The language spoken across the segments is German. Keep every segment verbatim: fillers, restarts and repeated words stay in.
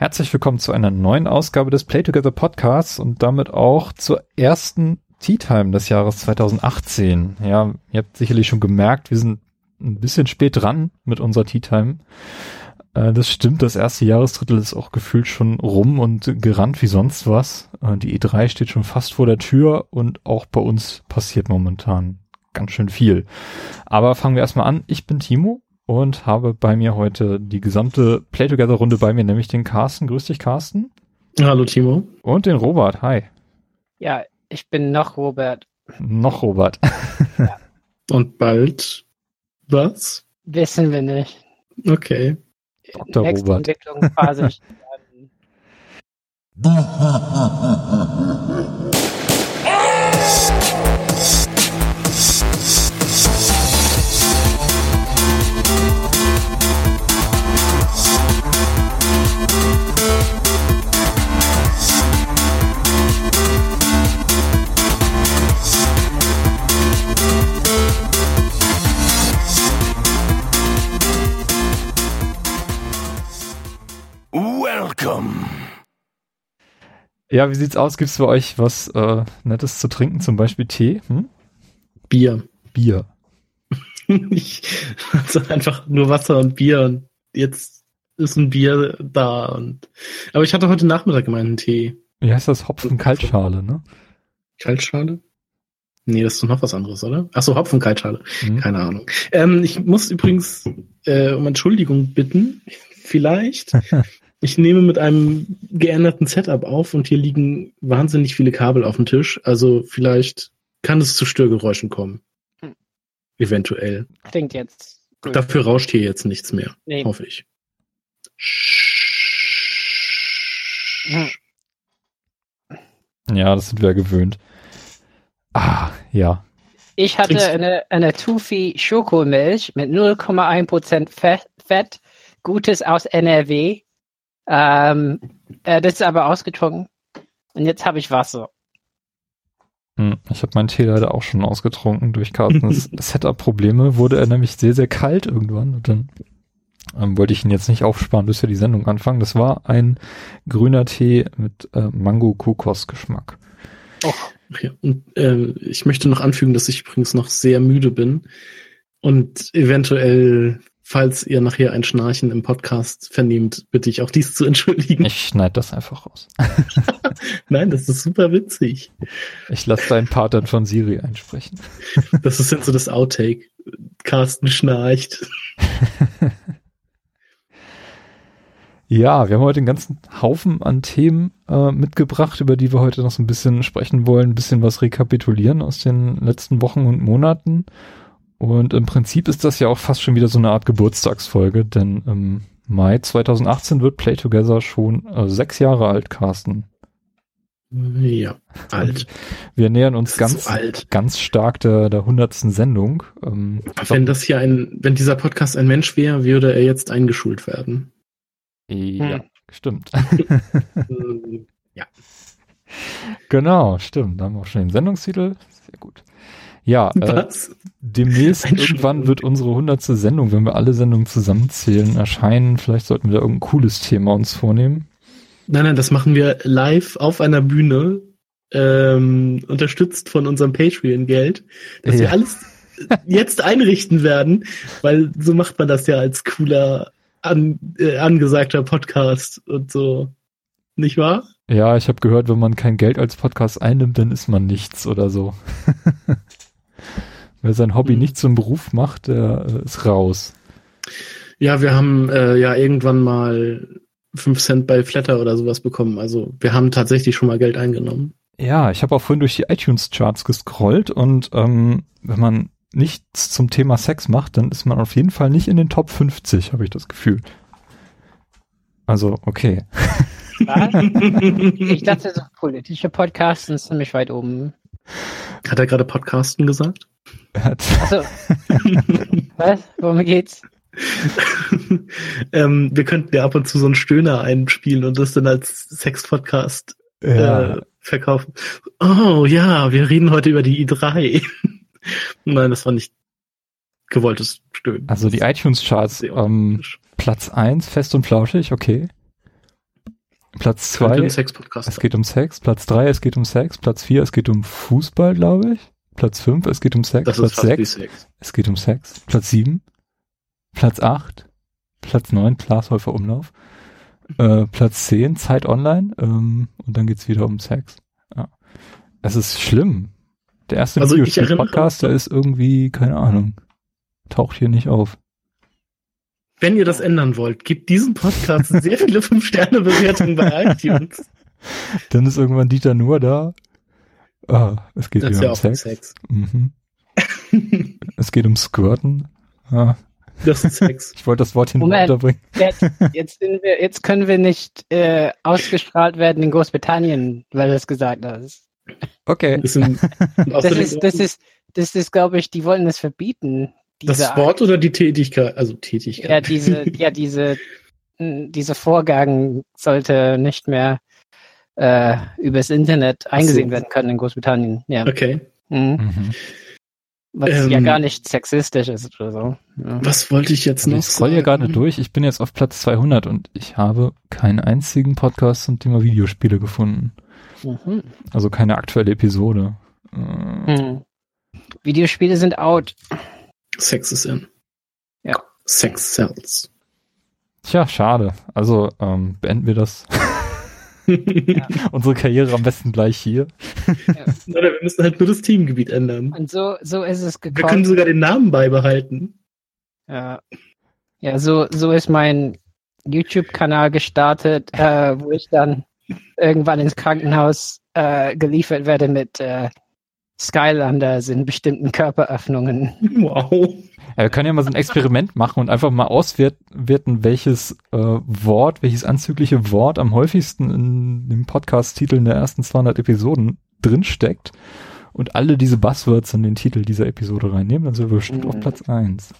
Herzlich willkommen zu einer neuen Ausgabe des Play Together Podcasts und damit auch zur ersten Tea Time des Jahres zwanzig achtzehn. Ja, ihr habt sicherlich schon gemerkt, wir sind ein bisschen spät dran mit unserer Tea Time. Äh, das stimmt, das erste Jahresdrittel ist auch gefühlt schon rum und gerannt wie sonst was. Äh, die E drei steht schon fast vor der Tür und auch bei uns passiert momentan ganz schön viel. Aber fangen wir erstmal an. Ich bin Timo und habe bei mir heute die gesamte Play-Together-Runde bei mir, nämlich den Carsten. Grüß dich, Carsten. Hallo, Timo. Und den Robert. Hi. Ja, ich bin noch Robert. Noch Robert. Ja. Und bald was? Wissen wir nicht. Okay. Doktor Nächste Robert. Entwicklungsphase. Welcome. Ja, wie sieht's aus? Gibt's bei euch was äh, Nettes zu trinken? Zum Beispiel Tee? Hm? Bier. Bier. Ich, also einfach nur Wasser und Bier und jetzt ist ein Bier da. Und aber ich hatte heute Nachmittag meinen Tee. Wie heißt das? Hopfen-Kaltschale, ne? Kaltschale? Nee, das ist doch noch was anderes, oder? Achso, Hopfen-Kaltschale. Hm. Keine Ahnung. Ähm, ich muss übrigens äh, um Entschuldigung bitten. Vielleicht. Ich nehme mit einem geänderten Setup auf und hier liegen wahnsinnig viele Kabel auf dem Tisch. Also vielleicht kann es zu Störgeräuschen kommen. Hm. Eventuell. Klingt jetzt gut. Dafür rauscht hier jetzt nichts mehr. Nee. Hoffe ich. Hm. Ja, das sind wir gewöhnt. Ah, ja. Ich hatte Trinkst- eine, eine Tufi Schokomilch mit null Komma eins Prozent Fett, Fett, Gutes aus N R W. Ähm, äh, das ist aber ausgetrunken. Und jetzt habe ich Wasser. Hm, Ich habe meinen Tee leider auch schon ausgetrunken durch Carstens Setup-Probleme. Wurde er nämlich sehr, sehr kalt irgendwann. Und dann ähm, wollte ich ihn jetzt nicht aufsparen, bis wir die Sendung anfangen. Das war ein grüner Tee mit äh, Mango-Kokos-Geschmack. Oh. Ja, und äh, ich möchte noch anfügen, dass ich übrigens noch sehr müde bin und eventuell, falls ihr nachher ein Schnarchen im Podcast vernehmt, bitte ich auch dies zu entschuldigen. Ich schneide das einfach raus. Nein, das ist super witzig. Ich lasse deinen Part dann von Siri einsprechen. Das ist jetzt so das Outtake. Carsten schnarcht. Ja, wir haben heute einen ganzen Haufen an Themen äh, mitgebracht, über die wir heute noch so ein bisschen sprechen wollen, ein bisschen was rekapitulieren aus den letzten Wochen und Monaten. Und im Prinzip ist das ja auch fast schon wieder so eine Art Geburtstagsfolge, denn im Mai zwanzig achtzehn wird Play Together schon äh, sechs Jahre alt, Carsten. Ja, alt. Wir nähern uns Das ist ganz, so alt. ganz stark der, der hundertsten Sendung. Ähm, ich Wenn glaub, das hier ein, wenn dieser Podcast ein Mensch wäre, würde er jetzt eingeschult werden. ja, Hm. stimmt. Ähm, ja. Genau, stimmt. Da haben wir auch schon den Sendungstitel. Sehr gut. Ja, äh, Was? demnächst Ein irgendwann Schwung. wird unsere hundertste Sendung, wenn wir alle Sendungen zusammenzählen, erscheinen. Vielleicht sollten wir da irgendein cooles Thema uns vornehmen. Nein, nein, das machen wir live auf einer Bühne, ähm, unterstützt von unserem Patreon-Geld, dass Ja. wir alles jetzt einrichten werden, weil so macht man das ja als cooler, an, äh, angesagter Podcast und so. Nicht wahr? Ja, ich habe gehört, wenn man kein Geld als Podcast einnimmt, dann ist man nichts oder so. Wer sein Hobby Mhm. nicht zum Beruf macht, der äh, ist raus. Ja, wir haben äh, ja irgendwann mal fünf Cent bei Flatter oder sowas bekommen. Also wir haben tatsächlich schon mal Geld eingenommen. Ja, ich habe auch vorhin durch die iTunes-Charts gescrollt und ähm, wenn man nichts zum Thema Sex macht, dann ist man auf jeden Fall nicht in den Top fünfzig, habe ich das Gefühl. Also, okay. Was? Ich dachte, so politische Podcasts sind ziemlich weit oben. Hat er gerade Podcasten gesagt? Er hat Achso. Was? Worum geht's? ähm, wir könnten ja ab und zu so einen Stöhner einspielen und das dann als Sex-Podcast ja, äh, verkaufen. Oh ja, wir reden heute über die i drei. Nein, das war nicht gewolltes Stöhnen. also die iTunes-Charts, Sehr ähm, untypisch. Platz eins, fest und flauschig, okay. Platz Könnte zwei, ein Sex-Podcast es sein. geht um Sex. Platz drei, es geht um Sex. Platz vier, es geht um Fußball, glaube ich. Platz fünf, es geht um Sex. Das ist Platz fast wie sechs, Sex. es geht um Sex. Platz sieben, Platz acht, Platz neun, Glashäufer Umlauf. Äh, Platz zehn, Zeit Online. Ähm, und dann geht's wieder um Sex. Ja. Es ist schlimm. Der erste Also ich Videospiel-Podcast, der ist irgendwie, keine Ahnung, taucht hier nicht auf. Wenn ihr das ändern wollt, gebt diesem Podcast sehr viele fünf Sterne Bewertungen bei iTunes. Dann ist irgendwann Dieter nur da. Ah, es geht Das ist wieder ja um auch um Sex. Sex. Mhm. Es geht um Squirten. Ah, Das ist Sex. ich wollte das Wort hinten Moment. unterbringen. Jetzt, jetzt, sind wir, jetzt können wir nicht äh, ausgestrahlt werden in Großbritannien, weil du es gesagt hast. Okay. Das, sind, Das ist, das ist, das ist, glaube ich, die wollen es verbieten. das diese Wort oder die Tätigkeit? Also Tätigkeit. Ja, diese, ja, diese, mh, diese Vorgang sollte nicht mehr äh, übers Internet eingesehen so. werden können in Großbritannien. Ja. Okay. Mhm. Mhm. Was Ähm, ja gar nicht sexistisch ist oder so. Ja. Was wollte ich jetzt Also noch ich scroll hier gerade durch. Ich bin jetzt auf Platz zweihundert und ich habe keinen einzigen Podcast zum Thema Videospiele gefunden. Mhm. Also keine aktuelle Episode. Äh, Mhm. Videospiele sind out. Sex is in. Ja. Sex sells. Tja, schade. Also ähm, beenden wir das. Ja. Unsere Karriere am besten gleich hier. Oder wir müssen halt nur das Themengebiet ändern. Und so, so ist es Wir gekommen. können sogar den Namen beibehalten. Ja, ja so, so ist mein YouTube-Kanal gestartet, äh, wo ich dann irgendwann ins Krankenhaus äh, geliefert werde mit äh, Skylanders in bestimmten Körperöffnungen. Wow. Ja, wir können ja mal so ein Experiment machen und einfach mal auswerten, welches äh, Wort, welches anzügliche Wort am häufigsten in dem Podcast-Titel der ersten zweihundert Episoden drinsteckt und alle diese Buzzwords in den Titel dieser Episode reinnehmen, dann sind wir bestimmt Mhm. auf Platz eins.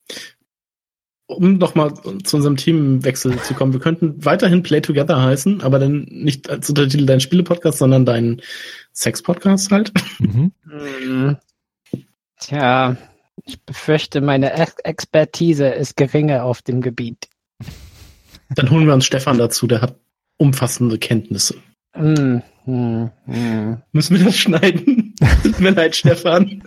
Um nochmal zu unserem Themenwechsel zu kommen, wir könnten weiterhin Play Together heißen, aber dann nicht als Untertitel dein Spiele-Podcast, sondern dein Sex-Podcast halt. Mhm. Hm. Tja, ich befürchte, meine Ex Expertise ist geringer auf dem Gebiet. Dann holen wir uns Stefan dazu, der hat umfassende Kenntnisse. Hm, hm, hm. Müssen wir das schneiden? Tut mir leid, Stefan.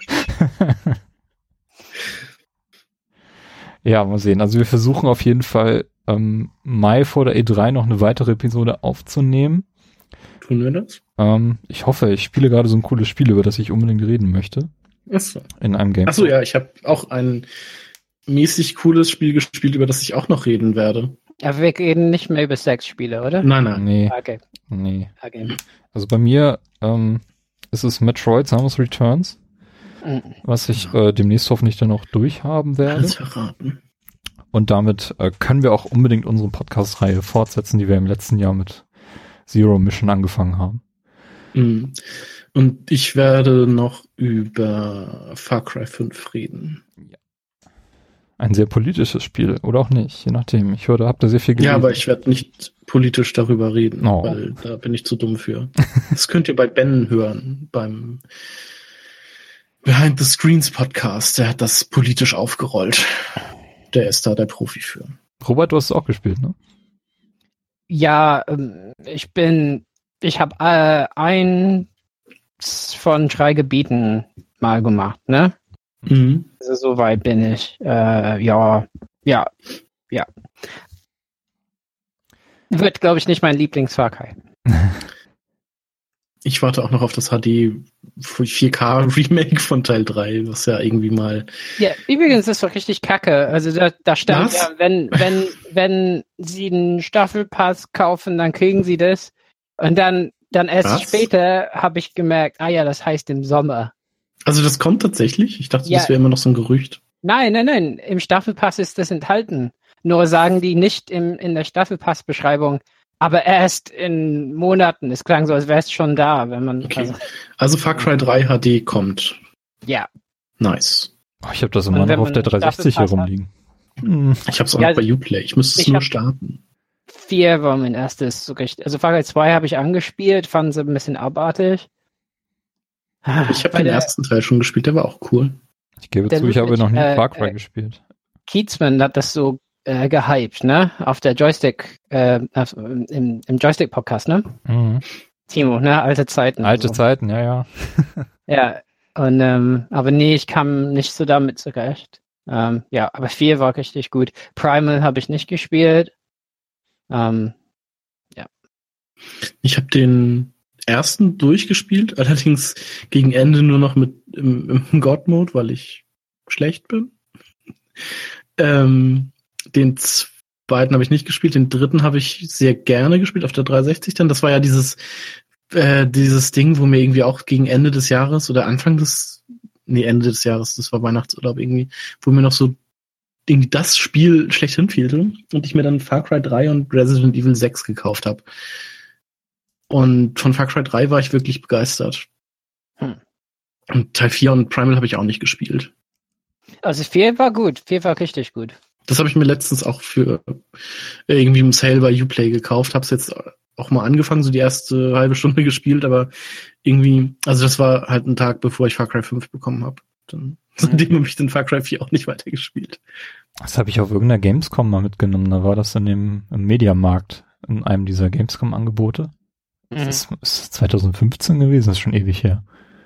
Ja, mal sehen. Also wir versuchen auf jeden Fall ähm, Mai vor der E drei noch eine weitere Episode aufzunehmen. Tun wir das? Ähm, ich hoffe, ich spiele gerade so ein cooles Spiel, über das ich unbedingt reden möchte. Achso. In einem Game. Achso, ja, ich habe auch ein mäßig cooles Spiel gespielt, über das ich auch noch reden werde. Aber wir reden nicht mehr über Sexspiele, oder? Nein, nein. Nee, Okay, nee. okay. Also bei mir ähm, ist es Metroid Samus Returns, Hm. was ich äh, demnächst hoffentlich dann auch durchhaben werde. Alles verraten. Und damit äh, können wir auch unbedingt unsere Podcast-Reihe fortsetzen, die wir im letzten Jahr mit Zero Mission angefangen haben. Mhm. Und ich werde noch über Far Cry fünf reden. Ein sehr politisches Spiel, oder auch nicht, je nachdem. Ich höre, da habt ihr sehr viel gelesen. Ja, aber ich werde nicht politisch darüber reden, Oh. weil da bin ich zu dumm für. Das könnt ihr bei Ben hören, beim Behind the Screens Podcast. Der hat das politisch aufgerollt. Der ist da der Profi für. Robert, du hast es auch gespielt, ne? Ja, ähm, ich bin, ich habe äh, eins von drei Gebieten mal gemacht, ne? Mhm. Also so weit bin ich. Äh, ja, ja, ja. Wird, glaube ich, nicht mein Lieblings-Far Cry. Ich warte auch noch auf das H D vier K Remake von Teil drei, was ja irgendwie mal. Ja, übrigens ist doch richtig kacke. Also da, da stand Was? ja, wenn, wenn, wenn sie einen Staffelpass kaufen, dann kriegen sie das. Und dann, dann erst Was? später habe ich gemerkt, ah ja, das heißt im Sommer. Also das kommt tatsächlich? Ich dachte, Ja. das wäre immer noch so ein Gerücht. Nein, nein, nein. Im Staffelpass ist das enthalten. Nur sagen die nicht im, in der Staffelpass-Beschreibung, aber erst in Monaten. Es klang so, als wäre es schon da, wenn man. Okay. Also, Also Far Cry drei H D kommt. ja. Nice. Oh, ich habe das Und immer wenn noch auf man der einen dreihundertsechzig hier Staffelpass rumliegen. Hm. Ich habe es auch Ja, noch bei Uplay. Ich müsste es ich nur hab- starten. Vier war mein erstes so richtig. Also Far Cry zwei habe ich angespielt, fand sie ein bisschen abartig. Ich habe Bei den der ersten Teil schon gespielt, der war auch cool. Ich gebe Der zu, ich habe Ludwig, noch nie äh, Far Cry äh, gespielt. Kiezman hat das so äh, gehypt, ne? Auf der Joystick, äh, auf, im, im Joystick-Podcast, ne? Mhm. Timo, ne? Alte Zeiten. Alte so. Zeiten, ja, ja. Ja, und ähm, aber nee, ich kam nicht so damit zurecht. Ähm, ja, aber vier war richtig gut. Primal habe ich nicht gespielt. Ähm, ja. Ich habe den ersten durchgespielt, allerdings gegen Ende nur noch mit im, im God-Mode, weil ich schlecht bin. Ähm, den zweiten habe ich nicht gespielt, den dritten habe ich sehr gerne gespielt auf der dreihundertsechzig dann. Das war ja dieses äh, dieses Ding, wo mir irgendwie auch gegen Ende des Jahres oder Anfang des, nee, Ende des Jahres, das war Weihnachtsurlaub irgendwie, wo mir noch so irgendwie das Spiel schlechthin fehlte und ich mir dann Far Cry drei und Resident Evil sechs gekauft habe. Und von Far Cry drei war ich wirklich begeistert. Hm. Und Teil vier und Primal habe ich auch nicht gespielt. Also vier war gut, vier war richtig gut. Das habe ich mir letztens auch für irgendwie im Sale bei Uplay gekauft. Habe es jetzt auch mal angefangen, so die erste halbe Stunde gespielt, aber irgendwie, also das war halt ein Tag, bevor ich Far Cry fünf bekommen habe. Dann, seitdem habe ich den Far Cry vier auch nicht weitergespielt. Das habe ich auf irgendeiner Gamescom mal mitgenommen. Da war das in dem im Mediamarkt in einem dieser Gamescom-Angebote. Das ist, ist zwanzig fünfzehn gewesen, das ist schon ewig her.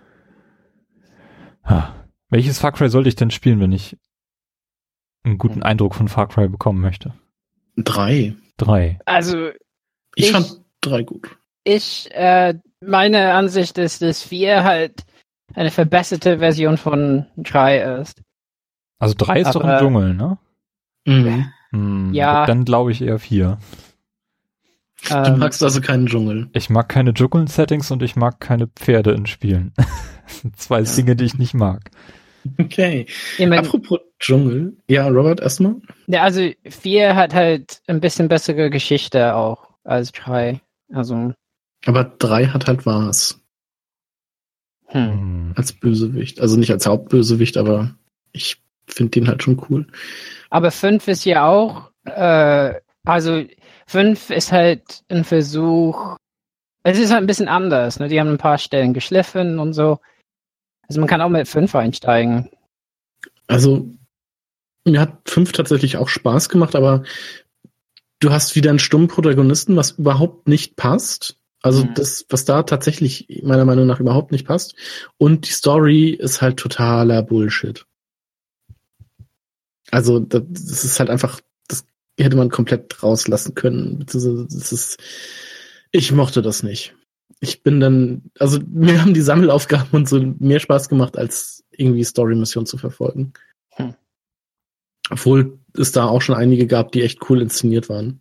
Ha. Welches Far Cry sollte ich denn spielen, wenn ich einen guten Eindruck von Far Cry bekommen möchte? Drei. Drei. Also ich, ich fand drei gut. Ich, äh, meine Ansicht ist, dass vier halt eine verbesserte Version von drei ist. Also drei ist Aber, doch im Dschungel, ne? Mhm. Hm, ja. Dann glaube ich eher vier. Du Ähm, magst also keinen Dschungel. Ich mag keine Dschungel-Settings und ich mag keine Pferde in Spielen. Das sind zwei ja. Dinge, die ich nicht mag. Okay. Ich mein, Apropos Dschungel. Ja, Robert, erstmal. Ja, also vier hat halt ein bisschen bessere Geschichte auch als drei. Also. Aber drei hat halt was. Hm. Als Bösewicht. Also nicht als Hauptbösewicht, aber ich finde den halt schon cool. Aber fünf ist ja auch, äh, also fünf ist halt ein Versuch, es ist halt ein bisschen anders, ne? Die haben ein paar Stellen geschliffen und so. Also man kann auch mit fünf einsteigen. Also mir hat fünf tatsächlich auch Spaß gemacht, aber du hast wieder einen stummen Protagonisten, was überhaupt nicht passt. Also mhm. das, was da tatsächlich meiner Meinung nach überhaupt nicht passt. Und die Story ist halt totaler Bullshit. Also das ist halt einfach, das hätte man komplett rauslassen können. Das ist, ich mochte das nicht. Ich bin dann, also mir haben die Sammelaufgaben und so mehr Spaß gemacht, als irgendwie Story-Missionen zu verfolgen. Hm. Obwohl es da auch schon einige gab, die echt cool inszeniert waren.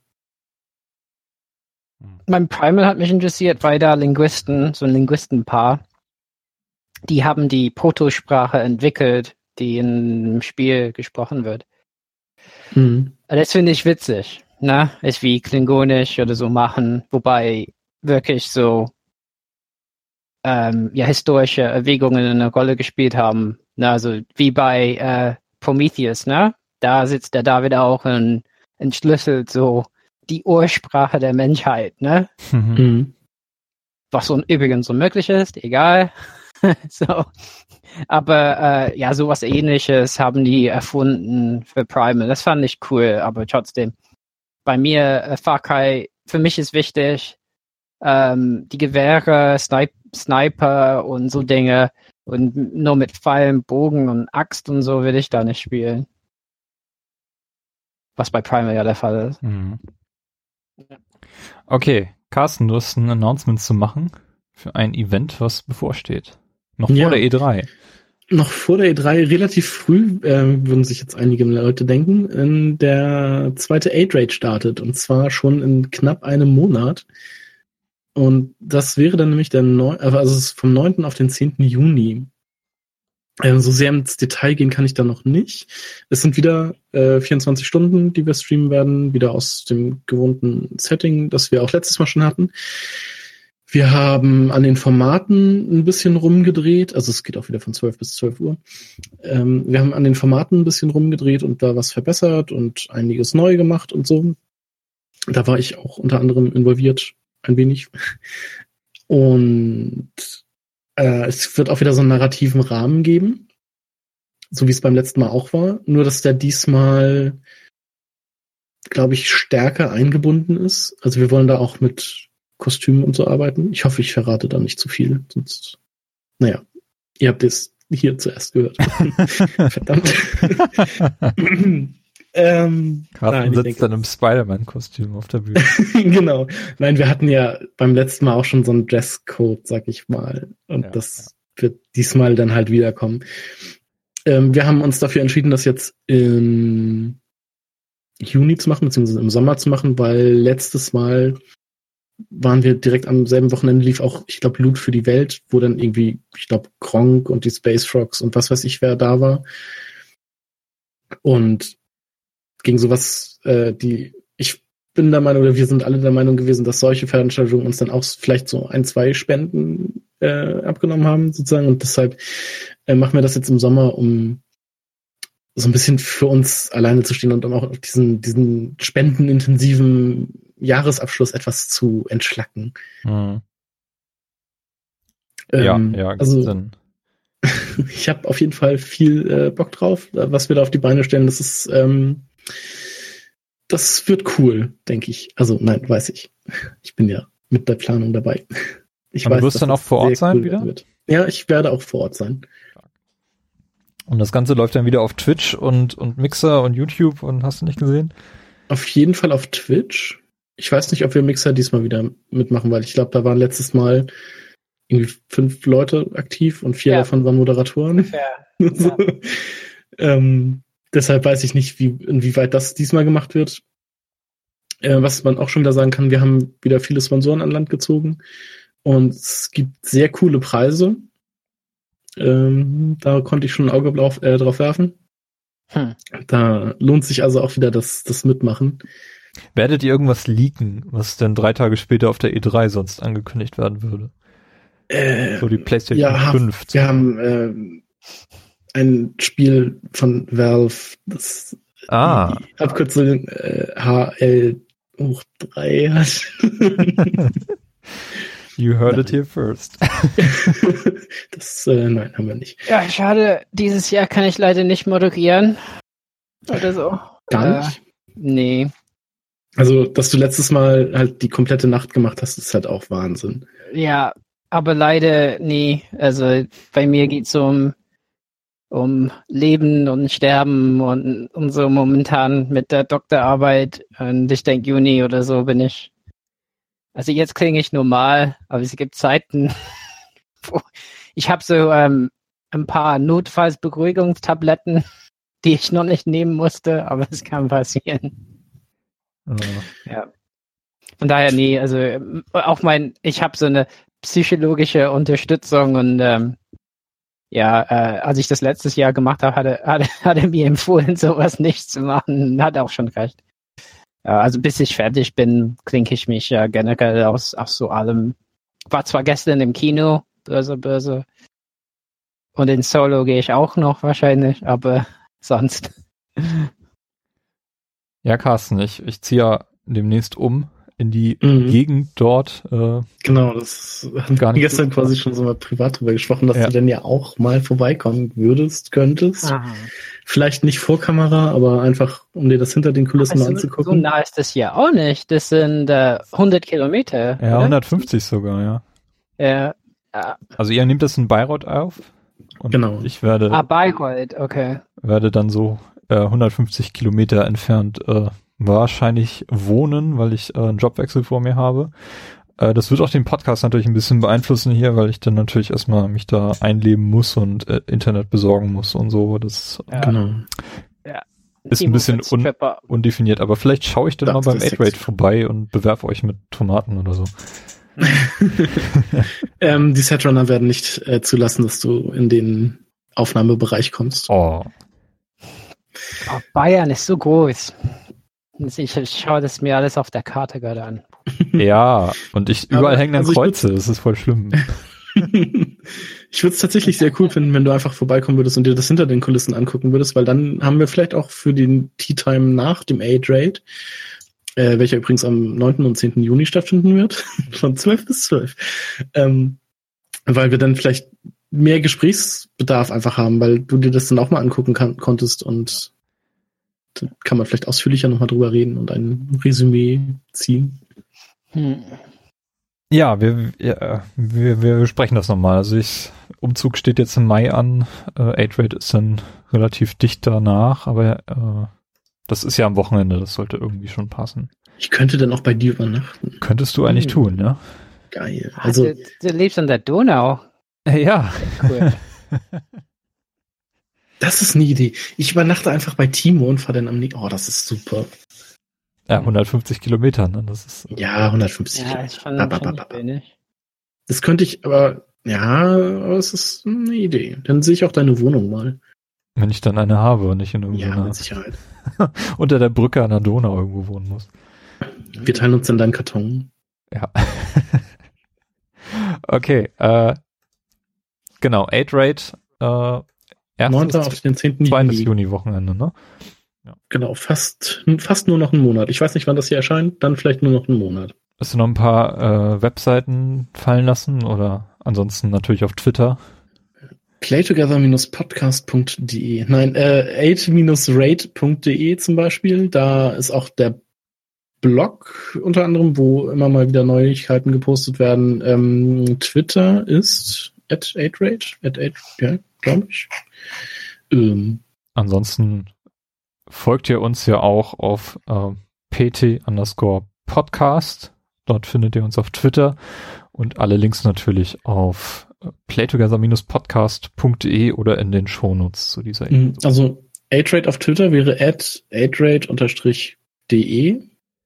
Mein Primal hat mich interessiert, weil da Linguisten, so ein Linguistenpaar, die haben die Protosprache entwickelt, die im Spiel gesprochen wird. Mhm. Das finde ich witzig, ne? Ist wie Klingonisch oder so machen, wobei wirklich so ähm, ja historische Erwägungen eine Rolle gespielt haben. Ne? Also wie bei äh, Prometheus, ne? Da sitzt der David auch und entschlüsselt so die Ursprache der Menschheit, ne? Mhm. Was so übrigens unmöglich ist, egal. So. Aber äh, ja, sowas Ähnliches haben die erfunden für Primal. Das fand ich cool, aber trotzdem. Bei mir, äh, Far Cry, für mich ist wichtig, ähm, die Gewehre, Snipe, Sniper und so Dinge. Und nur mit Pfeilen, Bogen und Axt und so will ich da nicht spielen. Was bei Primal ja der Fall ist. Mhm. Okay, Carsten, du hast ein Announcement zu machen für ein Event, was bevorsteht. Noch vor ja. der E drei. Noch vor der E drei, relativ früh, äh, würden sich jetzt einige Leute denken, in der zweite Eight-Raid startet. Und zwar schon in knapp einem Monat. Und das wäre dann nämlich der neun, also es ist vom neunten auf den zehnten Juni. Ähm, so sehr ins Detail gehen kann ich da noch nicht. Es sind wieder äh, vierundzwanzig Stunden, die wir streamen werden, wieder aus dem gewohnten Setting, das wir auch letztes Mal schon hatten. Wir haben an den Formaten ein bisschen rumgedreht, also es geht auch wieder von zwölf bis zwölf Uhr. Ähm, wir haben an den Formaten ein bisschen rumgedreht und da was verbessert und einiges neu gemacht und so. Da war ich auch unter anderem involviert, ein wenig. Und äh, es wird auch wieder so einen narrativen Rahmen geben, so wie es beim letzten Mal auch war, nur dass der diesmal glaube ich, stärker eingebunden ist. Also wir wollen da auch mit Kostümen und so arbeiten. Ich hoffe, ich verrate da nicht zu viel, sonst, naja, ihr habt es hier zuerst gehört. Verdammt. ähm, Carsten nein, sitzt denke, dann im Spider-Man-Kostüm auf der Bühne. Genau. Nein, wir hatten ja beim letzten Mal auch schon so einen Dresscode, sag ich mal. Und Ja, das ja. wird diesmal dann halt wiederkommen. Ähm, wir haben uns dafür entschieden, das jetzt im Juni zu machen, beziehungsweise im Sommer zu machen, weil letztes Mal waren wir direkt am selben Wochenende, lief auch, ich glaube, Loot für die Welt, wo dann irgendwie, ich glaube, Gronk und die Space Frogs und was weiß ich, wer da war. Und gegen sowas, äh, die, ich bin der Meinung, oder wir sind alle der Meinung gewesen, dass solche Veranstaltungen uns dann auch vielleicht so ein, zwei Spenden äh, abgenommen haben, sozusagen. Und deshalb äh, machen wir das jetzt im Sommer, um so ein bisschen für uns alleine zu stehen und um auch auf diesen, diesen spendenintensiven Jahresabschluss etwas zu entschlacken. Mhm. Ähm, ja, ja, also Sinn. ich habe auf jeden Fall viel äh, Bock drauf, was wir da auf die Beine stellen. Das ist, ähm, das wird cool, denke ich. Also nein, weiß ich. Ich bin ja mit der Planung dabei. Ich Und weiß, du wirst dass dann auch das vor Ort sehr sein cool wieder? wird. Ja, ich werde auch vor Ort sein. Und das Ganze läuft dann wieder auf Twitch und, und Mixer und YouTube und hast du nicht gesehen? Auf jeden Fall auf Twitch. Ich weiß nicht, ob wir Mixer diesmal wieder mitmachen, weil ich glaube, da waren letztes Mal irgendwie fünf Leute aktiv und vier Ja. davon waren Moderatoren. Ja. so. ähm, deshalb weiß ich nicht, wie, inwieweit das diesmal gemacht wird. Äh, was man auch schon wieder sagen kann, wir haben wieder viele Sponsoren an Land gezogen und es gibt sehr coole Preise. Ähm, da konnte ich schon ein Auge drauf, äh, drauf werfen. Hm. Da lohnt sich also auch wieder das, das Mitmachen. Werdet ihr irgendwas leaken, was denn drei Tage später auf der E drei sonst angekündigt werden würde? Äh, So die PlayStation ja, fünf. Wir haben äh, ein Spiel von Valve, das Ah. die Abkürzung äh, H L hoch drei hat. You heard Nein. it here first. das, äh, nein, haben wir nicht. Ja, schade. Dieses Jahr kann ich leider nicht moderieren. Oder so. Gar Äh, nicht. Nee. Also, dass du letztes Mal halt die komplette Nacht gemacht hast, ist halt auch Wahnsinn. Ja, aber leider nee. Also bei mir geht's um um Leben und Sterben und, und so momentan mit der Doktorarbeit. Und ich denke, Juni oder so bin ich. Also jetzt klinge ich normal, aber es gibt Zeiten, wo ich habe so ähm, ein paar Notfallsberuhigungstabletten, die ich noch nicht nehmen musste, aber es kann passieren. Ja. Ja. Von daher, nee, also ähm, auch mein, ich habe so eine psychologische Unterstützung und ähm, ja, äh, als ich das letztes Jahr gemacht habe, hatte, hatte, hat er mir empfohlen, sowas nicht zu machen. Hat auch schon recht. Ja, also bis ich fertig bin, klinke ich mich ja generell aus, aus so allem. War zwar gestern im Kino, böse, böse. Und in Solo gehe ich auch noch wahrscheinlich, aber sonst. Ja, Carsten, ich, ich ziehe ja demnächst um in die Mhm. Gegend dort. Äh, Genau, das haben Gar wir nicht gestern so- quasi schon so mal privat drüber gesprochen, dass Ja. du denn ja auch mal vorbeikommen würdest, könntest. Aha. Vielleicht nicht vor Kamera, aber einfach, um dir das hinter den Kulissen mal Also, so anzugucken. nah ist das hier auch nicht. Das sind äh, hundert Kilometer. ja, oder? hundertfünfzig sogar, ja. Ja. Ja. Also ihr nehmt das in Bayreuth auf und Genau. ich werde, Ah, Bayreuth, okay. werde dann so äh, hundertfünfzig Kilometer entfernt äh, wahrscheinlich wohnen, weil ich äh, einen Jobwechsel vor mir habe. Äh, das wird auch den Podcast natürlich ein bisschen beeinflussen hier, weil ich dann natürlich erstmal mich da einleben muss und äh, Internet besorgen muss und so. Das Ja. Genau. ist ein bisschen un Stripper. undefiniert, aber vielleicht schaue ich dann Das mal beim ist Eight Rate sexy. vorbei und bewerfe euch mit Tomaten oder so. ähm, die Setrunner werden nicht äh, zulassen, dass du in den Aufnahmebereich kommst. Oh. Oh, Bayern ist so groß. Ich, ich schaue das mir alles auf der Karte gerade an. Ja, und ich überall Aber, hängen dann also ich Kreuze, das ist voll schlimm. Ich würde es tatsächlich sehr cool finden, wenn du einfach vorbeikommen würdest und dir das hinter den Kulissen angucken würdest, weil dann haben wir vielleicht auch für den Tea Time nach dem Eight Rate, äh, welcher übrigens am neunten und zehnten Juni stattfinden wird, von zwölf bis zwölf, ähm, weil wir dann vielleicht mehr Gesprächsbedarf einfach haben, weil du dir das dann auch mal angucken kann, konntest und Da kann man vielleicht ausführlicher nochmal drüber reden und ein Resümee ziehen. Hm. Ja, wir, ja, wir, wir besprechen das nochmal. Also ich, Umzug steht jetzt im Mai an. Äh, eight-Rate ist dann relativ dicht danach, aber äh, das ist ja am Wochenende, das sollte irgendwie schon passen. Ich könnte dann auch bei dir übernachten. Könntest du eigentlich Hm. tun, ja? Geil. Also, Also, du, du lebst an der Donau. Äh, ja. Cool. das ist eine Idee. Ich übernachte einfach bei Timo und fahre dann am nächsten. Oh, das ist super. Ja, hundertfünfzig Kilometer, ne? Das ist. Ja, hundertfünfzig. Ja, ist schon, Ba, ba, schon ba, nicht ba. wenig. Das könnte ich, aber ja, aber es ist eine Idee. Dann sehe ich auch deine Wohnung mal. Wenn ich dann eine habe und nicht in Ja, irgendeiner mit Sicherheit. unter der Brücke an der Donau irgendwo wohnen muss. Wir teilen uns dann deinen Karton. Ja. Okay, äh, genau, eight-Rate, äh, neunten erstes, auf den zehnten zweites Juni. Juni-Wochenende, ne? Genau, fast, fast nur noch einen Monat. Ich weiß nicht, wann das hier erscheint, dann vielleicht nur noch einen Monat. Hast du noch ein paar äh, Webseiten fallen lassen oder ansonsten natürlich auf Twitter? playtogether Bindestrich podcast Punkt de. Nein, äh, eight Rate Punkt de zum Beispiel. Da ist auch der Blog unter anderem, wo immer mal wieder Neuigkeiten gepostet werden. Ähm, Twitter ist at eight Rate, at eight, ja, glaube ich. Ähm, Ansonsten folgt ihr uns ja auch auf äh, pt underscore podcast. Dort findet ihr uns auf Twitter und alle Links natürlich auf äh, playtogether Bindestrich podcast Punkt de oder in den Shownotes zu dieser Episode. also eight Rate auf Twitter wäre at eight Rate Unterstrich de.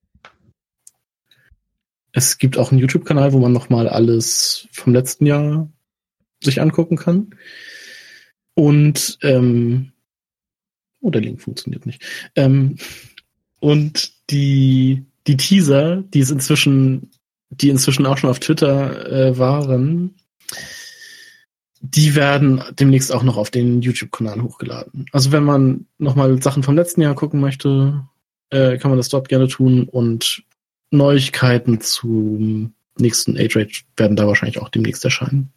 Es gibt auch einen YouTube-Kanal, wo man nochmal alles vom letzten Jahr sich angucken kann. Und, ähm, oh, der Link funktioniert nicht. Ähm, und die, die Teaser, die es inzwischen, die inzwischen auch schon auf Twitter äh, waren, die werden demnächst auch noch auf den YouTube-Kanal hochgeladen. Also wenn man nochmal Sachen vom letzten Jahr gucken möchte, äh, kann man das dort gerne tun und Neuigkeiten zum nächsten eight-Rate werden da wahrscheinlich auch demnächst erscheinen.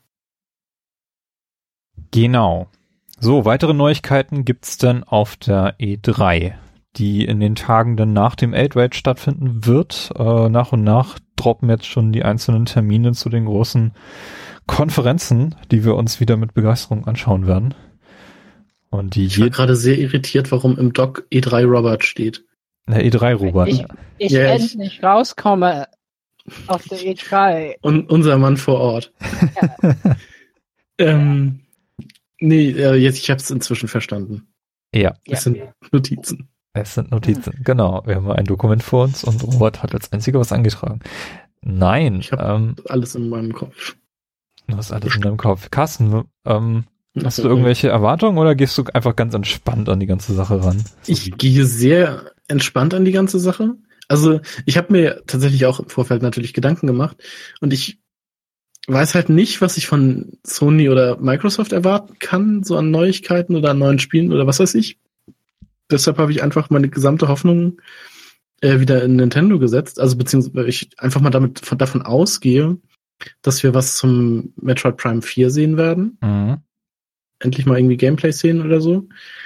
Genau. So, weitere Neuigkeiten gibt's dann auf der E drei, die in den Tagen dann nach dem eight-Rate stattfinden wird. Äh, nach und nach droppen jetzt schon die einzelnen Termine zu den großen Konferenzen, die wir uns wieder mit Begeisterung anschauen werden. Und die Ich war je- gerade sehr irritiert, warum im Doc E drei Robert steht. der E drei, Robert. Ich, ich Ja, ich- endlich rauskomme auf der E drei. Und unser Mann vor Ort. Ja. ähm, nee, äh, jetzt, ich habe es inzwischen verstanden. Ja, Ja. Es sind Notizen. es sind Notizen. Genau, wir haben ein Dokument vor uns und Robert hat als einziger was angetragen. Nein, Ich hab- ähm, Alles in meinem Kopf. du hast alles in deinem Kopf. Carsten, ähm, hast Also, du irgendwelche Erwartungen oder gehst du einfach ganz entspannt an die ganze Sache ran? So Ich wie- gehe sehr entspannt an die ganze Sache. Also ich habe mir tatsächlich auch im Vorfeld natürlich Gedanken gemacht und ich weiß halt nicht, was ich von Sony oder Microsoft erwarten kann, so an Neuigkeiten oder an neuen Spielen oder was weiß ich. Deshalb habe ich einfach meine gesamte Hoffnung äh, wieder in Nintendo gesetzt, also beziehungsweise ich einfach mal damit von, davon ausgehe, dass wir was zum Metroid Prime vier sehen werden. Mhm. Endlich mal irgendwie Gameplay sehen oder so.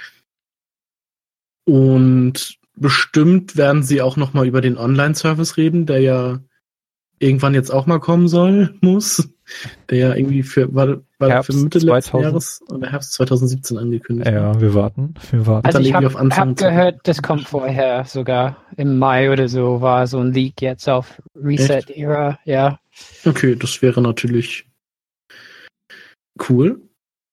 Und bestimmt werden sie auch noch mal über den Online-Service reden, der ja irgendwann jetzt auch mal kommen soll, muss. Der ja irgendwie für, war, war Herbst für Mitte letzten zweitausend Jahres oder Herbst zwanzig siebzehn angekündigt. Ja, wir warten, wir warten. Also dann ich irgendwie habe auf Anfang hab zu- gehört, das kommt vorher sogar. Im Mai oder so war so ein Leak jetzt auf Reset-Era. Ja. Okay, das wäre natürlich cool.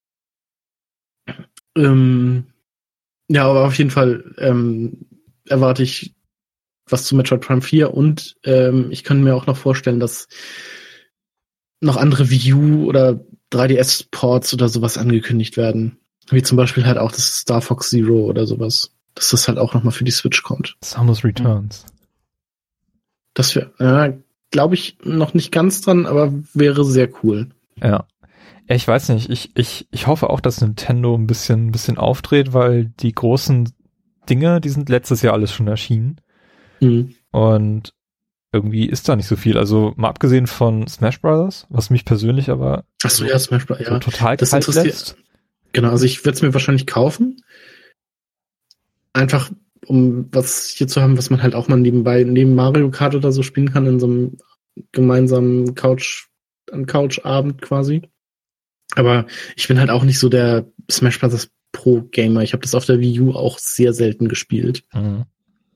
Ähm, ja, aber auf jeden Fall ähm, erwarte ich was zu Metroid Prime vier und ähm, ich kann mir auch noch vorstellen, dass noch andere Wii U oder drei D S-Ports oder sowas angekündigt werden. Wie zum Beispiel halt auch das Star Fox Zero oder sowas. Dass das halt auch nochmal für die Switch kommt. Samus Returns. Das wäre, ja, glaube ich, noch nicht ganz dran, aber wäre sehr cool. Ja. Ja, ich weiß nicht, ich, ich, ich hoffe auch, dass Nintendo ein bisschen, ein bisschen aufdreht, weil die großen Dinge, die sind letztes Jahr alles schon erschienen. Mhm. Und irgendwie ist da nicht so viel. Also mal abgesehen von Smash Brothers, was mich persönlich aber Ach so, ja, Smash Bros. so Ja. total Das kalt interessiert- lässt. Genau, also ich würde es mir wahrscheinlich kaufen. Einfach, um was hier zu haben, was man halt auch mal nebenbei, neben Mario Kart oder so spielen kann, in so einem gemeinsamen Couch, an Couchabend quasi. Aber ich bin halt auch nicht so der Smash Bros. Pro-Gamer. Ich habe das auf der Wii U auch sehr selten gespielt. Mhm.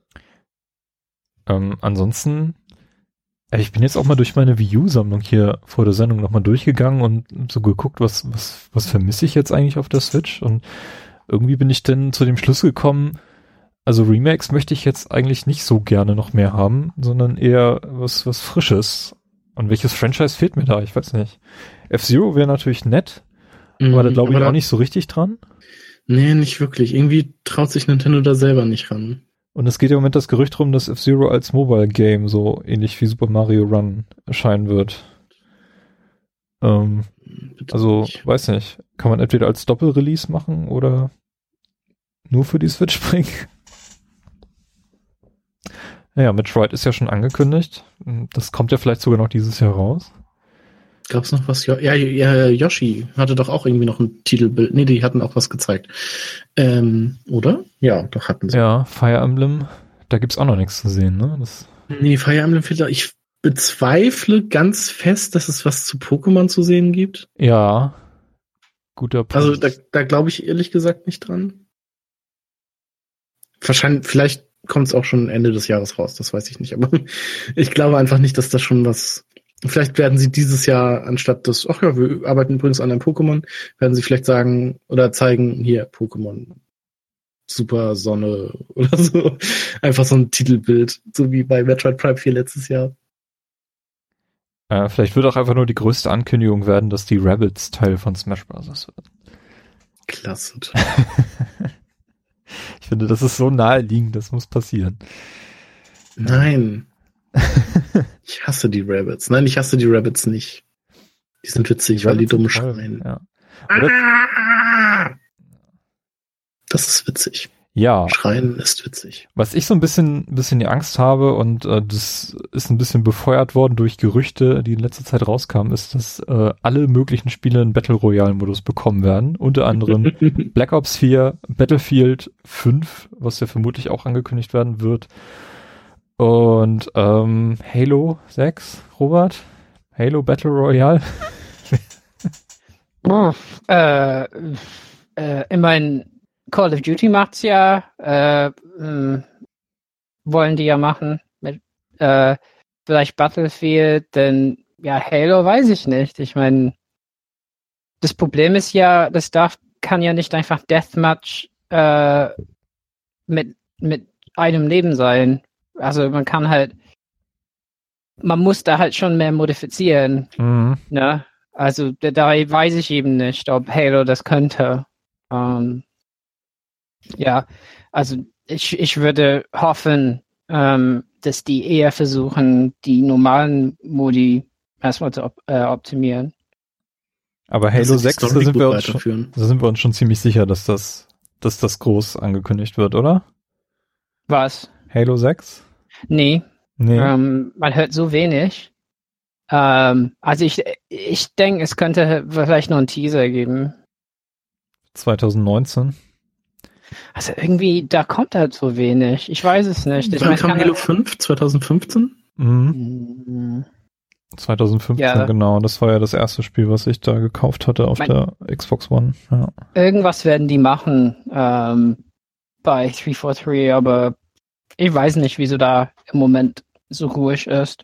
Ähm, ansonsten, ich bin jetzt auch mal durch meine Wii U-Sammlung hier vor der Sendung nochmal durchgegangen und so geguckt, was, was, was vermisse ich jetzt eigentlich auf der Switch, und irgendwie bin ich dann zu dem Schluss gekommen, also Remakes möchte ich jetzt eigentlich nicht so gerne noch mehr haben, sondern eher was, was Frisches. Und welches Franchise fehlt mir da? Ich weiß nicht. F-Zero wäre natürlich nett, mhm, aber da glaube ich auch nicht so richtig dran. Nee, nicht wirklich. Irgendwie traut sich Nintendo da selber nicht ran. Und es geht ja im Moment das Gerücht rum, dass F-Zero als Mobile-Game so ähnlich wie Super Mario Run erscheinen wird. Ähm, also, nicht. Weiß nicht. Kann man entweder als Doppel-Release machen oder nur für die Switch bringen? Naja, Metroid ist ja schon angekündigt. Das kommt ja vielleicht sogar noch dieses Jahr raus. Gab's noch was? Ja, ja, Yoshi hatte doch auch irgendwie noch ein Titelbild. Nee, die hatten auch was gezeigt. Ähm, oder? Ja, doch hatten sie. Ja, Fire Emblem, da gibt's auch noch nichts zu sehen, ne? Das nee, Fire Emblem fehlt da. Ich bezweifle ganz fest, dass es was zu Pokémon zu sehen gibt. Ja, guter Punkt. Also da, da glaube ich ehrlich gesagt nicht dran. Wahrscheinlich, vielleicht kommt es auch schon Ende des Jahres raus, das weiß ich nicht. Aber ich glaube einfach nicht, dass das schon was... Vielleicht werden sie dieses Jahr, anstatt des, ach ja, wir arbeiten übrigens an einem Pokémon, werden sie vielleicht sagen oder zeigen, hier, Pokémon Super Sonne oder so. Einfach so ein Titelbild, so wie bei Metroid Prime vier letztes Jahr. Äh, vielleicht wird auch einfach nur die größte Ankündigung werden, dass die Rabbids Teil von Smash Bros. Wird. Klasse. Ich finde, das ist so naheliegend, das muss passieren. Nein. Ich hasse die Rabbids. Nein, ich hasse die Rabbids nicht. Die sind witzig, die weil die dumm schreien. Ja. Ah! Das ist witzig. Ja. Schreien ist witzig. Was ich so ein bisschen, bisschen die Angst habe, und äh, das ist ein bisschen befeuert worden durch Gerüchte, die in letzter Zeit rauskamen, ist, dass äh, alle möglichen Spiele einen Battle Royale Modus bekommen werden. Unter anderem Black Ops vier, Battlefield fünf, was ja vermutlich auch angekündigt werden wird. Und ähm, Halo sechs, Robert? Halo Battle Royale? oh, äh, äh, immerhin Call of Duty macht's ja, äh, mh, wollen die ja machen. Mit, äh, vielleicht Battlefield, denn ja, Halo weiß ich nicht. Ich meine, das Problem ist ja, das darf, kann ja nicht einfach Deathmatch äh, mit, mit einem Leben sein. Also man kann halt, man muss da halt schon mehr modifizieren. Mhm. Ne? Also da, da weiß ich eben nicht, ob Halo das könnte. Ähm, ja, also ich, ich würde hoffen, ähm, dass die eher versuchen, die normalen Modi erstmal zu op- äh, optimieren. Aber Halo sechs, da sind, wir uns schon, da sind wir uns schon ziemlich sicher, dass das, dass das groß angekündigt wird, oder? Was? Halo sechs? Nee. nee. Ähm, man hört so wenig. Ähm, also ich, ich denke, es könnte vielleicht noch einen Teaser geben. zwanzig neunzehn? Also irgendwie, da kommt halt so wenig. Ich weiß es nicht. Ich Wann mein, kam Halo fünf? zwanzig fünfzehn? Mhm. zwanzig fünfzehn, ja. Genau. Das war ja das erste Spiel, was ich da gekauft hatte auf mein, der Xbox One. Ja. Irgendwas werden die machen ähm, bei drei vier drei, aber ich weiß nicht, wieso da im Moment so ruhig ist.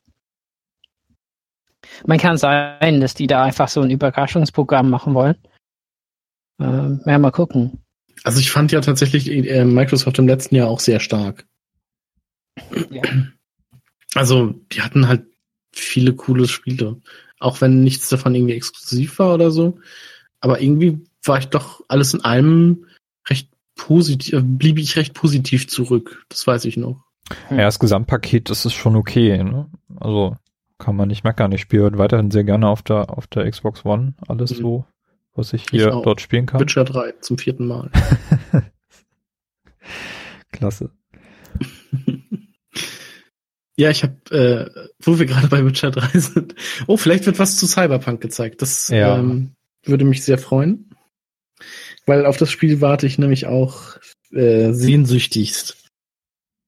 Man kann sein, dass die da einfach so ein Überraschungsprogramm machen wollen. Ähm, ja, mal gucken. Also ich fand ja tatsächlich äh, Microsoft im letzten Jahr auch sehr stark. Ja. Also die hatten halt viele coole Spiele. Auch wenn nichts davon irgendwie exklusiv war oder so. Aber irgendwie war ich doch alles in allem recht positiv, blieb ich recht positiv zurück. Das weiß ich noch. Ja, das Gesamtpaket, das ist schon okay, ne? Also kann man nicht meckern. Ich spiele weiterhin sehr gerne auf der auf der Xbox One alles mhm. so, was ich hier ich dort spielen kann. Witcher drei zum vierten Mal. Klasse. Ja, ich habe, äh, wo wir gerade bei Witcher drei sind. Oh, vielleicht wird was zu Cyberpunk gezeigt. Das ja. ähm, würde mich sehr freuen. Weil auf das Spiel warte ich nämlich auch äh, sehnsüchtigst.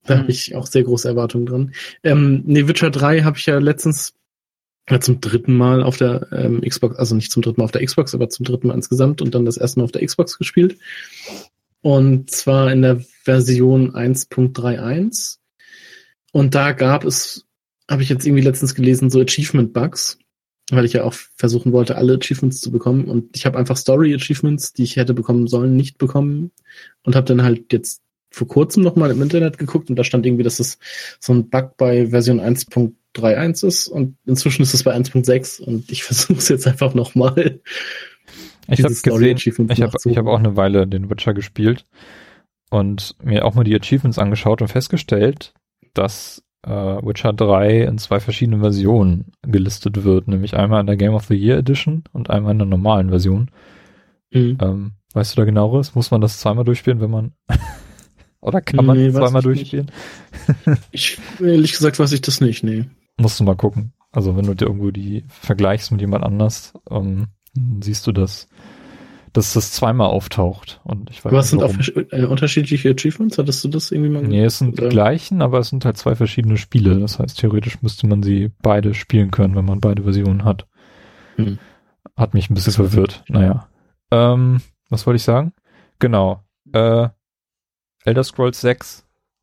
Da Hm. habe ich auch sehr große Erwartungen dran. Ähm, nee, Witcher drei habe ich ja letztens ja, zum dritten Mal auf der ähm, Xbox, also nicht zum dritten Mal auf der Xbox, aber zum dritten Mal insgesamt und dann das erste Mal auf der Xbox gespielt. Und zwar in der Version eins Punkt drei Punkt eins. Und da gab es, habe ich jetzt irgendwie letztens gelesen, so Achievement-Bugs, weil ich ja auch versuchen wollte, alle Achievements zu bekommen. Und ich habe einfach Story-Achievements, die ich hätte bekommen sollen, nicht bekommen. Und habe dann halt jetzt vor kurzem nochmal im Internet geguckt und da stand irgendwie, dass es so ein Bug bei Version eins Punkt drei Punkt eins ist und inzwischen ist es bei eins Punkt sechs und ich versuche es jetzt einfach nochmal. Ich habe gesehen, ich habe ich hab auch eine Weile den Witcher gespielt und mir auch mal die Achievements angeschaut und festgestellt, dass äh, Witcher drei in zwei verschiedenen Versionen gelistet wird, nämlich einmal in der Game of the Year Edition und einmal in der normalen Version. Mhm. Ähm, weißt du da genaueres? Muss man das zweimal durchspielen, wenn man oder kann man Nee, weiß zweimal ich durchspielen? Ich, ehrlich gesagt, weiß ich das nicht, nee. Musst du mal gucken. Also wenn du dir irgendwo die vergleichst mit jemand anders, ähm, dann siehst du, dass, dass das zweimal auftaucht. Und ich weiß Aber es nicht, sind auch warum. versch- äh, unterschiedliche Achievements? Hattest du das irgendwie mal? Nee, es sind die Oder? gleichen, aber es sind halt zwei verschiedene Spiele. Das heißt, theoretisch müsste man sie beide spielen können, wenn man beide Versionen hat. Hm. Hat mich ein bisschen Das war verwirrt. Naja. Ähm, was wollte ich sagen? Genau. Äh, Elder Scrolls sechs.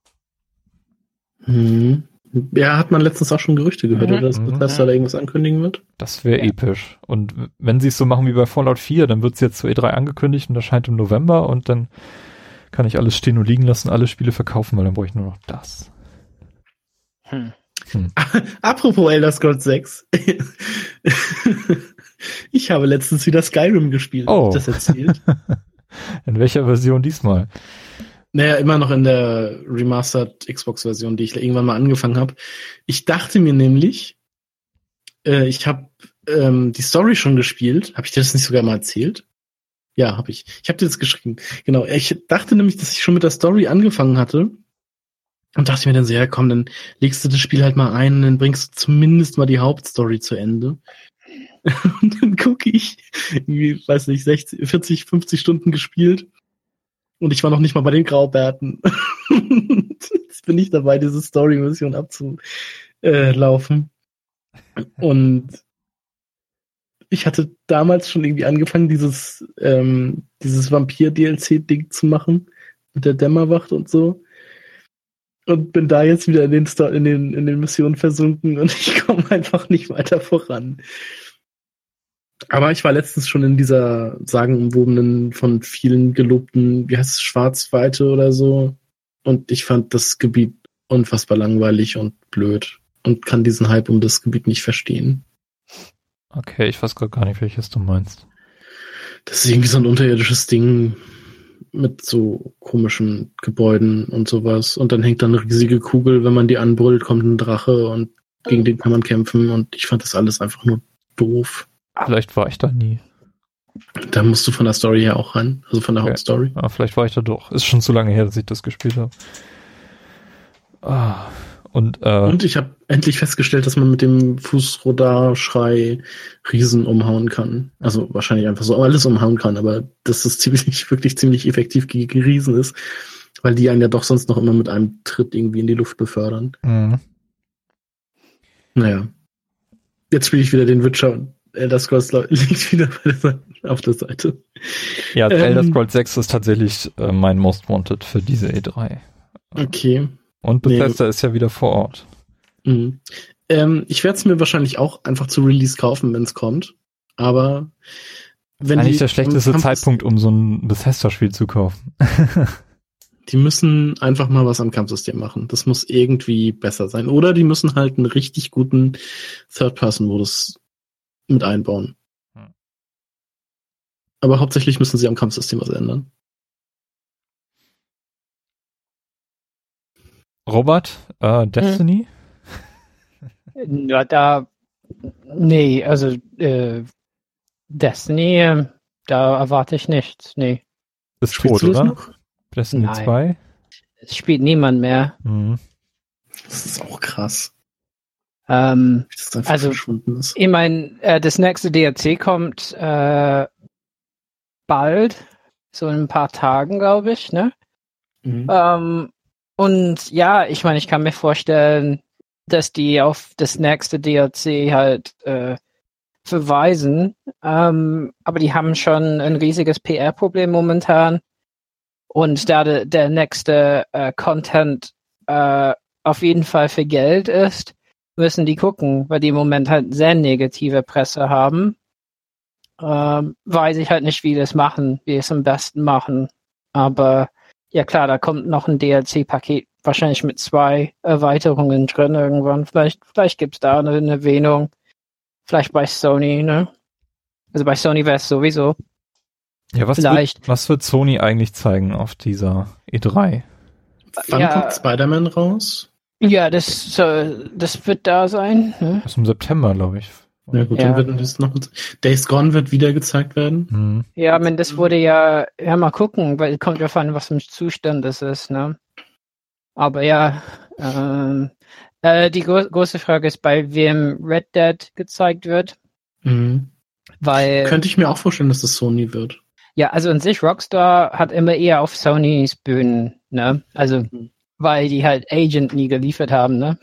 Hm. Ja, hat man letztens auch schon Gerüchte gehört, Mhm. oder dass Mhm. Bethesda da irgendwas ankündigen wird? Das wäre Ja. episch. Und w- wenn sie es so machen wie bei Fallout vier, dann wird es jetzt zur E drei angekündigt und erscheint im November und dann kann ich alles stehen und liegen lassen, alle Spiele verkaufen, weil dann brauche ich nur noch das. Hm. Apropos Elder Scrolls sechs. Ich habe letztens wieder Skyrim gespielt. Oh. Hab ich das erzählt? In welcher Version diesmal? Naja, immer noch in der Remastered Xbox-Version, die ich irgendwann mal angefangen habe. Ich dachte mir nämlich, äh, ich habe ähm, die Story schon gespielt. Habe ich dir das nicht sogar mal erzählt? Ja, habe ich. Ich habe dir das geschrieben. Genau. Ich dachte nämlich, dass ich schon mit der Story angefangen hatte. Und dachte mir dann so, ja komm, dann legst du das Spiel halt mal ein und dann bringst du zumindest mal die Hauptstory zu Ende. Und dann gucke ich, irgendwie, weiß nicht, sechzig, vierzig, fünfzig Stunden gespielt. Und ich war noch nicht mal bei den Graubärten. Jetzt bin ich dabei, diese Story-Mission abzulaufen. Und ich hatte damals schon irgendwie angefangen, dieses, ähm, dieses Vampir-D L C-Ding zu machen. Mit der Dämmerwacht und so. Und bin da jetzt wieder in den, Sto- in den, in den Missionen versunken und ich komme einfach nicht weiter voran. Aber ich war letztens schon in dieser sagenumwobenen, von vielen gelobten, wie heißt es, Schwarzweite oder so. Und ich fand das Gebiet unfassbar langweilig und blöd und kann diesen Hype um das Gebiet nicht verstehen. Okay, ich weiß gerade gar nicht, welches du meinst. Das ist irgendwie so ein unterirdisches Ding mit so komischen Gebäuden und sowas. Und dann hängt da eine riesige Kugel, wenn man die anbrüllt, kommt ein Drache und gegen den kann man kämpfen. Und ich fand das alles einfach nur doof. Vielleicht war ich da nie. Da musst du von der Story her auch ran, also von der Okay. Hauptstory. Aber vielleicht war ich da doch. Ist schon zu lange her, dass ich das gespielt habe. Ah, und, äh, Und ich habe endlich festgestellt, dass man mit dem Fußrodar-Schrei Riesen umhauen kann. Also wahrscheinlich einfach so alles umhauen kann, aber dass das ziemlich, wirklich ziemlich effektiv gegen Riesen ist, weil die einen ja doch sonst noch immer mit einem Tritt irgendwie in die Luft befördern. mh. Naja. Jetzt spiele ich wieder den Witcher und Elder Scrolls liegt wieder bei der, auf der Seite. Ja, Ähm, Elder Scrolls sechs ist tatsächlich äh, mein Most Wanted für diese E drei. Okay. Und Nee. Bethesda ist ja wieder vor Ort. Mhm. Ähm, ich werde es mir wahrscheinlich auch einfach zu Release kaufen, wenn es kommt. Aber wenn Eigentlich die der schlechteste am Campus- Zeitpunkt, um so ein Bethesda-Spiel zu kaufen. Die müssen einfach mal was am Kampfsystem machen. Das muss irgendwie besser sein. Oder die müssen halt einen richtig guten Third-Person-Modus mit einbauen. Hm. Aber hauptsächlich müssen sie am Kampfsystem was ändern. Robert, äh, Destiny? Ja, da, nee, also äh, Destiny, äh, da erwarte ich nichts. Nee, Ist Spielst tot, du das oder? noch? Destiny Nein. zwei? es spielt niemand mehr. Mhm. Das ist auch krass, Ähm, wie das einfach Also- verschwunden ist. ich meine, äh, das nächste D L C kommt äh, bald, so in ein paar Tagen, glaube ich, ne? Mhm. Ähm, Und ja, ich meine, ich kann mir vorstellen, dass die auf das nächste D L C halt äh, verweisen. Ähm, aber die haben schon ein riesiges P R-Problem momentan. Und da de, der nächste äh, Content äh, auf jeden Fall für Geld ist, müssen die gucken, weil die im Moment halt sehr negative Presse haben. Ähm, weiß ich halt nicht, wie die das machen, wie die es am besten machen. Aber ja klar, da kommt noch ein D L C-Paket, wahrscheinlich mit zwei Erweiterungen drin irgendwann. Vielleicht, vielleicht gibt's da eine, eine Erwähnung. Vielleicht bei Sony, ne? Also bei Sony wäre es sowieso. Ja, was Vielleicht. wird, was wird Sony eigentlich zeigen auf dieser E drei? Wann Ja. kommt Spider-Man raus? Ja, das, äh, das wird da sein. Ne? Das ist im September, glaube ich. Ja gut, Ja. dann wird das noch. Days Gone wird wieder gezeigt werden. Hm. Ja, man, das wurde ja, ja mal gucken, weil kommt ja an, was im Zustand das ist, ne? Aber ja, ähm, äh, die gro- große Frage ist, bei wem Red Dead gezeigt wird, Mhm. weil Könnte ich mir auch vorstellen, dass das Sony wird. ja, also an sich Rockstar hat immer eher auf Sonys Bühnen, ne? Also Mhm. weil die halt Agent nie geliefert haben, ne?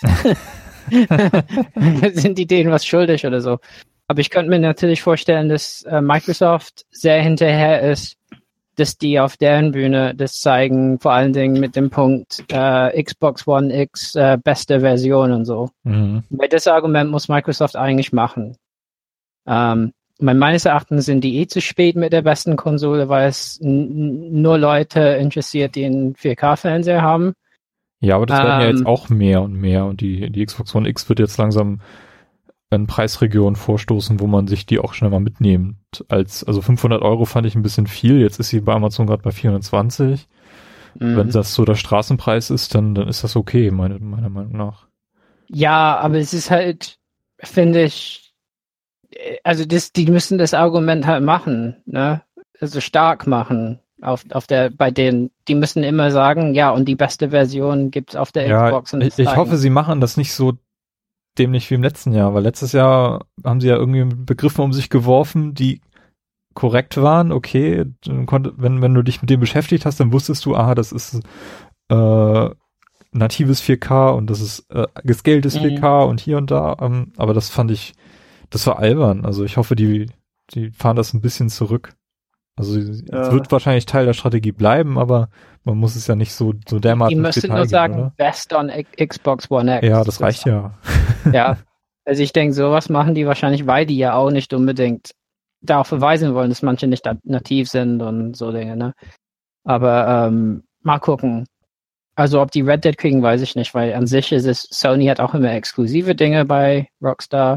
Sind die denen was schuldig oder so? Aber ich könnte mir natürlich vorstellen, dass äh, Microsoft sehr hinterher ist, dass die auf deren Bühne das zeigen, vor allen Dingen mit dem Punkt äh, Xbox One X äh, beste Version und so. Mhm. Weil das Argument muss Microsoft eigentlich machen. Ähm, mein- meines Erachtens sind die eh zu spät mit der besten Konsole, weil es n- nur Leute interessiert, die einen vier K-Fernseher haben. Ja, aber das werden ja Ähm, jetzt auch mehr und mehr und die, die Xbox One X wird jetzt langsam in Preisregionen vorstoßen, wo man sich die auch schnell mal mitnimmt. Als, also fünfhundert Euro fand ich ein bisschen viel, jetzt ist sie bei Amazon gerade bei vierhundertzwanzig. Mhm. Wenn das so der Straßenpreis ist, dann, dann ist das okay, meine, meiner Meinung nach. Ja, aber es ist halt, finde ich, äh, also das, die müssen das Argument halt machen, ne? Also stark machen auf, auf der, bei denen, die müssen immer sagen, ja, und die beste Version gibt's auf der Ja, Xbox. Und ich, das ich zeigen. hoffe, sie machen das nicht so dämlich wie im letzten Jahr, weil letztes Jahr haben sie ja irgendwie Begriffe um sich geworfen, die korrekt waren, okay, dann konnte, wenn, wenn du dich mit dem beschäftigt hast, dann wusstest du, aha, das ist äh, natives vier K und das ist äh, gescaltes Mhm. vier K und hier und da, ähm, aber das fand ich, das war albern, also ich hoffe, die, die fahren das ein bisschen zurück. Also es Ja. wird wahrscheinlich Teil der Strategie bleiben, aber man muss es ja nicht so, so dermaßen Die ins müssen Detail nur gehen, sagen, oder? best on X- Xbox One X. Ja, das reicht ja. Ja, also ich denke, sowas machen die wahrscheinlich, weil die ja auch nicht unbedingt darauf verweisen wollen, dass manche nicht da- nativ sind und so Dinge, ne? Aber ähm, mal gucken. Also ob die Red Dead kriegen, weiß ich nicht, weil an sich ist es, Sony hat auch immer exklusive Dinge bei Rockstar.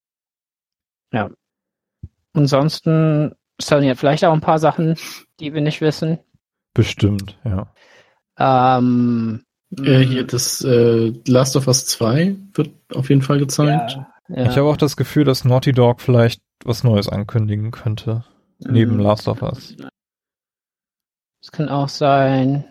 Ja. Ansonsten, Sony hat vielleicht auch ein paar Sachen, die wir nicht wissen. Bestimmt, ja. Ähm, Äh, hier das äh, Last of Us zwei wird auf jeden Fall gezeigt. ja, ja. Ich habe auch das Gefühl, dass Naughty Dog vielleicht was Neues ankündigen könnte. Neben Mhm. Last of Us. Das kann auch sein.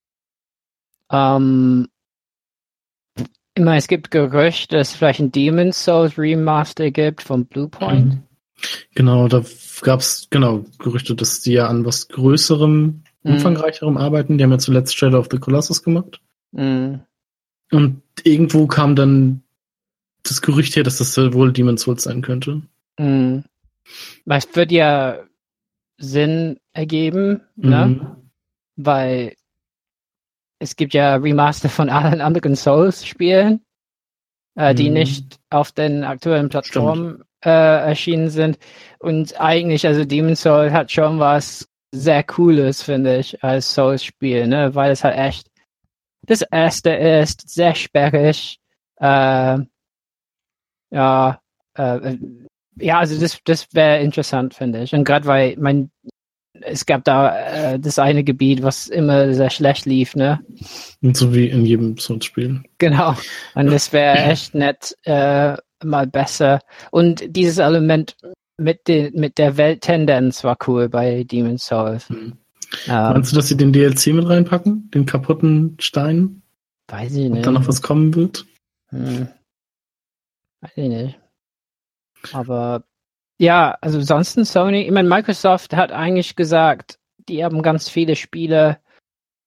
Ähm, ich meine, es gibt Gerüchte, dass es vielleicht ein Demon's Souls Remaster gibt von Bluepoint. Mhm. Genau, da gab es genau Gerüchte, dass die ja an was Größerem, Mhm. umfangreicherem arbeiten. Die haben ja zuletzt Shadow of the Colossus gemacht. Mhm. Und irgendwo kam dann das Gerücht her, dass das wohl Demon's Souls sein könnte. Mhm. Weil es wird ja Sinn ergeben, ne? Mhm. Weil es gibt ja Remaster von allen anderen Souls-Spielen, äh, die Mhm. nicht auf den aktuellen Plattformen äh, erschienen sind. Und eigentlich, also Demon's Souls hat schon was sehr Cooles, finde ich, als Souls-Spiel, ne? Weil es halt echt das erste ist, sehr sperrig. Äh, ja, äh, ja, also das, das wäre interessant, finde ich. Und gerade weil mein es gab da äh, das eine Gebiet, was immer sehr schlecht lief, ne? Und so wie in jedem Souls-Spiel. Genau. Und das wäre echt nett, äh, mal besser. Und dieses Element mit, den, mit der Welttendenz war cool bei Demon's Souls. Mhm. Ähm, Meinst du, dass sie den D L C mit reinpacken? Den kaputten Stein? weiß ich Ob nicht. da noch was kommen wird? Hm. Weiß ich nicht. Aber ja, also ansonsten Sony, ich meine, Microsoft hat eigentlich gesagt, die haben ganz viele Spiele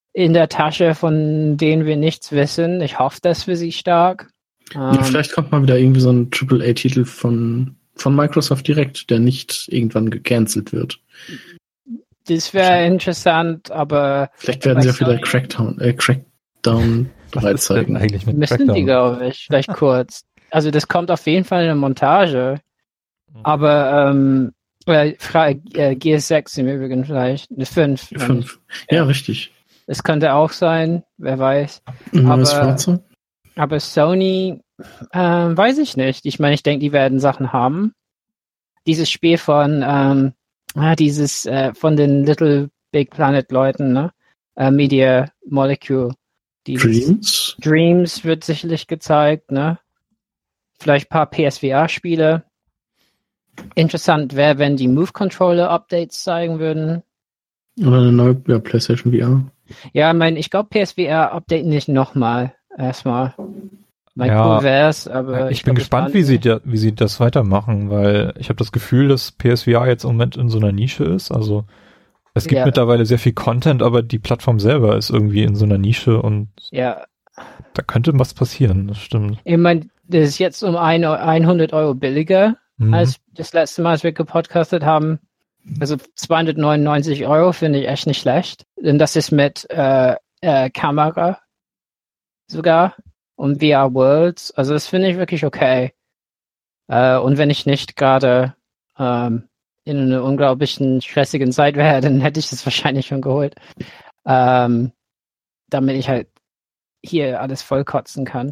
in der Tasche, von denen wir nichts wissen. Ich hoffe das für sie stark. Ja, Ähm, vielleicht kommt mal wieder irgendwie so ein Triple A Titel von, von Microsoft direkt, der nicht irgendwann gecancelt wird. Das wäre interessant, aber Vielleicht werden sie auch wieder Crackdown, äh, Crackdown drei zeigen. Eigentlich mit müssen Crackdown? die, glaube ich, vielleicht kurz. Also das kommt auf jeden Fall in der Montage. Aber ähm, äh, Fra- äh, G S sechs im Übrigen vielleicht. Eine fünf. fünf. Ja, ja, richtig. Das könnte auch sein, wer weiß. Ein neues Aber- Fahrzeug? Aber Sony, ähm, weiß ich nicht. Ich meine, ich denke, die werden Sachen haben. Dieses Spiel von, ähm, ah, dieses, äh, von den Little Big Planet Leuten, ne? Äh, Media Molecule. Dieses Dreams? Dreams wird sicherlich gezeigt, ne? Vielleicht ein paar P S V R-Spiele. Interessant wäre, wenn die Move Controller Updates zeigen würden. Oder eine neue ja, PlayStation V R? Ja, ich meine, ich glaube, P S V R update nicht nochmal. Erstmal. Mein Ja, cool wär's, aber ich, ich bin glaub, gespannt, das wie war- sie, da, wie sie das weitermachen, weil ich habe das Gefühl, dass P S V R jetzt im Moment in so einer Nische ist. Also es gibt Ja. mittlerweile sehr viel Content, aber die Plattform selber ist irgendwie in so einer Nische und Ja, da könnte was passieren, das stimmt. ich meine, das ist jetzt um ein, hundert Euro billiger Mhm. als das letzte Mal, als wir gepodcastet haben. Also zweihundertneunundneunzig Euro finde ich echt nicht schlecht. Denn das ist mit äh, äh, Kamera sogar und V R Worlds. Also das finde ich wirklich okay. Äh, und wenn ich nicht gerade ähm, in einer unglaublichen stressigen Zeit wäre, dann hätte ich das wahrscheinlich schon geholt. Ähm, damit ich halt hier alles vollkotzen kann.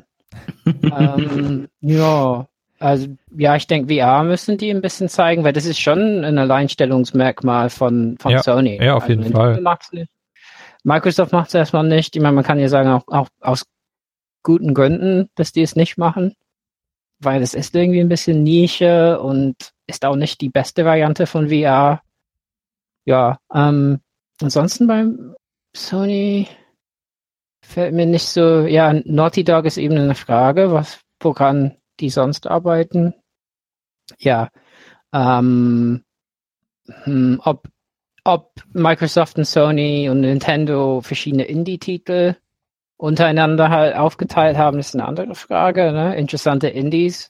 ähm, ja, also ja, ich denke, V R müssen die ein bisschen zeigen, weil das ist schon ein Alleinstellungsmerkmal von, von Ja, Sony. ja, auf also jeden Nintendo Fall. macht's nicht. Microsoft macht es erstmal nicht. Ich meine, man kann ja sagen, auch, auch aus guten Gründen, dass die es nicht machen, weil es ist irgendwie ein bisschen Nische und ist auch nicht die beste Variante von V R. Ja, ähm, ansonsten beim Sony fällt mir nicht so, ja, Naughty Dog ist eben eine Frage, was, woran die sonst arbeiten. Ja, ähm, hm, ob, ob Microsoft und Sony und Nintendo verschiedene Indie-Titel untereinander halt aufgeteilt haben, ist eine andere Frage, ne? Interessante Indies.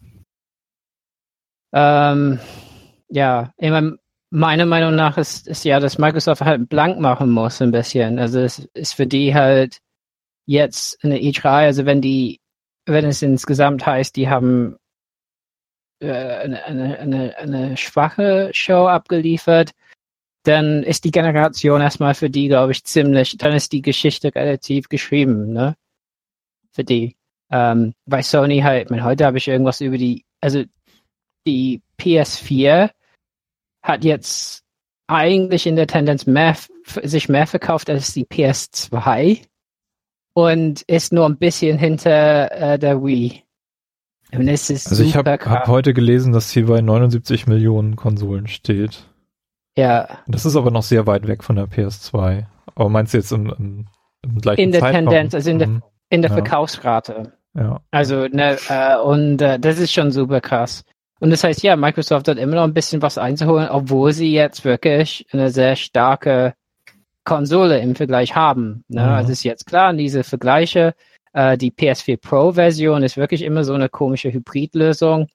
Ähm, ja, ich mein, meiner Meinung nach ist, ist ja, dass Microsoft halt blank machen muss ein bisschen. Also es ist für die halt jetzt eine E drei, also wenn die, wenn es insgesamt heißt, die haben äh, eine, eine, eine, eine schwache Show abgeliefert, dann ist die Generation erstmal für die, glaube ich, ziemlich, dann ist die Geschichte relativ geschrieben, ne? Für die. Ähm, bei Sony halt, ich meine, heute habe ich irgendwas über die, also die P S vier hat jetzt eigentlich in der Tendenz mehr, sich mehr verkauft als die P S zwei und ist nur ein bisschen hinter äh, der Wii. Und es ist Also ich super habe krass. hab heute gelesen, dass sie bei neunundsiebzig Millionen Konsolen steht. Ja, Das ist aber noch sehr weit weg von der P S zwei. Aber meinst du jetzt im, im, im gleichen in der Zeitraum? Tendenz, also in der, Mhm. in der Ja. Verkaufsrate. Ja. Also, ne, äh, und äh, das ist schon super krass. Und das heißt, ja, Microsoft hat immer noch ein bisschen was einzuholen, obwohl sie jetzt wirklich eine sehr starke Konsole im Vergleich haben. Ne? Mhm. Also ist jetzt klar, diese Vergleiche, äh, die P S vier Pro-Version ist wirklich immer so eine komische Hybridlösung.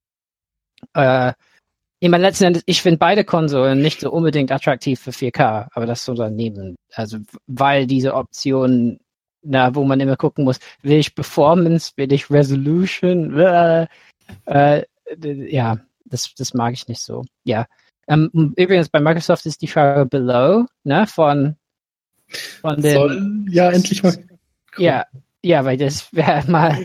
Äh, ich meine, letzten Endes, ich finde beide Konsolen nicht so unbedingt attraktiv für vier K, aber das so daneben. Also, weil diese Option, na, wo man immer gucken muss, will ich Performance, will ich Resolution, äh, äh, d- ja, das, das mag ich nicht so. Ja. Ähm, übrigens, bei Microsoft ist die Frage Below, ne, von, von den, Soll ja endlich mal. ja, ja, weil das wäre mal.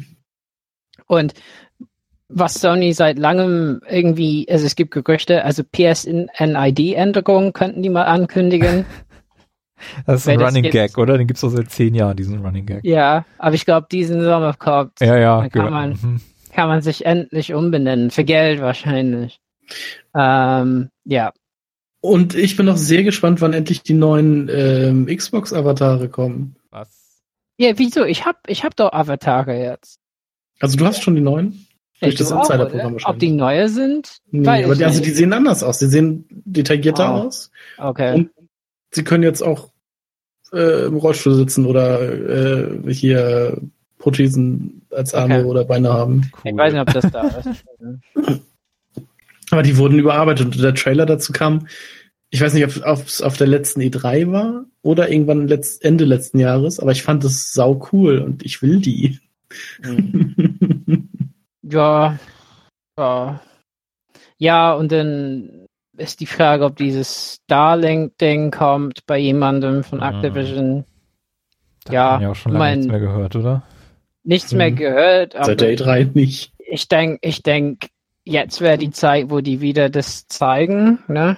Und was Sony seit langem irgendwie, also es gibt Gerüchte, also P S N I D-Änderungen könnten die mal ankündigen. Das ist Weil ein das Running gibt- Gag, oder? Den gibt's doch seit zehn Jahren, diesen Running Gag. Ja, aber ich glaube, diesen Sommer kommt, Ja, ja. Dann kann ge- man- mhm. kann man sich endlich umbenennen. Für Geld wahrscheinlich. Ähm, ja. Und ich bin auch sehr gespannt, wann endlich die neuen ähm, Xbox-Avatare kommen. Was? Ja, wieso? Ich hab, ich hab doch Avatare jetzt. Also du hast schon die neuen? Durch Ich das auch, Insider-Programm oder? Ob die wahrscheinlich. neue sind? Nee, Weiß aber ich die, also nicht. die sehen anders aus. Die sehen detaillierter Oh. aus. Okay. Und sie können jetzt auch äh, im Rollstuhl sitzen oder äh, hier Prothesen als Arme Okay. oder Beine haben. Ich weiß nicht, ob das da ist. Aber die wurden überarbeitet und der Trailer dazu kam, ich weiß nicht, ob es auf der letzten E drei war oder irgendwann letzt, Ende letzten Jahres, aber ich fand das sau cool und ich will die. Mhm. Ja, ja. Ja, und dann ist die Frage, ob dieses Starlink-Ding kommt bei jemandem von Activision. Da Ja, hat man ja auch schon lange mein- nichts mehr gehört, oder? Nichts Mhm. mehr gehört, aber Seit der E drei nicht. ich denke, ich denk, jetzt wäre die Zeit, wo die wieder das zeigen, ne?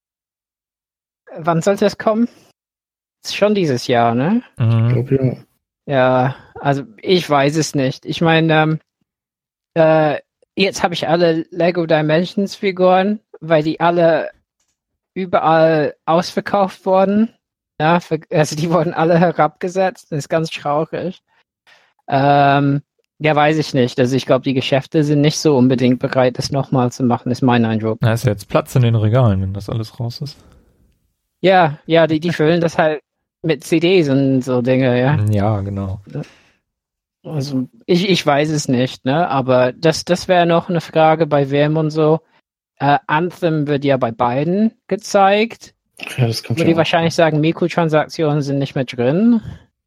Wann sollte das kommen? Ist schon dieses Jahr, ne? Ich Mhm. glaube, ja. Ja, also ich weiß es nicht. Ich meine, ähm, äh, jetzt habe ich alle Lego Dimensions Figuren, weil die alle überall ausverkauft wurden. Ja, für, also die wurden alle herabgesetzt. Das ist ganz traurig. Ähm, ja, weiß ich nicht. Also ich glaube, die Geschäfte sind nicht so unbedingt bereit, das nochmal zu machen, ist mein Eindruck. Da ist ja jetzt Platz in den Regalen, wenn das alles raus ist. Ja, ja, die, die füllen das halt mit C Ds und so Dinge, ja. Ja, genau. Also ich, ich weiß es nicht, ne? Aber das, das wäre noch eine Frage bei wem und so. Äh, Anthem wird ja bei beiden gezeigt. Ja, das kommt Würde ich schon. wahrscheinlich sagen, Mikrotransaktionen sind nicht mehr drin.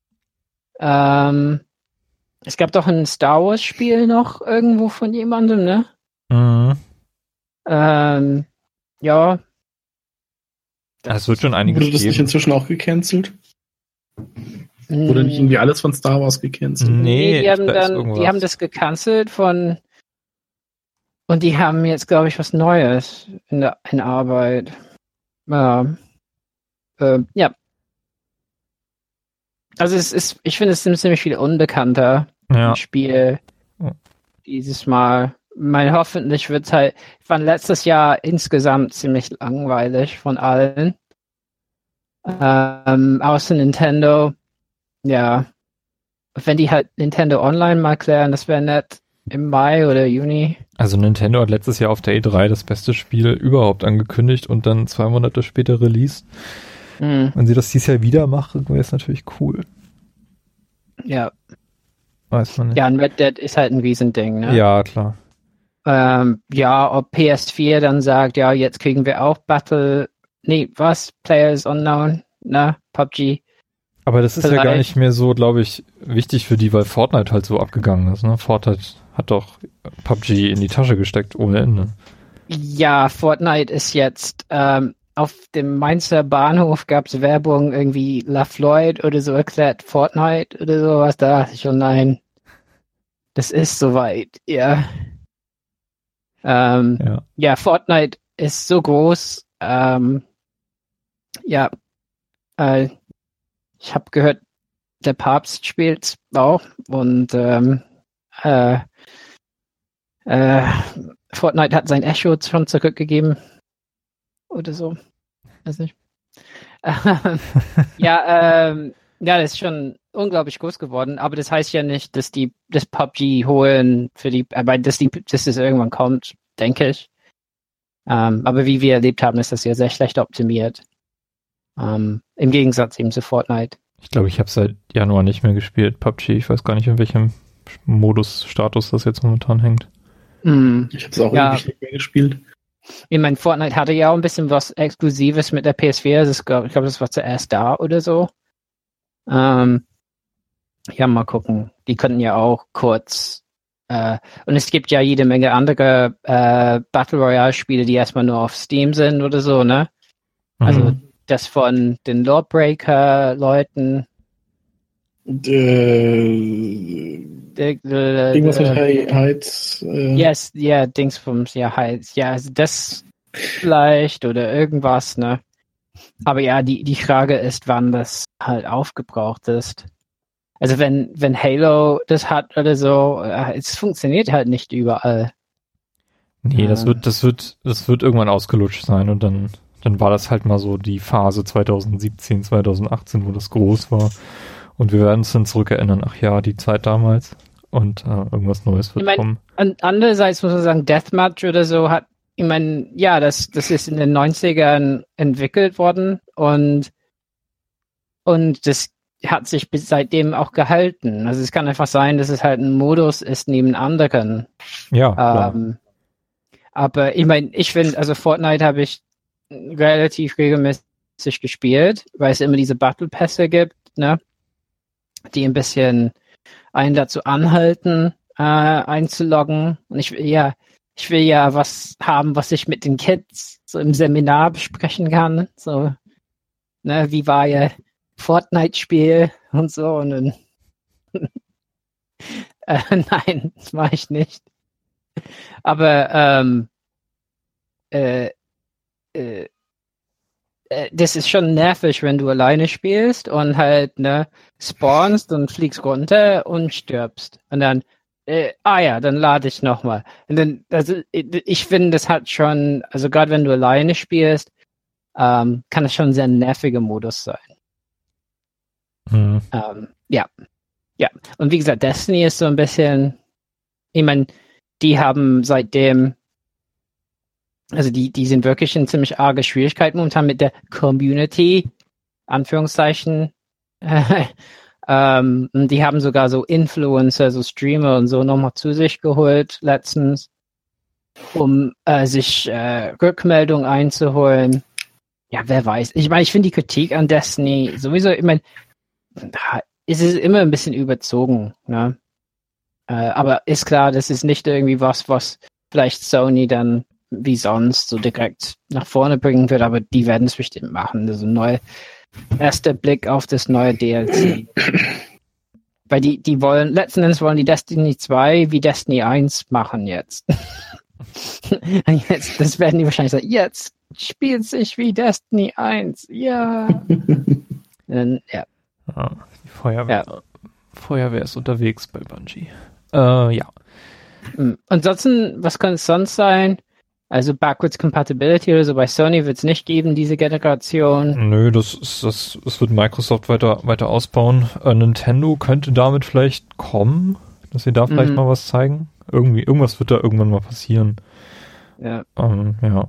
Ähm, es gab doch ein Star Wars Spiel noch irgendwo von jemandem, ne? Mhm. Ähm, ja. Es wird schon einiges Wurde das nicht geben. inzwischen auch gecancelt? Wurde nicht irgendwie alles von Star Wars gecancelt? Mhm. Nee, Nee, die haben da ist dann, irgendwas. die haben das gecancelt von und die haben jetzt, glaube ich, was Neues in der in Arbeit. Ja. Ähm, ja. Also es ist, ich finde, es sind ziemlich viele Unbekannte Ja. im Spiel Ja. dieses Mal. Mein hoffentlich wird halt, ich fand letztes Jahr insgesamt ziemlich langweilig von allen. Ähm, außer Nintendo. Ja. Wenn die halt Nintendo Online mal klären, das wäre nett. Im Mai oder Juni. Also Nintendo hat letztes Jahr auf der E drei das beste Spiel überhaupt angekündigt und dann zwei Monate später released. Hm, Wenn sie das dieses Jahr wieder machen, wäre es natürlich cool. ja. Weiß man nicht. Ja, und Red Dead ist halt ein Riesending, ne? Ja, klar. Ähm, ja, ob P S vier dann sagt, ja, jetzt kriegen wir auch Battle, nee, was? Players Unknown, ne? P U B G. Aber das ist ja gar Vielleicht. nicht mehr so, glaube ich, wichtig für die, weil Fortnite halt so abgegangen ist. Ne? Fortnite hat doch P U B G in die Tasche gesteckt ohne Ende. Ja, Fortnite ist jetzt, ähm, auf dem Mainzer Bahnhof gab es Werbung, irgendwie LaFloid oder so erklärt Fortnite oder sowas. Da dachte ich schon, nein, das ist soweit, ja. Ähm, Ja. ja, Fortnite ist so groß. Ähm, ja, äh, ich habe gehört, der Papst spielt auch und ähm, äh, äh, Fortnite hat sein Echo schon zurückgegeben oder so. Weiß nicht. Ähm, ja, ähm, ja, das ist schon unglaublich groß geworden, aber das heißt ja nicht, dass die das P U B G holen für die, aber dass die, dass das irgendwann kommt, denke ich. Ähm, aber wie wir erlebt haben, ist das ja sehr schlecht optimiert. Ähm, Im Gegensatz eben zu Fortnite. Ich glaube, ich habe seit Januar nicht mehr gespielt, P U B G. Ich weiß gar nicht, in welchem Modus, Status das jetzt momentan hängt. Mm. Ich habe es auch Ja. ewig nicht mehr gespielt. Ich meine, Fortnite hatte ja auch ein bisschen was Exklusives mit der P S vier. Das ist, glaub, ich glaube, das war zuerst da oder so. Ähm, ja, mal gucken. Die könnten ja auch kurz. Äh, und es gibt ja jede Menge andere äh, Battle Royale-Spiele, die erstmal nur auf Steam sind oder so, ne? Also Mhm. das von den Lawbreaker-Leuten. Und, äh, Der- der- irgendwas mit der- High Heights. Äh, Yes, ja, Dingsbums, ja, halt, ja, also das vielleicht oder irgendwas, ne? Aber ja, die, die Frage ist, wann das halt aufgebraucht ist. Also wenn, wenn Halo das hat oder so, äh, es funktioniert halt nicht überall. Nee, das Ähm. wird, das wird, das wird irgendwann ausgelutscht sein und dann, dann war das halt mal so die Phase zwanzig siebzehn, zwanzig achtzehn, wo das groß war. Und wir werden uns dann zurückerinnern, ach ja, die Zeit damals. Und äh, irgendwas Neues wird Ich mein, kommen. Und andererseits muss man sagen, Deathmatch oder so hat, ich meine, ja, das, das ist in den neunzigern entwickelt worden und Und das hat sich bis seitdem auch gehalten. Also es kann einfach sein, dass es halt ein Modus ist neben anderen. Ja, ähm, aber ich meine, ich finde, also Fortnite habe ich relativ regelmäßig gespielt, weil es immer diese Battle Pässe gibt, ne, die ein bisschen einen dazu anhalten, äh, einzuloggen. Und ich will ja, ich will ja was haben, was ich mit den Kids so im Seminar besprechen kann. So, ne, wie war ihr Fortnite-Spiel und so. Und dann äh, nein, das mache ich nicht. Aber ähm, äh, äh, das ist schon nervig, wenn du alleine spielst und halt, ne, spawnst und fliegst runter und stirbst. Und dann, äh, ah ja, dann lade ich nochmal. Und dann, also ich finde, das hat schon, also gerade wenn du alleine spielst, ähm, kann es schon ein sehr nerviger Modus sein. Mhm. Ähm, ja. Ja. Und wie gesagt, Destiny ist so ein bisschen, ich meine, die haben seitdem Also die, die sind wirklich in ziemlich arge Schwierigkeiten momentan mit der Community, Anführungszeichen. ähm, die haben sogar so Influencer, so Streamer und so nochmal zu sich geholt letztens, um äh, sich äh, Rückmeldung einzuholen. Ja, wer weiß. Ich meine, ich finde die Kritik an Destiny sowieso, ich meine, es ist immer ein bisschen überzogen, ne? Äh, aber ist klar, das ist nicht irgendwie was, was vielleicht Sony dann wie sonst so direkt nach vorne bringen wird, aber die werden es bestimmt machen. Das ist ein neuer erster Blick auf das neue D L C. Weil die, die wollen, letzten Endes wollen die Destiny zwei wie Destiny eins machen jetzt. jetzt. Das werden die wahrscheinlich sagen, jetzt spielt sich wie Destiny eins. Ja. Dann, ja. ja die Feuerwehr, ja. Feuerwehr ist unterwegs bei Bungie. Äh, ja. Ansonsten, was kann es sonst sein? Also Backwards Compatibility oder so bei Sony wird es nicht geben, diese Generation. Nö, das ist das, das wird Microsoft weiter weiter ausbauen. Äh, Nintendo könnte damit vielleicht kommen, dass sie da vielleicht mhm. mal was zeigen. Irgendwie, irgendwas wird da irgendwann mal passieren. Ja. Ähm, ja.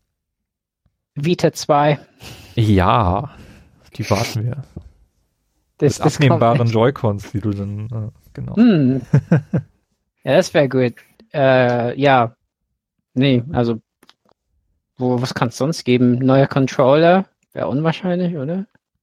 Vita zwei. Ja, die warten wir. Das, Mit das abnehmbaren Joy-Cons, die du dann, äh, genau. Hm. Ja, das wäre gut. Äh, ja. Nee, also wo, was kann es sonst geben? Neuer Controller? Wäre unwahrscheinlich, oder?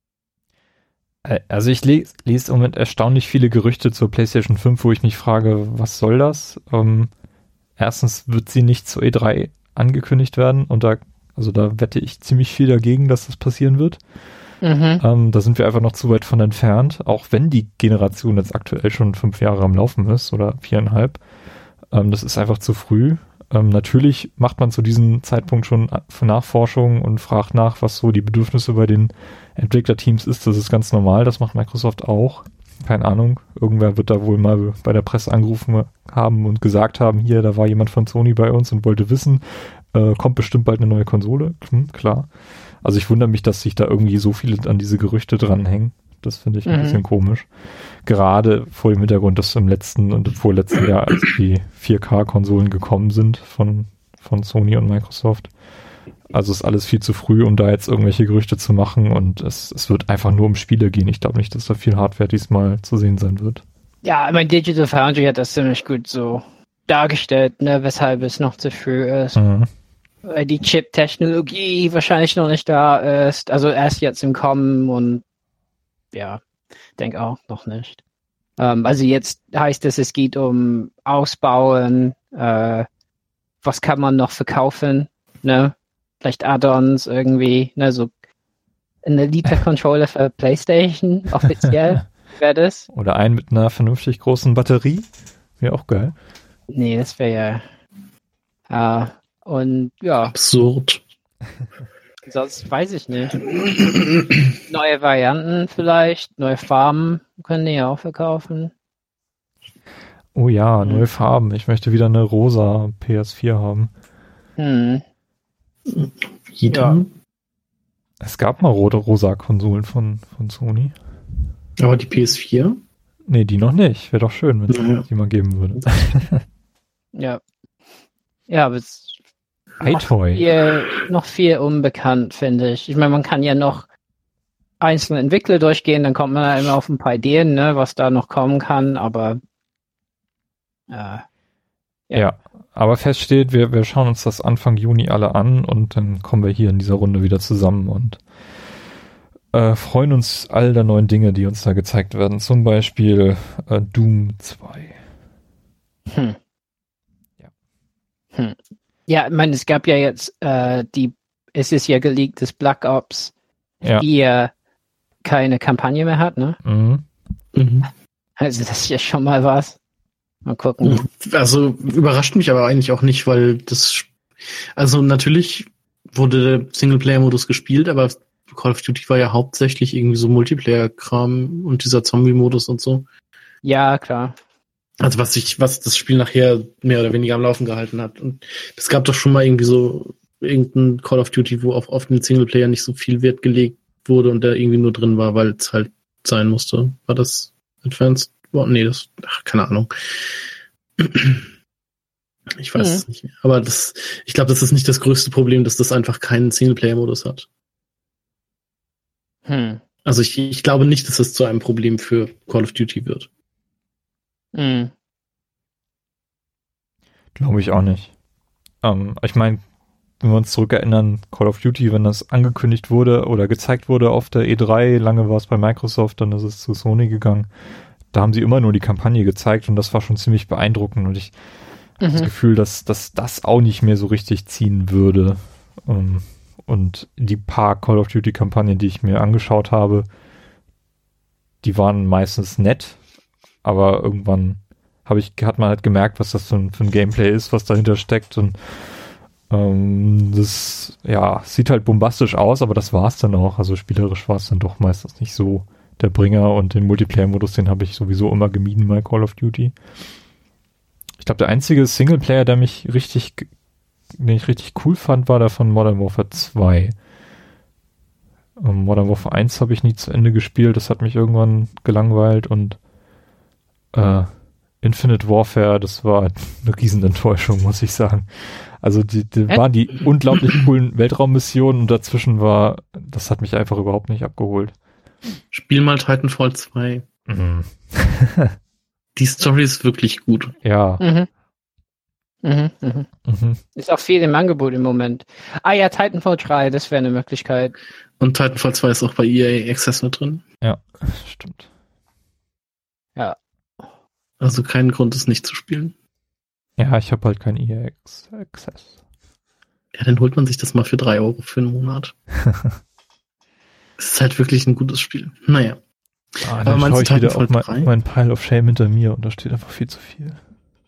Also ich lese, lese im Moment erstaunlich viele Gerüchte zur PlayStation fünf, wo ich mich frage, was soll das? Ähm, erstens wird sie nicht zur E drei angekündigt werden und da, also da wette ich ziemlich viel dagegen, dass das passieren wird. Mhm. Ähm, da sind wir einfach noch zu weit von entfernt, auch wenn die Generation jetzt aktuell schon fünf Jahre am Laufen ist oder viereinhalb. Ähm, das ist einfach zu früh. Ähm, natürlich macht man zu diesem Zeitpunkt schon Nachforschung und fragt nach, was so die Bedürfnisse bei den Entwicklerteams ist. Das ist ganz normal, das macht Microsoft auch. Keine Ahnung, irgendwer wird da wohl mal bei der Presse angerufen haben und gesagt haben, hier, da war jemand von Sony bei uns und wollte wissen, äh, kommt bestimmt bald eine neue Konsole. Hm, klar. Also ich wundere mich, dass sich da irgendwie so viele an diese Gerüchte dranhängen. Das finde ich ein mhm. bisschen komisch. Gerade vor dem Hintergrund, dass im letzten und im vorletzten Jahr, als die vier K-Konsolen gekommen sind von, von Sony und Microsoft. Also ist alles viel zu früh, um da jetzt irgendwelche Gerüchte zu machen und es, es wird einfach nur um Spiele gehen. Ich glaube nicht, dass da viel Hardware diesmal zu sehen sein wird. Ja, mein Digital Foundry hat das ziemlich gut so dargestellt, ne, weshalb es noch zu früh ist. Mhm. Weil die Chip-Technologie wahrscheinlich noch nicht da ist. Also erst jetzt im Kommen und ja, denke auch noch nicht. Ähm, also jetzt heißt es, es geht um Ausbauen, äh, was kann man noch verkaufen, ne? Vielleicht Add-ons irgendwie, ne, so ein Elite-Controller für PlayStation, offiziell wäre das. Oder einen mit einer vernünftig großen Batterie, wäre auch geil. Nee, das wäre ja, äh, und ja. Absurd. Sonst weiß ich nicht. Neue Varianten vielleicht, neue Farben können die ja auch verkaufen. Oh ja, hm. neue Farben. Ich möchte wieder eine rosa P S vier haben. Hm. Ja. Es gab mal rote rosa Konsolen von, von Sony. Aber die P S vier? Nee, die noch nicht. Wäre doch schön, wenn es ja. die mal geben würde. Ja. Ja, aber es noch viel, noch viel unbekannt, finde ich. Ich meine, man kann ja noch einzelne Entwickler durchgehen, dann kommt man immer auf ein paar Ideen, ne, was da noch kommen kann, aber äh, ja. ja, aber fest steht, wir, wir schauen uns das Anfang Juni alle an und dann kommen wir hier in dieser Runde wieder zusammen und äh, freuen uns all der neuen Dinge, die uns da gezeigt werden. Zum Beispiel äh, Doom zwei. Hm. Ja. Hm. Ja, ich meine, es gab ja jetzt äh, die, es ist ja geleakt, dass Black Ops ja. vier keine Kampagne mehr hat, ne? Mhm. Mhm. Also das ist ja schon mal was. Mal gucken. Also überrascht mich aber eigentlich auch nicht, weil das, also natürlich wurde der Singleplayer-Modus gespielt, aber Call of Duty war ja hauptsächlich irgendwie so Multiplayer-Kram und dieser Zombie-Modus und so. Ja, klar. Also was sich, was das Spiel nachher mehr oder weniger am Laufen gehalten hat. Und es gab doch schon mal irgendwie so irgendein Call of Duty, wo auf, auf den Singleplayer nicht so viel Wert gelegt wurde und der irgendwie nur drin war, weil es halt sein musste. War das Advanced? Oh, nee, das, ach, keine Ahnung. Ich weiß Mhm. es nicht mehr. Aber das, ich glaube, das ist nicht das größte Problem, dass das einfach keinen Singleplayer-Modus hat. Hm. Also ich, ich glaube nicht, dass das zu einem Problem für Call of Duty wird. Hm. Glaube ich auch nicht. Ähm, ich meine, wenn wir uns zurückerinnern, Call of Duty, wenn das angekündigt wurde oder gezeigt wurde auf der E drei, lange war es bei Microsoft, dann ist es zu Sony gegangen. Da haben sie immer nur die Kampagne gezeigt und das war schon ziemlich beeindruckend und ich habe das Mhm. Gefühl, dass, dass das auch nicht mehr so richtig ziehen würde. Ähm, und die paar Call of Duty Kampagnen, die ich mir angeschaut habe, die waren meistens nett, aber irgendwann habe ich, hat man halt gemerkt, was das für ein, für ein Gameplay ist, was dahinter steckt und ähm, das, ja, sieht halt bombastisch aus, aber das war's dann auch. Also spielerisch war es dann doch meistens nicht so der Bringer und den Multiplayer-Modus, den habe ich sowieso immer gemieden bei Call of Duty. Ich glaube, der einzige Singleplayer, der mich richtig, den ich richtig cool fand, war der von Modern Warfare zwei. Ähm, Modern Warfare eins habe ich nie zu Ende gespielt, das hat mich irgendwann gelangweilt und äh, Infinite Warfare, das war eine Riesenenttäuschung, muss ich sagen. Also die, die Äh? waren die unglaublich coolen Weltraummissionen und dazwischen war, das hat mich einfach überhaupt nicht abgeholt. Spiel mal Titanfall zwei. Mhm. Die Story ist wirklich gut. Ja. Mhm. Mhm. Mhm. Mhm. Ist auch viel im Angebot im Moment. Ah ja, Titanfall drei, das wäre eine Möglichkeit. Und Titanfall zwei ist auch bei E A Access mit drin. Ja, stimmt. Ja. Also keinen Grund, es nicht zu spielen. Ja, ich habe halt kein E A Access. Ja, dann holt man sich das mal für drei Euro für einen Monat. Es ist halt wirklich ein gutes Spiel. Naja. Ah, Aber dann meinst schaue du ich wieder auf Titanfall mein, drei? mein Pile of Shame hinter mir und da steht einfach viel zu viel.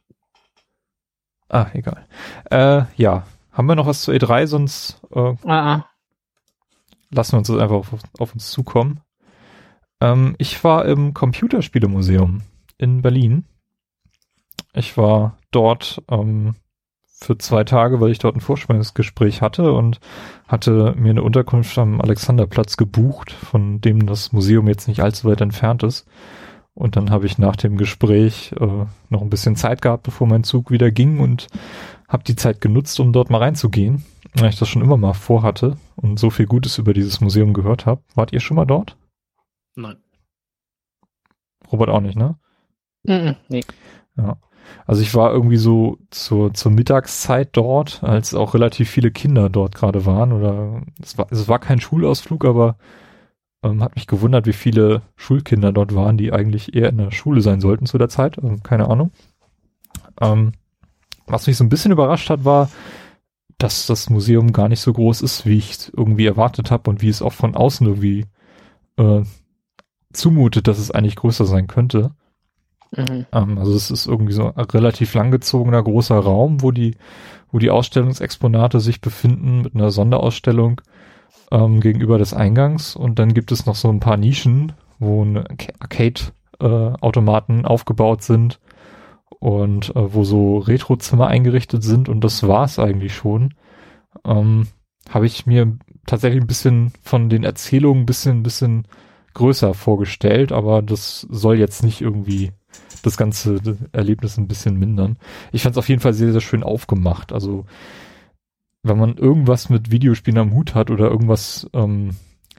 Ah, egal. Äh, ja. Haben wir noch was zur E drei, sonst äh, Ah, ah. lassen wir uns das einfach auf, auf uns zukommen. Ähm, ich war im Computerspielemuseum in Berlin. Ich war dort ähm, für zwei Tage, weil ich dort ein Vorstellungsgespräch hatte und hatte mir eine Unterkunft am Alexanderplatz gebucht, von dem das Museum jetzt nicht allzu weit entfernt ist. Und dann habe ich nach dem Gespräch äh, noch ein bisschen Zeit gehabt, bevor mein Zug wieder ging und habe die Zeit genutzt, um dort mal reinzugehen, weil ich das schon immer mal vorhatte und so viel Gutes über dieses Museum gehört habe. Wart ihr schon mal dort? Nein. Robert auch nicht, ne? Mhm. Nee. Ja. Also ich war irgendwie so zur, zur Mittagszeit dort, als auch relativ viele Kinder dort gerade waren. Oder es war, es war kein Schulausflug, aber ähm, hat mich gewundert, wie viele Schulkinder dort waren, die eigentlich eher in der Schule sein sollten zu der Zeit. Also keine Ahnung. Ähm, was mich so ein bisschen überrascht hat, war, dass das Museum gar nicht so groß ist, wie ich irgendwie erwartet habe und wie es auch von außen irgendwie äh, zumutet, dass es eigentlich größer sein könnte. Mhm. Ähm, also es ist irgendwie so ein relativ langgezogener großer Raum, wo die, wo die Ausstellungsexponate sich befinden mit einer Sonderausstellung ähm, gegenüber des Eingangs und dann gibt es noch so ein paar Nischen, wo eine Arcade-Automaten äh, aufgebaut sind und äh, wo so Retro-Zimmer eingerichtet sind und das war's eigentlich schon. Ähm, habe ich mir tatsächlich ein bisschen von den Erzählungen ein bisschen, bisschen größer vorgestellt, aber das soll jetzt nicht irgendwie das ganze Erlebnis ein bisschen mindern. Ich fand es auf jeden Fall sehr, sehr schön aufgemacht. Also wenn man irgendwas mit Videospielen am Hut hat oder irgendwas ähm,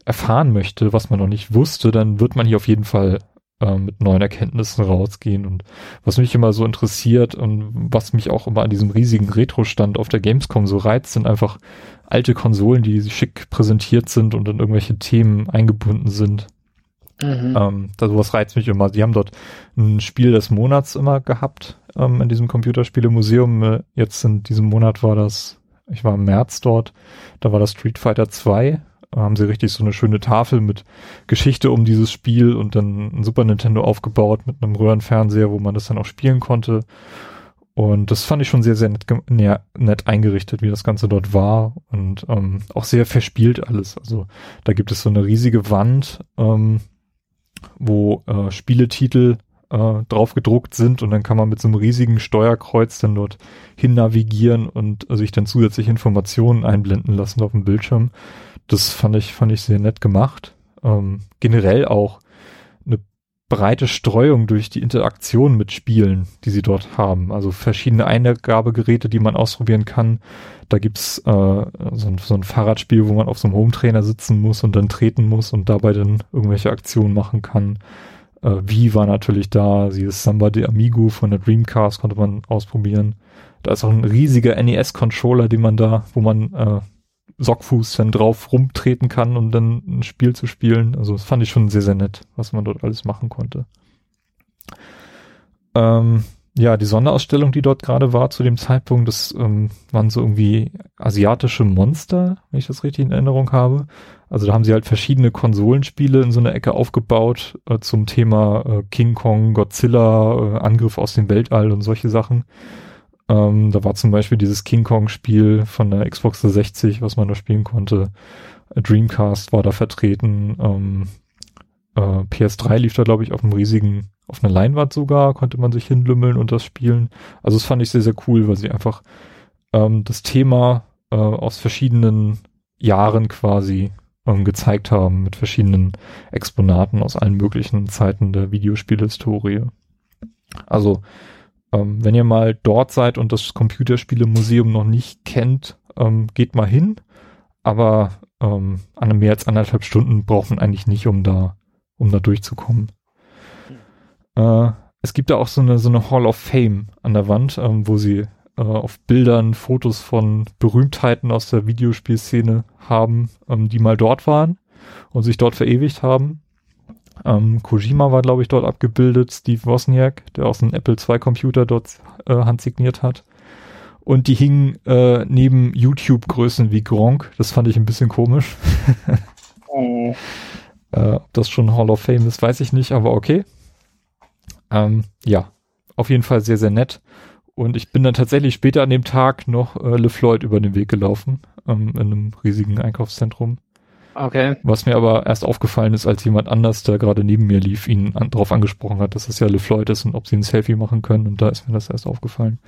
erfahren möchte, was man noch nicht wusste, dann wird man hier auf jeden Fall äh, mit neuen Erkenntnissen rausgehen. Und was mich immer so interessiert und was mich auch immer an diesem riesigen Retro-Stand auf der Gamescom so reizt, sind einfach alte Konsolen, die schick präsentiert sind und in irgendwelche Themen eingebunden sind. Mhm. Ähm, da sowas reizt mich immer. Die haben dort ein Spiel des Monats immer gehabt ähm, in diesem Computerspiele-Museum. Jetzt in diesem Monat war das, ich war im März dort, da war das Street Fighter zwei. Da haben sie richtig so eine schöne Tafel mit Geschichte um dieses Spiel und dann ein Super Nintendo aufgebaut mit einem Röhrenfernseher, wo man das dann auch spielen konnte. Und das fand ich schon sehr, sehr nett, ne, nett eingerichtet, wie das Ganze dort war und ähm, auch sehr verspielt alles. Also da gibt es so eine riesige Wand, ähm, wo äh, Spieletitel äh, drauf gedruckt sind und dann kann man mit so einem riesigen Steuerkreuz dann dort hin navigieren und äh, sich dann zusätzliche Informationen einblenden lassen auf dem Bildschirm. Das fand ich, fand ich sehr nett gemacht. Ähm, generell auch eine breite Streuung durch die Interaktion mit Spielen, die sie dort haben. Also verschiedene Eingabegeräte, die man ausprobieren kann. Da gibt's äh, so, ein, so ein Fahrradspiel, wo man auf so einem Hometrainer sitzen muss und dann treten muss und dabei dann irgendwelche Aktionen machen kann. Äh, Wii war natürlich da, dieses Samba de Amigo von der Dreamcast konnte man ausprobieren. Da ist auch ein riesiger N E S-Controller, den man da, wo man äh, Sockfuß dann drauf rumtreten kann, um dann ein Spiel zu spielen. Also das fand ich schon sehr, sehr nett, was man dort alles machen konnte. Ähm, ja, die Sonderausstellung, die dort gerade war zu dem Zeitpunkt, das ähm, waren so irgendwie asiatische Monster, wenn ich das richtig in Erinnerung habe. Also da haben sie halt verschiedene Konsolenspiele in so einer Ecke aufgebaut äh, zum Thema äh, King Kong, Godzilla, äh, Angriff aus dem Weltall und solche Sachen. Ähm, da war zum Beispiel dieses King Kong-Spiel von der Xbox dreihundertsechzig, was man da spielen konnte. Dreamcast war da vertreten. Ähm, äh, P S drei lief da, glaube ich, auf einem riesigen, auf einer Leinwand sogar, konnte man sich hinlümmeln und das spielen. Also das fand ich sehr, sehr cool, weil sie einfach ähm, das Thema äh, aus verschiedenen Jahren quasi ähm, gezeigt haben, mit verschiedenen Exponaten aus allen möglichen Zeiten der Videospielhistorie. Also Ähm, wenn ihr mal dort seid und das Computerspiele-Museum noch nicht kennt, ähm, geht mal hin. Aber ähm, an mehr als anderthalb Stunden braucht man eigentlich nicht, um da, um da durchzukommen. Äh, es gibt da auch so eine, so eine Hall of Fame an der Wand, ähm, wo sie äh, auf Bildern Fotos von Berühmtheiten aus der Videospielszene haben, ähm, die mal dort waren und sich dort verewigt haben. Ähm, Kojima war, glaube ich, dort abgebildet, Steve Wozniak, der auch so einen Apple zwei Computer dort äh, handsigniert hat. Und die hingen äh, neben YouTube-Größen wie Gronk. Das fand ich ein bisschen komisch. oh. äh, ob das schon Hall of Fame ist, weiß ich nicht, aber okay. Ähm, ja, auf jeden Fall sehr, sehr nett. Und ich bin dann tatsächlich später an dem Tag noch äh, LeFloid über den Weg gelaufen, ähm, in einem riesigen Einkaufszentrum. Okay. Was mir aber erst aufgefallen ist, als jemand anders, der gerade neben mir lief, ihn an, darauf angesprochen hat, dass es ja LeFloid ist und ob sie ein Selfie machen können. Und da ist mir das erst aufgefallen.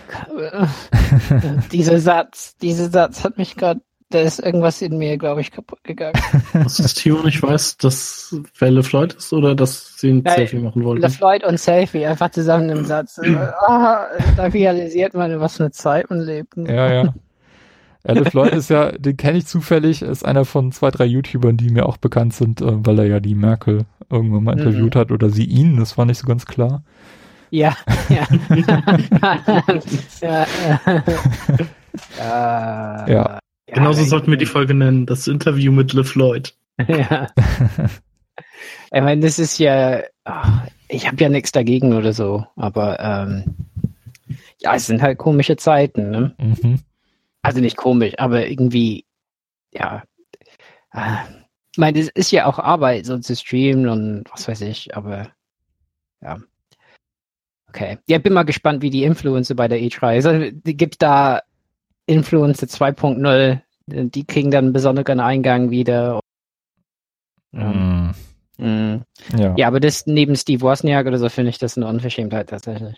dieser Satz, dieser Satz hat mich gerade, da ist irgendwas in mir, glaube ich, kaputt gegangen. Was ist Tio nicht weiß, dass wer LeFloid ist oder dass sie ein Nein, Selfie machen wollten? LeFloid und Selfie, einfach zusammen im Satz. ah, da realisiert man, was für eine Zeit man lebt. Ja, ja. Ja, LeFloid ist ja, den kenne ich zufällig, ist einer von zwei, drei YouTubern, die mir auch bekannt sind, äh, weil er ja die Merkel irgendwann mal interviewt mhm. hat oder sie ihn, das war nicht so ganz klar. Ja, ja. ja, ja. ja. Genauso ja, sollten wir die Folge nennen, das Interview mit LeFloid. Ja. Ich meine, das ist ja, ach, ich habe ja nichts dagegen oder so, aber ähm, ja, es sind halt komische Zeiten, ne? Mhm. Also nicht komisch, aber irgendwie, ja, äh, ich meine, es ist ja auch Arbeit, so zu streamen und was weiß ich, aber ja. Okay. Ja, bin mal gespannt, wie die Influencer bei der E drei ist. Also, gibt da Influencer zwei Punkt null, die kriegen dann einen besonderen Eingang wieder. Mm. Mm. Ja. ja, aber das neben Steve Wozniak oder so finde ich das eine Unverschämtheit tatsächlich.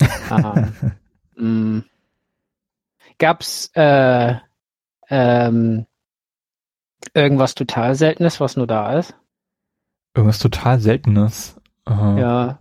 um, mm. Gab's äh, ähm, irgendwas total Seltenes, was nur da ist? Irgendwas total Seltenes? Aha. Ja.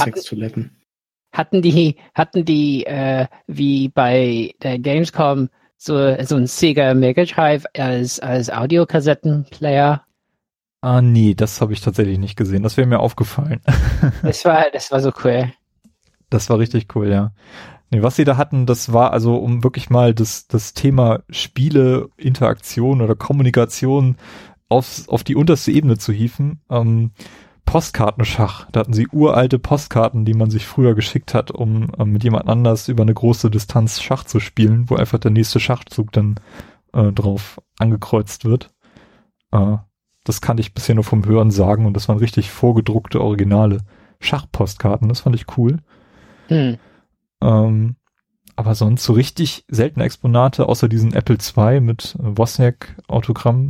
Unisex-Toiletten. Hatten die, hatten die, äh, wie bei der Gamescom, so, so ein Sega Mega Drive als, als Audiokassettenplayer. Ah, nee, das habe ich tatsächlich nicht gesehen. Das wäre mir aufgefallen. Das war, das war so cool. Das war richtig cool, ja. Nee, was sie da hatten, das war also, um wirklich mal das, das Thema Spiele, Interaktion oder Kommunikation aufs, auf die unterste Ebene zu hieven. Ähm, Postkartenschach. Da hatten sie uralte Postkarten, die man sich früher geschickt hat, um ähm, mit jemand anders über eine große Distanz Schach zu spielen, wo einfach der nächste Schachzug dann äh, drauf angekreuzt wird. Äh, das kannte ich bisher nur vom Hören sagen und das waren richtig vorgedruckte, originale Schachpostkarten. Das fand ich cool. Hm. Ähm, aber sonst so richtig seltene Exponate, außer diesen Apple zwei mit äh, Wozniak-Autogramm,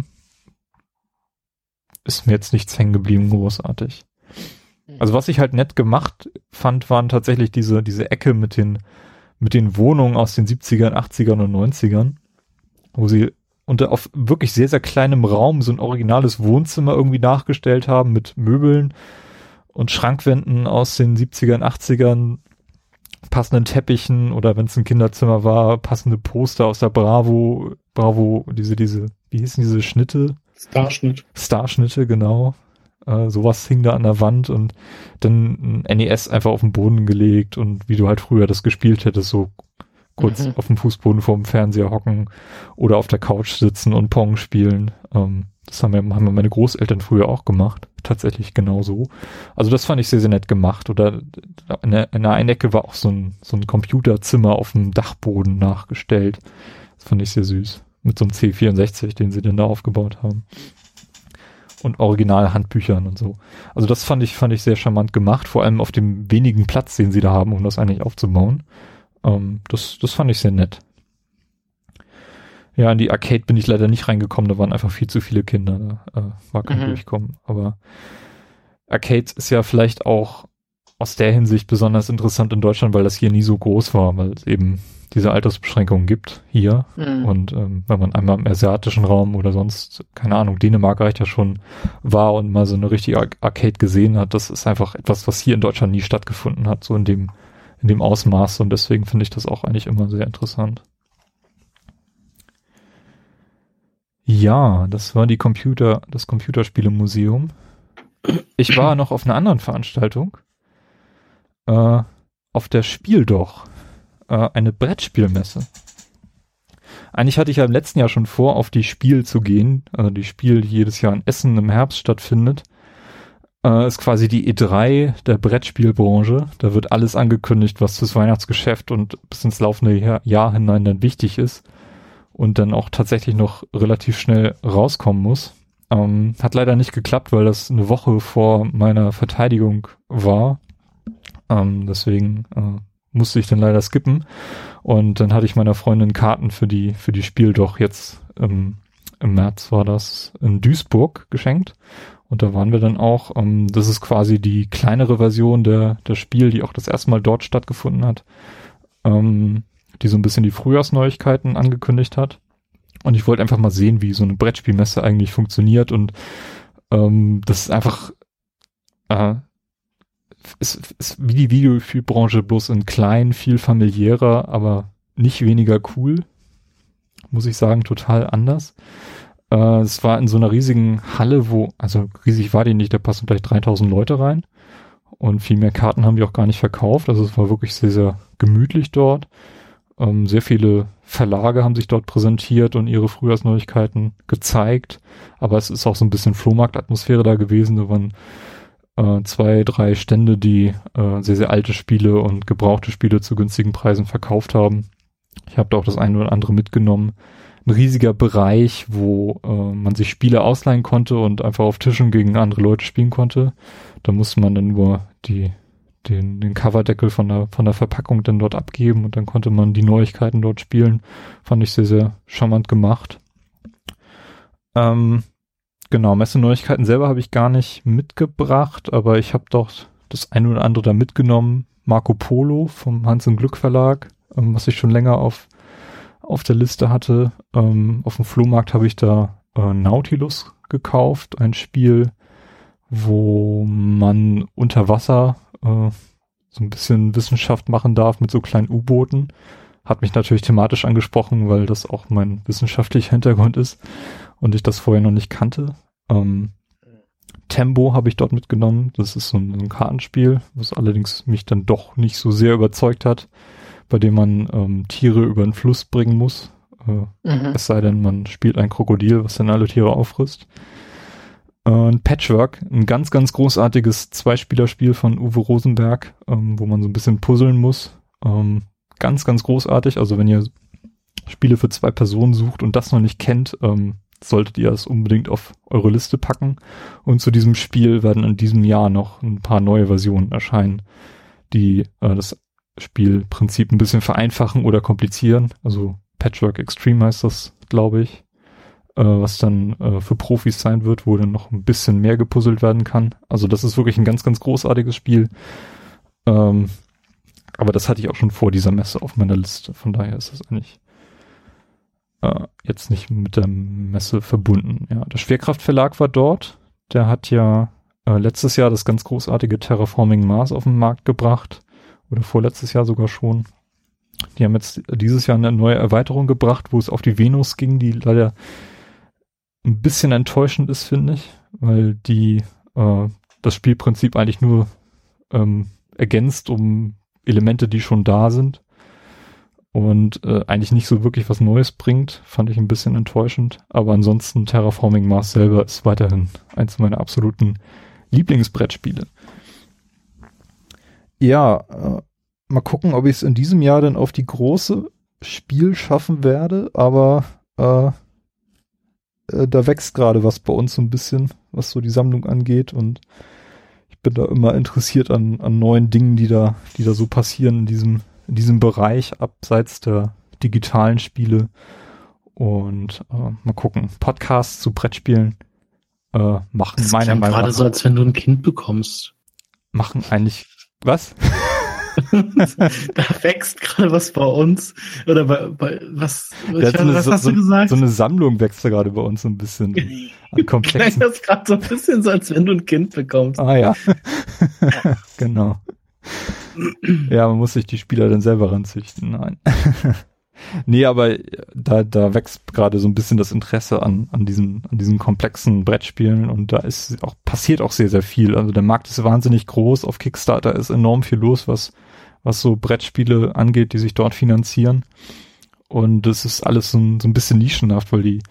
ist mir jetzt nichts hängen geblieben, großartig. Also was ich halt nett gemacht fand, waren tatsächlich diese, diese Ecke mit den, mit den Wohnungen aus den siebzigern, achtzigern und neunzigern, wo sie unter auf wirklich sehr, sehr kleinem Raum so ein originales Wohnzimmer irgendwie nachgestellt haben mit Möbeln und Schrankwänden aus den siebzigern, achtzigern, passenden Teppichen oder wenn es ein Kinderzimmer war, passende Poster aus der Bravo, Bravo, diese, diese, wie hießen diese Schnitte? Starschnitt. Starschnitte, genau. Äh, sowas hing da an der Wand und dann ein N E S einfach auf den Boden gelegt und wie du halt früher das gespielt hättest, so kurz mhm. auf dem Fußboden vor dem Fernseher hocken oder auf der Couch sitzen und Pong spielen. Ähm, das haben, wir, haben meine Großeltern früher auch gemacht. Tatsächlich genauso. Also das fand ich sehr, sehr nett gemacht. Oder in der, in der einen Ecke war auch so ein, so ein Computerzimmer auf dem Dachboden nachgestellt. Das fand ich sehr süß. Mit so einem C vierundsechzig, den sie denn da aufgebaut haben. Und Original-Handbüchern und so. Also das fand ich, fand ich sehr charmant gemacht. Vor allem auf dem wenigen Platz, den sie da haben, um das eigentlich aufzubauen. Ähm, das, das fand ich sehr nett. Ja, in die Arcade bin ich leider nicht reingekommen, da waren einfach viel zu viele Kinder, da äh, war kein mhm. Durchkommen. Aber Arcade ist ja vielleicht auch aus der Hinsicht besonders interessant in Deutschland, weil das hier nie so groß war, weil es eben diese Altersbeschränkungen gibt hier. Mhm. Und ähm, wenn man einmal im asiatischen Raum oder sonst, keine Ahnung, Dänemark reicht ja schon, war und mal so eine richtige Ar- Arcade gesehen hat, das ist einfach etwas, was hier in Deutschland nie stattgefunden hat, so in dem, in dem Ausmaß. Und deswegen finde ich das auch eigentlich immer sehr interessant. Ja, das war die Computer, das Computerspielemuseum. Ich war noch auf einer anderen Veranstaltung. Äh, auf der Spiel doch. Äh, eine Brettspielmesse. Eigentlich hatte ich ja im letzten Jahr schon vor, auf die Spiel zu gehen. Also die Spiel, die jedes Jahr in Essen im Herbst stattfindet. Äh, ist quasi die E drei der Brettspielbranche. Da wird alles angekündigt, was fürs Weihnachtsgeschäft und bis ins laufende Jahr, Jahr hinein dann wichtig ist. Und dann auch tatsächlich noch relativ schnell rauskommen muss. Ähm, hat leider nicht geklappt, weil das eine Woche vor meiner Verteidigung war. Ähm, deswegen äh, musste ich dann leider skippen. Und dann hatte ich meiner Freundin Karten für die für die Spiel doch jetzt ähm, im März war das in Duisburg geschenkt. Und da waren wir dann auch. Ähm, das ist quasi die kleinere Version der der Spiel, die auch das erste Mal dort stattgefunden hat. Ähm, die so ein bisschen die Frühjahrsneuigkeiten angekündigt hat. Und ich wollte einfach mal sehen, wie so eine Brettspielmesse eigentlich funktioniert. Und ähm, das ist einfach äh, ist, ist wie die Videospielbranche, bloß in klein, viel familiärer, aber nicht weniger cool. Muss ich sagen, total anders. Äh, es war in so einer riesigen Halle, wo, also riesig war die nicht, da passen gleich dreitausend Leute rein. Und viel mehr Karten haben die auch gar nicht verkauft. Also es war wirklich sehr, sehr gemütlich dort. Ähm, sehr viele Verlage haben sich dort präsentiert und ihre Frühjahrsneuigkeiten gezeigt. Aber es ist auch so ein bisschen Flohmarktatmosphäre da gewesen. Da waren äh, zwei, drei Stände, die äh, sehr, sehr alte Spiele und gebrauchte Spiele zu günstigen Preisen verkauft haben. Ich habe da auch das eine oder andere mitgenommen. Ein riesiger Bereich, wo äh, man sich Spiele ausleihen konnte und einfach auf Tischen gegen andere Leute spielen konnte. Da musste man dann nur die den, den Coverdeckel von der, von der Verpackung dann dort abgeben und dann konnte man die Neuigkeiten dort spielen. Fand ich sehr, sehr charmant gemacht. Ähm, genau, Messeneuigkeiten selber habe ich gar nicht mitgebracht, aber ich habe doch das eine oder andere da mitgenommen. Marco Polo vom Hans im Glück Verlag, ähm, was ich schon länger auf, auf der Liste hatte. Ähm, auf dem Flohmarkt habe ich da äh, Nautilus gekauft, ein Spiel, wo man unter Wasser so ein bisschen Wissenschaft machen darf mit so kleinen U-Booten. hat mich natürlich thematisch angesprochen, weil das auch mein wissenschaftlicher Hintergrund ist und ich das vorher noch nicht kannte. Ähm, Tembo habe ich dort mitgenommen. Das ist so ein, so ein Kartenspiel, was allerdings mich dann doch nicht so sehr überzeugt hat, bei dem man ähm, Tiere über den Fluss bringen muss. Äh, mhm. Es sei denn, man spielt ein Krokodil, was dann alle Tiere auffrisst. Äh, ein Patchwork, ein ganz, ganz großartiges Zweispielerspiel von Uwe Rosenberg, ähm, wo man so ein bisschen puzzeln muss. Ähm, ganz, ganz großartig. Also wenn ihr Spiele für zwei Personen sucht und das noch nicht kennt, ähm, solltet ihr es unbedingt auf eure Liste packen. Und zu diesem Spiel werden in diesem Jahr noch ein paar neue Versionen erscheinen, die äh, das Spielprinzip ein bisschen vereinfachen oder komplizieren. Also Patchwork Extreme heißt das, glaube ich, äh, was dann äh, für Profis sein wird, wo dann noch ein bisschen mehr gepuzzelt werden kann. Also das ist wirklich ein ganz, ganz großartiges Spiel. Ähm, aber das hatte ich auch schon vor dieser Messe auf meiner Liste. Von daher ist das eigentlich äh, jetzt nicht mit der Messe verbunden. Ja, der Schwerkraftverlag war dort. Der hat ja äh, letztes Jahr das ganz großartige Terraforming Mars auf den Markt gebracht. Oder vorletztes Jahr sogar schon. Die haben jetzt dieses Jahr eine neue Erweiterung gebracht, wo es auf die Venus ging, die leider ein bisschen enttäuschend ist, finde ich, weil die äh, das Spielprinzip eigentlich nur ähm, ergänzt um Elemente, die schon da sind und äh, eigentlich nicht so wirklich was Neues bringt, fand ich ein bisschen enttäuschend. Aber ansonsten Terraforming Mars selber ist weiterhin eins meiner absoluten Lieblingsbrettspiele. Ja, äh, mal gucken, ob ich es in diesem Jahr dann auf die große Spiel schaffen werde, aber äh, äh, da wächst gerade was bei uns so ein bisschen, was so die Sammlung angeht und ich bin da immer interessiert an, an neuen Dingen, die da, die da so passieren in diesem, in diesem Bereich, abseits der digitalen Spiele und äh, mal gucken, Podcasts zu Brettspielen äh, machen das meiner Meinung nach gerade so, als wenn du ein Kind bekommst. Machen eigentlich was? Da wächst gerade was bei uns. Oder bei, bei was, was, so eine, was hast so, du gesagt? So eine Sammlung wächst da gerade bei uns so ein bisschen an komplexen. Das ist gerade so ein bisschen so, als wenn du ein Kind bekommst. Ah ja. Genau. Ja, man muss sich die Spieler dann selber ranzüchten. Nein. Nee, aber da, da wächst gerade so ein bisschen das Interesse an, an diesen, an diesen komplexen Brettspielen und da ist auch, passiert auch sehr, sehr viel. Also der Markt ist wahnsinnig groß. Auf Kickstarter ist enorm viel los, was, was so Brettspiele angeht, die sich dort finanzieren. Und das ist alles so ein, so ein bisschen nischenhaft, weil die,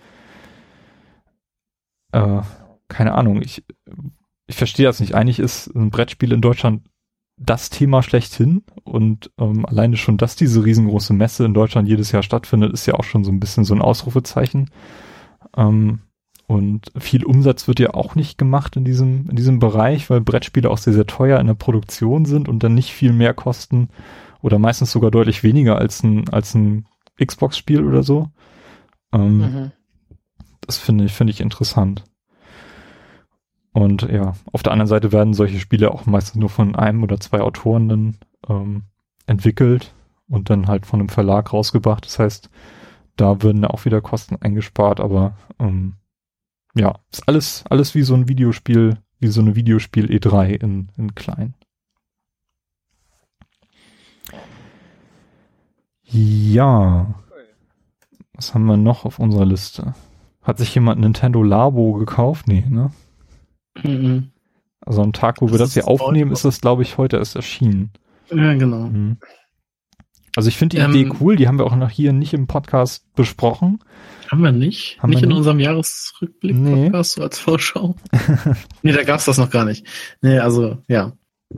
äh, keine Ahnung, ich, ich verstehe das nicht. Eigentlich ist ein Brettspiel in Deutschland das Thema schlechthin und ähm, alleine schon, dass diese riesengroße Messe in Deutschland jedes Jahr stattfindet, ist ja auch schon so ein bisschen so ein Ausrufezeichen. Ähm, und viel Umsatz wird ja auch nicht gemacht in diesem in diesem Bereich, weil Brettspiele auch sehr, sehr teuer in der Produktion sind und dann nicht viel mehr kosten oder meistens sogar deutlich weniger als ein als ein Xbox-Spiel oder so. Ähm, mhm. Das finde ich finde ich interessant. Und ja, auf der anderen Seite werden solche Spiele auch meistens nur von einem oder zwei Autoren dann ähm, entwickelt und dann halt von einem Verlag rausgebracht. Das heißt, da würden auch wieder Kosten eingespart, aber ähm, ja, ist alles, alles wie so ein Videospiel, wie so eine Videospiel E drei in, in klein. Ja, was haben wir noch auf unserer Liste? Hat sich jemand Nintendo Labo gekauft? Nee, ne? Mhm. Also am Tag, wo das wir das hier aufnehmen, ist das, glaube ich, heute erst erschienen. Ja, genau. Mhm. Also ich finde die ähm, Idee cool, die haben wir auch noch hier nicht im Podcast besprochen. Haben wir nicht? Haben nicht wir in nicht? unserem Jahresrückblick-Podcast, nee. So als Vorschau? Nee, da gab's das noch gar nicht. Nee, also, ja.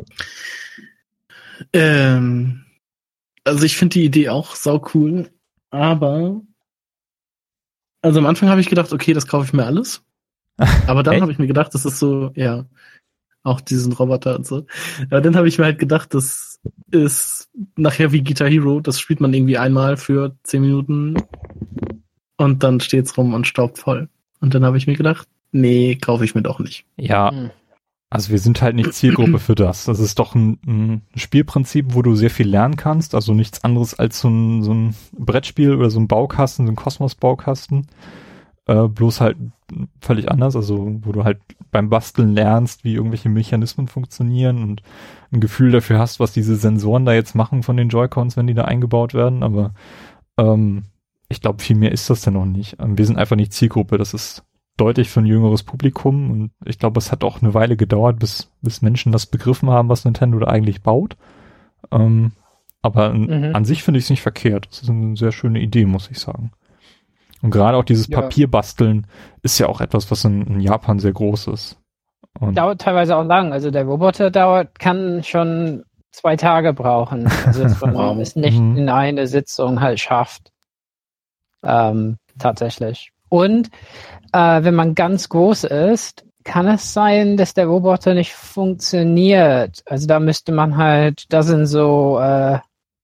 Ähm, also ich finde die Idee auch sau cool, aber also am Anfang habe ich gedacht, okay, das kaufe ich mir alles. Aber dann habe ich mir gedacht, das ist so, ja, auch diesen Roboter und so. Aber dann habe ich mir halt gedacht, das ist nachher wie Guitar Hero, das spielt man irgendwie einmal für zehn Minuten und dann steht's rum und staubt voll. Und dann habe ich mir gedacht, nee, kaufe ich mir doch nicht. Ja, also wir sind halt nicht Zielgruppe für das. Das ist doch ein, ein Spielprinzip, wo du sehr viel lernen kannst, also nichts anderes als so ein, so ein Brettspiel oder so ein Baukasten, so ein Kosmos-Baukasten. äh, bloß halt völlig anders, also wo du halt beim Basteln lernst, wie irgendwelche Mechanismen funktionieren und ein Gefühl dafür hast, was diese Sensoren da jetzt machen von den Joy-Cons, wenn die da eingebaut werden, aber ähm, ich glaube, viel mehr ist das denn noch nicht. Wir sind einfach nicht Zielgruppe, das ist deutlich für ein jüngeres Publikum und ich glaube, es hat auch eine Weile gedauert, bis, bis Menschen das begriffen haben, was Nintendo da eigentlich baut. Ähm, aber mhm. an sich finde ich es nicht verkehrt. Das ist eine sehr schöne Idee, muss ich sagen. Und gerade auch dieses ja. Papierbasteln ist ja auch etwas, was in, in Japan sehr groß ist. Und dauert teilweise auch lang. Also der Roboter dauert, kann schon zwei Tage brauchen. Also dass man wow. es nicht mhm. in eine Sitzung halt schafft. Ähm, tatsächlich. Und äh, wenn man ganz groß ist, kann es sein, dass der Roboter nicht funktioniert. Also da müsste man halt, da sind so, äh,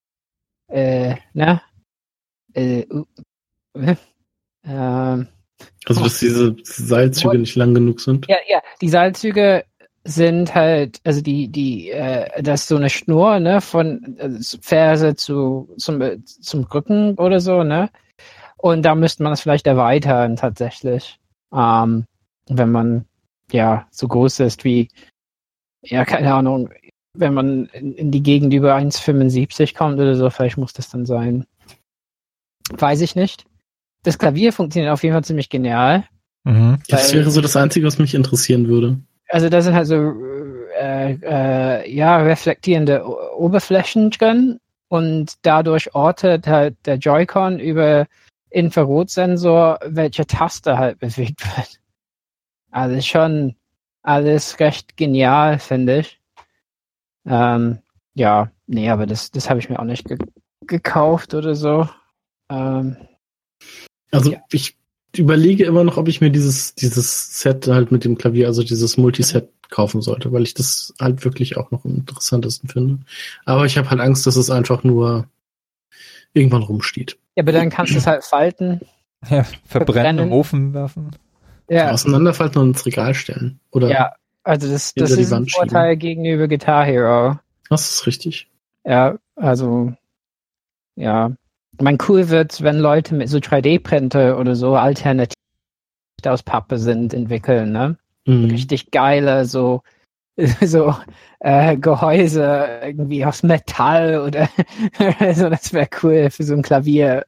äh, ne? Äh, äh, äh, also dass diese Seilzüge nicht lang genug sind? Ja, ja, die Seilzüge sind halt, also die, die, äh, das ist so eine Schnur, ne, von äh, Ferse zu, zum, zum Rücken oder so, ne? Und da müsste man es vielleicht erweitern, tatsächlich. Ähm, wenn man, ja, so groß ist wie, ja, keine Ahnung, wenn man in, in die Gegend über eins Komma fünfundsiebzig kommt oder so, vielleicht muss das dann sein. Weiß ich nicht. Das Klavier funktioniert auf jeden Fall ziemlich genial. Mhm. Das weil, wäre so das Einzige, was mich interessieren würde. Also da sind halt so, äh, äh, ja, reflektierende o- Oberflächen drin und dadurch ortet halt der Joy-Con über Infrarotsensor, welche Taste halt bewegt wird. Also schon alles recht genial, finde ich. Ähm, ja, nee, aber das, das habe ich mir auch nicht ge- gekauft oder so. Ähm, also ja. ich überlege immer noch, ob ich mir dieses, dieses Set halt mit dem Klavier, also dieses Multiset kaufen sollte, weil ich das halt wirklich auch noch am interessantesten finde. Aber ich habe halt Angst, dass es einfach nur irgendwann rumsteht. Ja, aber dann kannst du es halt falten. Ja, verbrennen, im Ofen werfen. Ja. Auseinanderfalten und ins Regal stellen. Oder ja, also das, das ist ein Vorteil schieben. Gegenüber Guitar Hero. Das ist richtig. Ja, also ja. Ich meine, cool wird, wenn Leute mit so drei D-Printer oder so alternativ aus Pappe sind, entwickeln, ne? Mhm. Richtig geile, so, so äh, Gehäuse irgendwie aus Metall oder so, das wäre cool für so ein Klavier.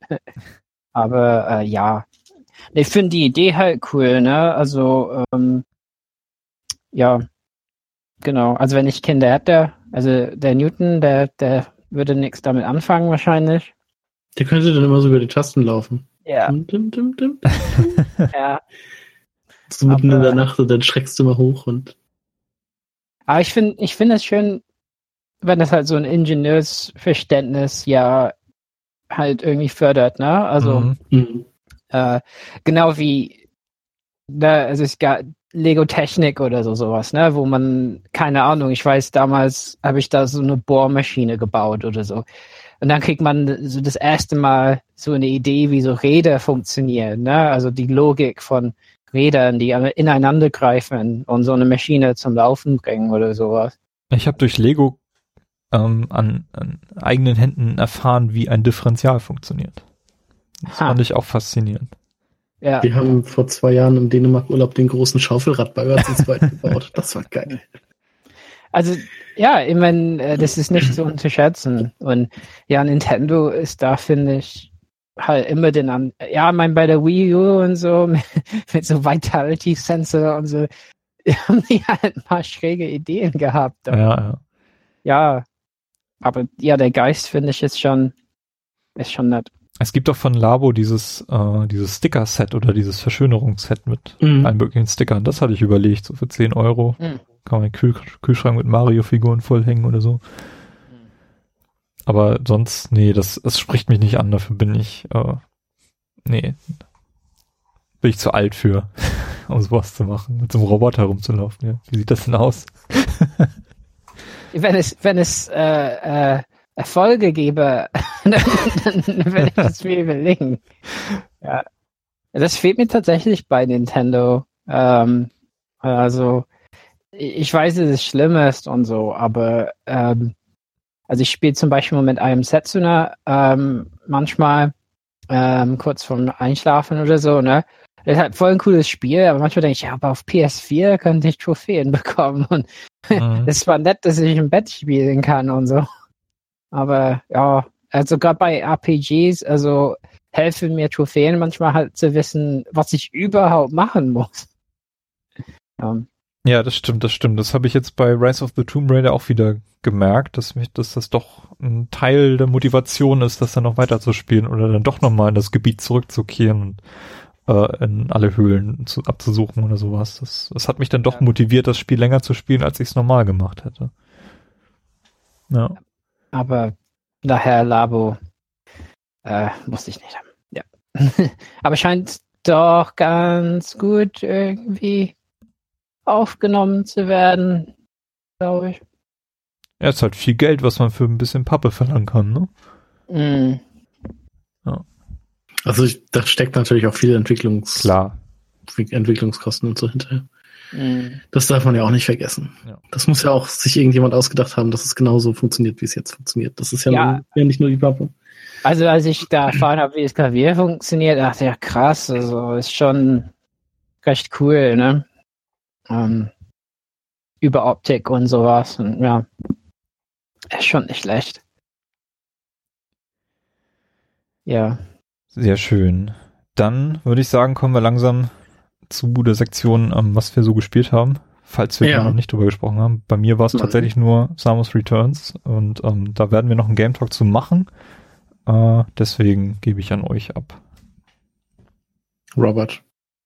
Aber äh, ja. Ich finde die Idee halt cool, ne? Also, ähm, ja, genau. Also wenn ich Kinder hätte, also der Newton, der, der würde nichts damit anfangen wahrscheinlich. Der könnte dann immer so über die Tasten laufen. Ja. Dim, dim, dim, dim. Ja. So mitten aber, in der Nacht und dann schreckst du mal hoch und. Aber ich finde, ich finde es schön, wenn das halt so ein Ingenieursverständnis ja halt irgendwie fördert, ne? Also, mhm. äh, genau wie, ne, also es gab Lego Technik oder so sowas, ne? Wo man, keine Ahnung, ich weiß, damals habe ich da so eine Bohrmaschine gebaut oder so. Und dann kriegt man so das erste Mal so eine Idee, wie so Räder funktionieren, ne? Also die Logik von Rädern, die ineinander greifen und so eine Maschine zum Laufen bringen oder sowas. Ich habe durch Lego ähm, an, an eigenen Händen erfahren, wie ein Differential funktioniert. Das ha. fand ich auch faszinierend. Ja. Wir haben vor zwei Jahren im Dänemark-Urlaub den großen Schaufelradbagger zu zweit gebaut. Das war geil. Also, ja, ich meine, das ist nicht zu unterschätzen. Und ja, Nintendo ist da, finde ich, halt immer den an. Ja, ich meine, bei der Wii U und so, mit, mit so Vitality Sensor und so, haben die halt ein paar schräge Ideen gehabt. Ja, ja. Ja, aber ja, der Geist, finde ich, ist schon, ist schon nett. Es gibt doch von Labo dieses, äh, dieses Sticker-Set oder dieses Verschönerungsset mit mhm. allen möglichen Stickern. Das hatte ich überlegt, so für zehn Euro. Mhm. Kann man den Kühl- Kühlschrank mit Mario-Figuren vollhängen oder so. Mhm. Aber sonst, nee, das, das spricht mich nicht an. Dafür bin ich, äh, nee, bin ich zu alt für, um sowas zu machen, mit so einem Roboter rumzulaufen. Ja. Wie sieht das denn aus? Wenn es, wenn es, äh, äh, Erfolge gebe, dann, dann werde ich es mir überlegen. Ja. Das fehlt mir tatsächlich bei Nintendo. Ähm, also, ich weiß, dass es schlimm ist und so, aber ähm, also ich spiele zum Beispiel mit einem Setsuna ähm, manchmal ähm, kurz vorm Einschlafen oder so, ne? Das ist halt voll ein cooles Spiel, aber manchmal denke ich, ja, aber auf P S vier könnte ich Trophäen bekommen. Und Mhm. es war nett, dass ich im Bett spielen kann und so. Aber ja, also gerade bei R P Gs, also helfen mir Trophäen manchmal halt zu wissen, was ich überhaupt machen muss. Ja. Ja, das stimmt, das stimmt. Das habe ich jetzt bei Rise of the Tomb Raider auch wieder gemerkt, dass mich, dass das doch ein Teil der Motivation ist, das dann noch weiter zu spielen oder dann doch nochmal in das Gebiet zurückzukehren und äh, in alle Höhlen zu, abzusuchen oder sowas. Das, das hat mich dann doch Ja. motiviert, das Spiel länger zu spielen, als ich es normal gemacht hätte. Ja. Aber daher Labo äh, musste ich nicht haben. Ja. Aber scheint doch ganz gut irgendwie aufgenommen zu werden, glaube ich. Ja, ist halt viel Geld, was man für ein bisschen Pappe verlangen kann, ne? Mm. Also ich, da steckt natürlich auch viel Entwicklungs Klar. Entwicklungskosten und so hinterher. Mm. Das darf man ja auch nicht vergessen. Ja. Das muss ja auch sich irgendjemand ausgedacht haben, dass es genauso funktioniert, wie es jetzt funktioniert. Das ist ja, Ja. Nur, ja nicht nur die Pappe. Also als ich da erfahren habe, wie das Klavier funktioniert, dachte ich, ja krass, also ist schon recht cool, ne? Ähm, über Optik und sowas. Und ja, ist schon nicht schlecht. Ja. Sehr schön. Dann würde ich sagen, kommen wir langsam zu der Sektion, ähm, was wir so gespielt haben, falls wir Ja. da noch nicht drüber gesprochen haben. Bei mir war es Nein. tatsächlich nur Samus Returns und ähm, da werden wir noch einen Game Talk zu machen. Äh, deswegen gebe ich an euch ab. Robert.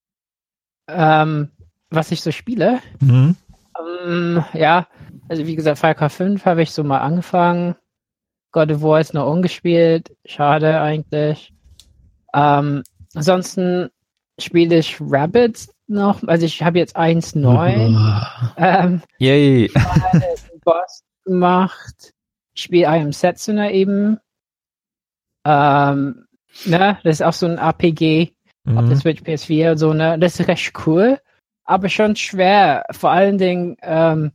Ähm, was ich so spiele, Mhm. ähm, ja, also wie gesagt, Far Cry fünf habe ich so mal angefangen. God of War ist noch ungespielt. Schade eigentlich. Ähm, ansonsten spiele ich Rabbids noch. Also ich habe jetzt eins Punkt neun. ähm, Yay. einen Boss gemacht. Ich spiele I Am Setsuna eben. Ähm, ne, das ist auch so ein R P G auf der Mhm. Switch, P S vier und so, ne? Das ist recht cool, aber schon schwer. Vor allen Dingen, ähm,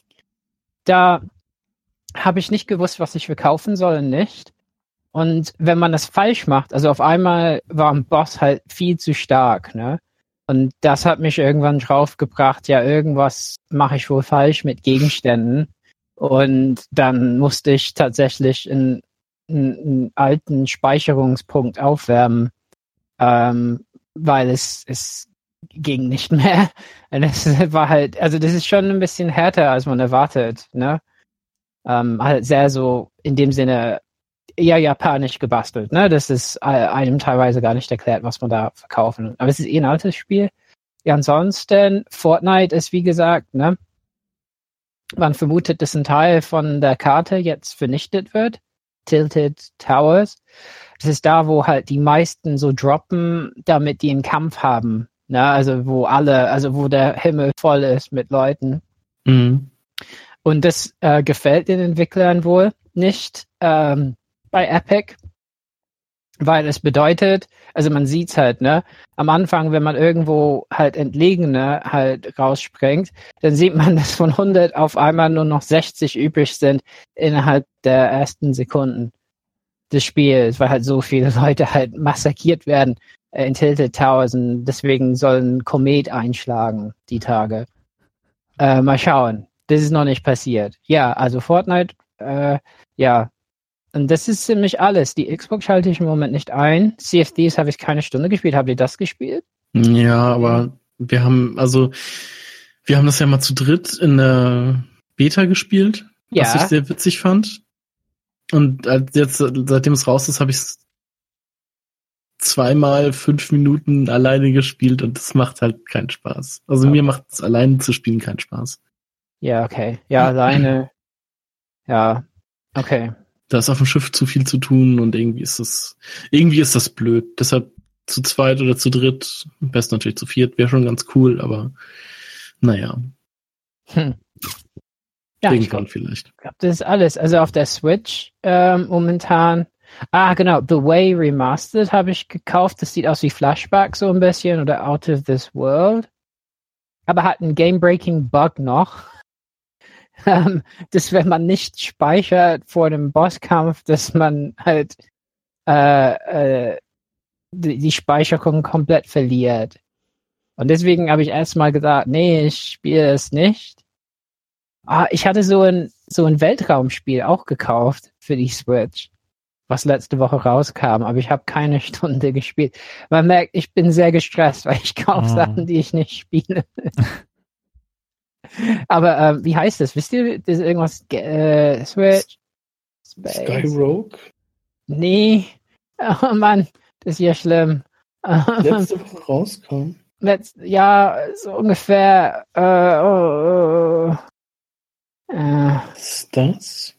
da habe ich nicht gewusst, was ich verkaufen soll und nicht. Und wenn man das falsch macht, also auf einmal war ein Boss halt viel zu stark, ne? Und das hat mich irgendwann draufgebracht, ja, irgendwas mache ich wohl falsch mit Gegenständen. Und dann musste ich tatsächlich einen, einen, einen alten Speicherungspunkt aufwärmen, ähm, weil es, es ging nicht mehr. Und das war halt, also das ist schon ein bisschen härter, als man erwartet, ne? Ähm, halt sehr so in dem Sinne eher japanisch gebastelt, ne? Das ist äh, einem teilweise gar nicht erklärt, was man da verkaufen. Aber es ist eh ein altes Spiel. Ja, ansonsten, Fortnite ist wie gesagt, ne? Man vermutet, dass ein Teil von der Karte jetzt vernichtet wird. Tilted Towers. Das ist da, wo halt die meisten so droppen, damit die einen Kampf haben. Ne? Also wo alle, also wo der Himmel voll ist mit Leuten. Mhm. Und das äh, gefällt den Entwicklern wohl nicht ähm, bei Epic, weil es bedeutet, also man sieht's halt, ne, am Anfang, wenn man irgendwo halt Entlegene halt rausspringt, dann sieht man, dass von hundert auf einmal nur noch sechzig übrig sind innerhalb der ersten Sekunden des Spiels, weil halt so viele Leute halt massakriert werden äh, in Tilted Towers und deswegen soll ein Komet einschlagen die Tage. Äh, mal schauen. Das ist noch nicht passiert. Ja, also Fortnite, äh, ja. Und das ist ziemlich alles. Die Xbox schalte ich im Moment nicht ein. C F Ds habe ich keine Stunde gespielt. Habt ihr das gespielt? Ja, aber wir haben, also, wir haben das ja mal zu dritt in der Beta gespielt, was Ja. ich sehr witzig fand. Und als jetzt, seitdem es raus ist, habe ich es zweimal fünf Minuten alleine gespielt und das macht halt keinen Spaß. Also Ja. mir macht es alleine zu spielen keinen Spaß. Ja, okay. Ja, alleine. Ja, okay. Da ist auf dem Schiff zu viel zu tun und irgendwie ist das, irgendwie ist das blöd. Deshalb zu zweit oder zu dritt, am besten natürlich zu viert, wäre schon ganz cool, aber naja, Hm. Ja, ich irgendwann glaube, vielleicht. glaub, das ist alles. Also auf der Switch ähm, momentan. Ah, genau. The Way Remastered habe ich gekauft. Das sieht aus wie Flashback so ein bisschen oder Out of This World. Aber hat einen Game-Breaking-Bug noch. Ähm, dass wenn man nicht speichert vor dem Bosskampf, dass man halt äh, äh, die, die Speicherung komplett verliert. Und deswegen habe ich erstmal gesagt, nee, ich spiele es nicht. Ah, ich hatte so ein, so ein Weltraumspiel auch gekauft für die Switch, was letzte Woche rauskam, aber ich habe keine Stunde gespielt. Man merkt, ich bin sehr gestresst, weil ich kaufe Oh. Sachen, die ich nicht spiele. Aber äh, wie heißt das? Wisst ihr, das ist irgendwas äh, Switch? Space. Sky Rogue? Nee. Oh Mann, das ist ja schlimm. Letzte Woche rauskam. Letzt, ja, so ungefähr. Äh, oh, oh, äh. Was ist das?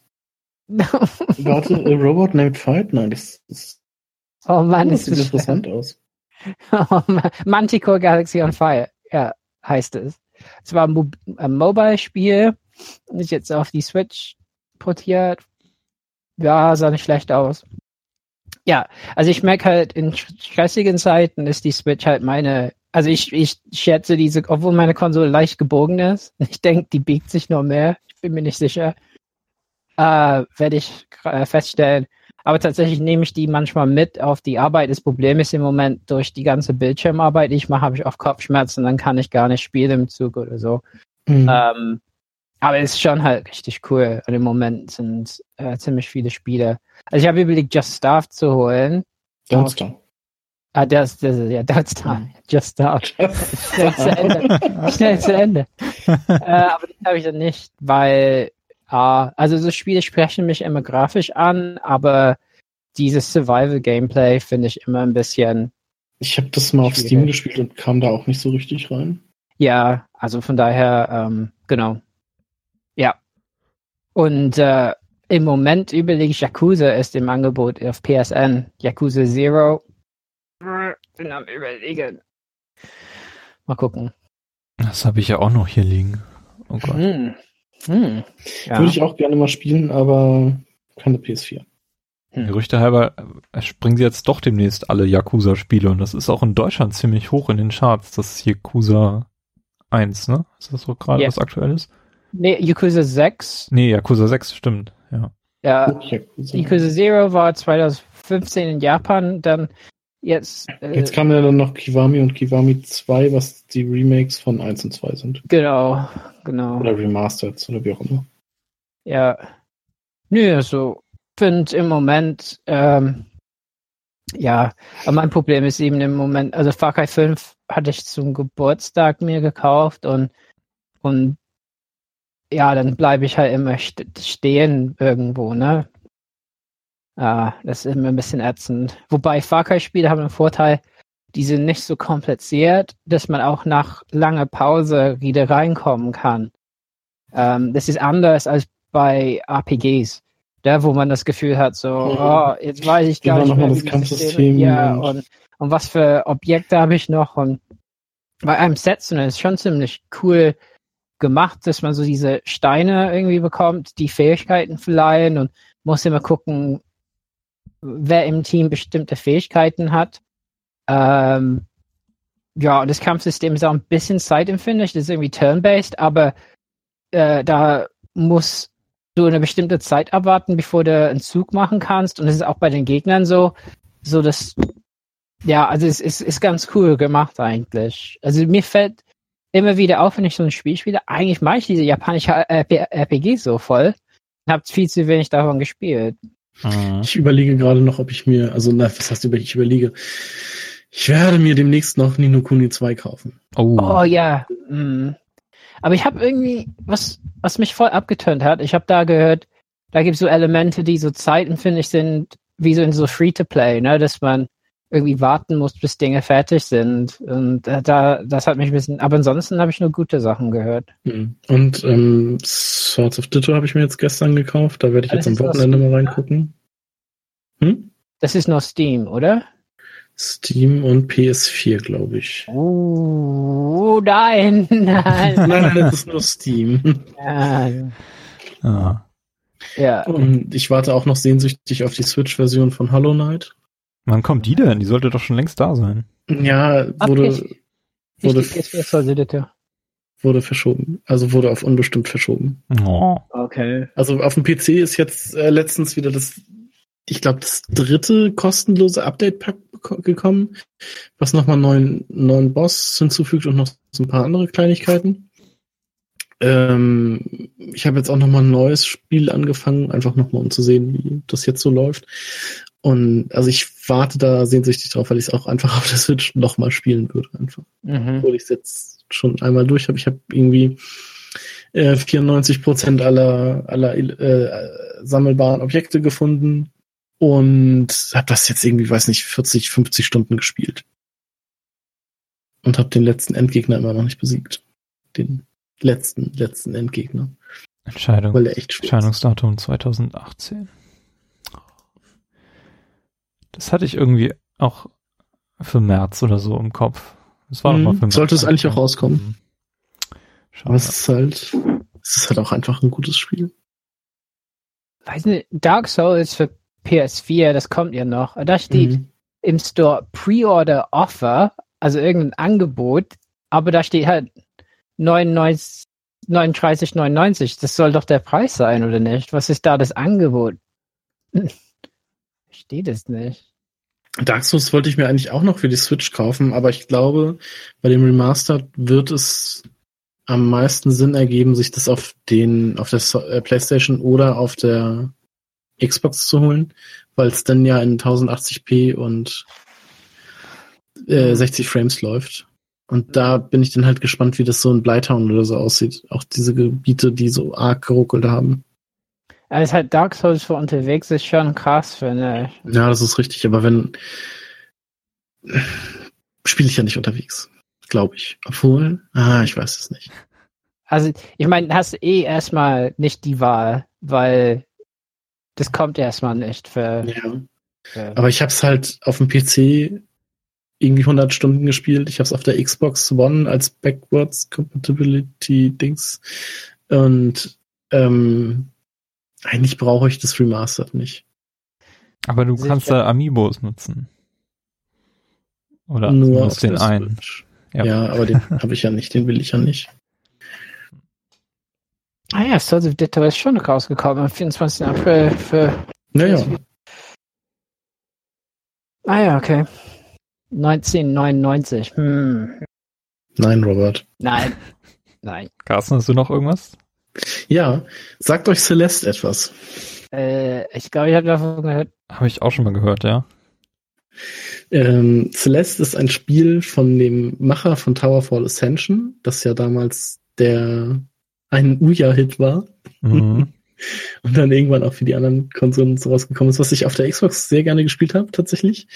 Warte, A Robot Named Fight? Nein, das ist. Oh Mann, Oh, das ist sieht das interessant schlimm. aus. Oh Mann. Manticore Galaxy on Fire, ja, heißt es. Es war ein, Mo- ein Mobile-Spiel, ist jetzt auf die Switch portiert. Ja, sah nicht schlecht aus. Ja, also ich merke halt, in stressigen Zeiten ist die Switch halt meine, also ich, ich schätze diese, obwohl meine Konsole leicht gebogen ist, ich denke, die biegt sich noch mehr, ich bin mir nicht sicher, äh, werde ich äh, feststellen. Aber tatsächlich nehme ich die manchmal mit auf die Arbeit. Das Problem ist im Moment, durch die ganze Bildschirmarbeit, die ich mache, habe ich oft Kopfschmerzen, dann kann ich gar nicht spielen im Zug oder so. Mhm. Ähm, aber es ist schon halt richtig cool. Und im Moment sind äh, ziemlich viele Spiele. Also ich habe überlegt, Just Starve zu holen. Don't Stop. Ah, das, das ist ja Don't Starve. Mhm. Just Starve. Schnell zu Ende. Schnell zu Ende. äh, aber das habe ich dann nicht, weil ah, also so Spiele sprechen mich immer grafisch an, aber dieses Survival-Gameplay finde ich immer ein bisschen. Ich habe das mal auf Schwierig. Steam gespielt und kam da auch nicht so richtig rein. Ja, also von daher, ähm, genau. Ja. Und äh, im Moment überlege ich, Yakuza ist im Angebot auf P S N. Yakuza Zero. Bin am Überlegen. Mal gucken. Das habe ich ja auch noch hier liegen. Oh Gott. Hm. Hm. Ja. Würde ich auch gerne mal spielen, aber keine P S vier. Hm. Gerüchte halber äh, springen sie jetzt doch demnächst alle Yakuza-Spiele und das ist auch in Deutschland ziemlich hoch in den Charts, das Yakuza eins, ne? Ist das so gerade Ja. was Aktuelles? Nee, Yakuza sechs. Nee, Yakuza sechs, stimmt, ja. Ja, Yakuza. Yakuza Zero war zwanzig fünfzehn in Japan, dann jetzt, äh, Jetzt kam ja dann noch Kiwami und Kiwami zwei, was die Remakes von eins und zwei sind. genau, genau. Oder Remastered oder wie auch immer. Ja. Nö, also finde im Moment, ähm, ja, aber mein Problem ist eben im Moment, also Far Cry fünf hatte ich zum Geburtstag mir gekauft und und ja, dann bleibe ich halt immer st- stehen irgendwo, ne? Ah, das ist immer ein bisschen ätzend. Wobei Far Cry-Spiele haben einen Vorteil, die sind nicht so kompliziert, dass man auch nach langer Pause wieder reinkommen kann. Ähm, das ist anders als bei R P Gs, da wo man das Gefühl hat, so, oh, jetzt weiß ich gar Immer nicht noch mal mehr, das wie Kampfsystem ja, und- und, und was für Objekte habe ich noch und bei einem Setzen ist schon ziemlich cool gemacht, dass man so diese Steine irgendwie bekommt, die Fähigkeiten verleihen und muss immer gucken, wer im Team bestimmte Fähigkeiten hat. Ähm, ja, und das Kampfsystem ist auch ein bisschen zeitempfindlich, das ist irgendwie turn-based, aber äh, da muss du eine bestimmte Zeit abwarten, bevor du einen Zug machen kannst. Und das ist auch bei den Gegnern so, so dass, ja, also es ist, ist ganz cool gemacht eigentlich. Also mir fällt immer wieder auf, wenn ich so ein Spiel spiele, eigentlich mag ich diese japanische R P Gs so voll. Ich habe viel zu wenig davon gespielt. Mhm. Ich überlege gerade noch, ob ich mir, also na, was heißt über, ich überlege, ich werde mir demnächst noch Ni no Kuni zwei kaufen. Oh, Oh ja. Mm. Aber ich habe irgendwie, was, was mich voll abgeturnt hat, ich habe da gehört, da gibt es so Elemente, die so zeitempfindlich sind, wie so in so Free-to-Play, ne, dass man irgendwie warten muss, bis Dinge fertig sind. Und äh, da, das hat mich ein bisschen, aber ansonsten habe ich nur gute Sachen gehört. Mhm. Und ähm, Swords of Ditto habe ich mir jetzt gestern gekauft, da werde ich Ah, jetzt das am ist aus Wochenende Steam, mal reingucken. Hm? Das ist noch Steam, oder? Steam und P S vier, glaube ich. Oh, nein, nein. Nein, nein, das ist nur Steam. ja, ah. ja. Und ich warte auch noch sehnsüchtig auf die Switch-Version von Hollow Knight. Wann kommt die denn? Die sollte doch schon längst da sein. Ja, wurde, Okay. wurde, Ich, ich, ich, ich, wurde verschoben. Also wurde auf unbestimmt verschoben. Oh. okay. Also auf dem P C ist jetzt äh, letztens wieder das ich glaube, das dritte kostenlose Update-Pack gekommen, was nochmal neuen, neuen Boss hinzufügt und noch so ein paar andere Kleinigkeiten. Ähm, ich habe jetzt auch nochmal ein neues Spiel angefangen, einfach nochmal um zu sehen, wie das jetzt so läuft. Und also ich warte da sehnsüchtig drauf, weil ich es auch einfach auf der Switch nochmal spielen würde. Einfach. Mhm. Obwohl ich es jetzt schon einmal durch habe. Ich habe irgendwie äh, vierundneunzig Prozent aller, aller äh, sammelbaren Objekte gefunden und habe das jetzt irgendwie, weiß nicht, vierzig, fünfzig Stunden gespielt. Und habe den letzten Endgegner immer noch nicht besiegt. Den letzten, letzten Endgegner. Entscheidung. Weil er echt schwer ist. Entscheidungsdatum zweitausendachtzehn. Das hatte ich irgendwie auch für März oder so im Kopf. Das war Mhm. doch mal für März. Sollte es eigentlich auch rauskommen. Mhm. Aber es ist halt, es ist halt auch einfach ein gutes Spiel. Weiß nicht, Dark Souls für P S vier, das kommt ja noch. Da steht Mhm. im Store Pre-Order Offer, also irgendein Angebot, aber da steht halt neunundneunzig, neununddreißig neunundneunzig. Das soll doch der Preis sein, oder nicht? Was ist da das Angebot? Steht es nicht. Dark Souls wollte ich mir eigentlich auch noch für die Switch kaufen, aber ich glaube, bei dem Remastered wird es am meisten Sinn ergeben, sich das auf den, auf der so- äh, PlayStation oder auf der Xbox zu holen, weil es dann ja in tausendachtzig p und äh, sechzig Frames läuft. Und da bin ich dann halt gespannt, wie das so in Blighttown oder so aussieht. Auch diese Gebiete, die so arg geruckelt haben. Also halt Dark Souls für unterwegs ist schon krass, finde ich. Ja, das ist richtig, aber wenn spiele ich ja nicht unterwegs, glaube ich. Obwohl, ah, ich weiß es nicht. Also, ich meine, hast eh erstmal nicht die Wahl, weil das kommt erstmal nicht für. Ja. für Aber ich habe es halt auf dem P C irgendwie hundert Stunden gespielt. Ich habe es auf der Xbox One als Backwards Compatibility Dings. Und ähm, eigentlich brauche ich das Remastered nicht. Aber du Sicher. kannst da Amiibos nutzen. Oder Nur nur auf den der einen. Switch. Ja. Ja, aber den habe ich ja nicht. Den will ich ja nicht. ah ja, Souls of Ditto ist schon rausgekommen am vierundzwanzigsten April für. Naja, Ah ja, okay. neunzehnhundertneunundneunzig. Hm. nein, Robert. Nein. Nein. Carsten, hast du noch irgendwas? Ja, sagt euch Celeste etwas. Äh, ich glaube, ich habe davon gehört. Habe ich auch schon mal gehört, ja. Ähm, Celeste ist ein Spiel von dem Macher von Towerfall Ascension, das ja damals der ein Ouya-Hit war Mhm. und dann irgendwann auch für die anderen Konsolen so rausgekommen ist, was ich auf der Xbox sehr gerne gespielt habe, tatsächlich.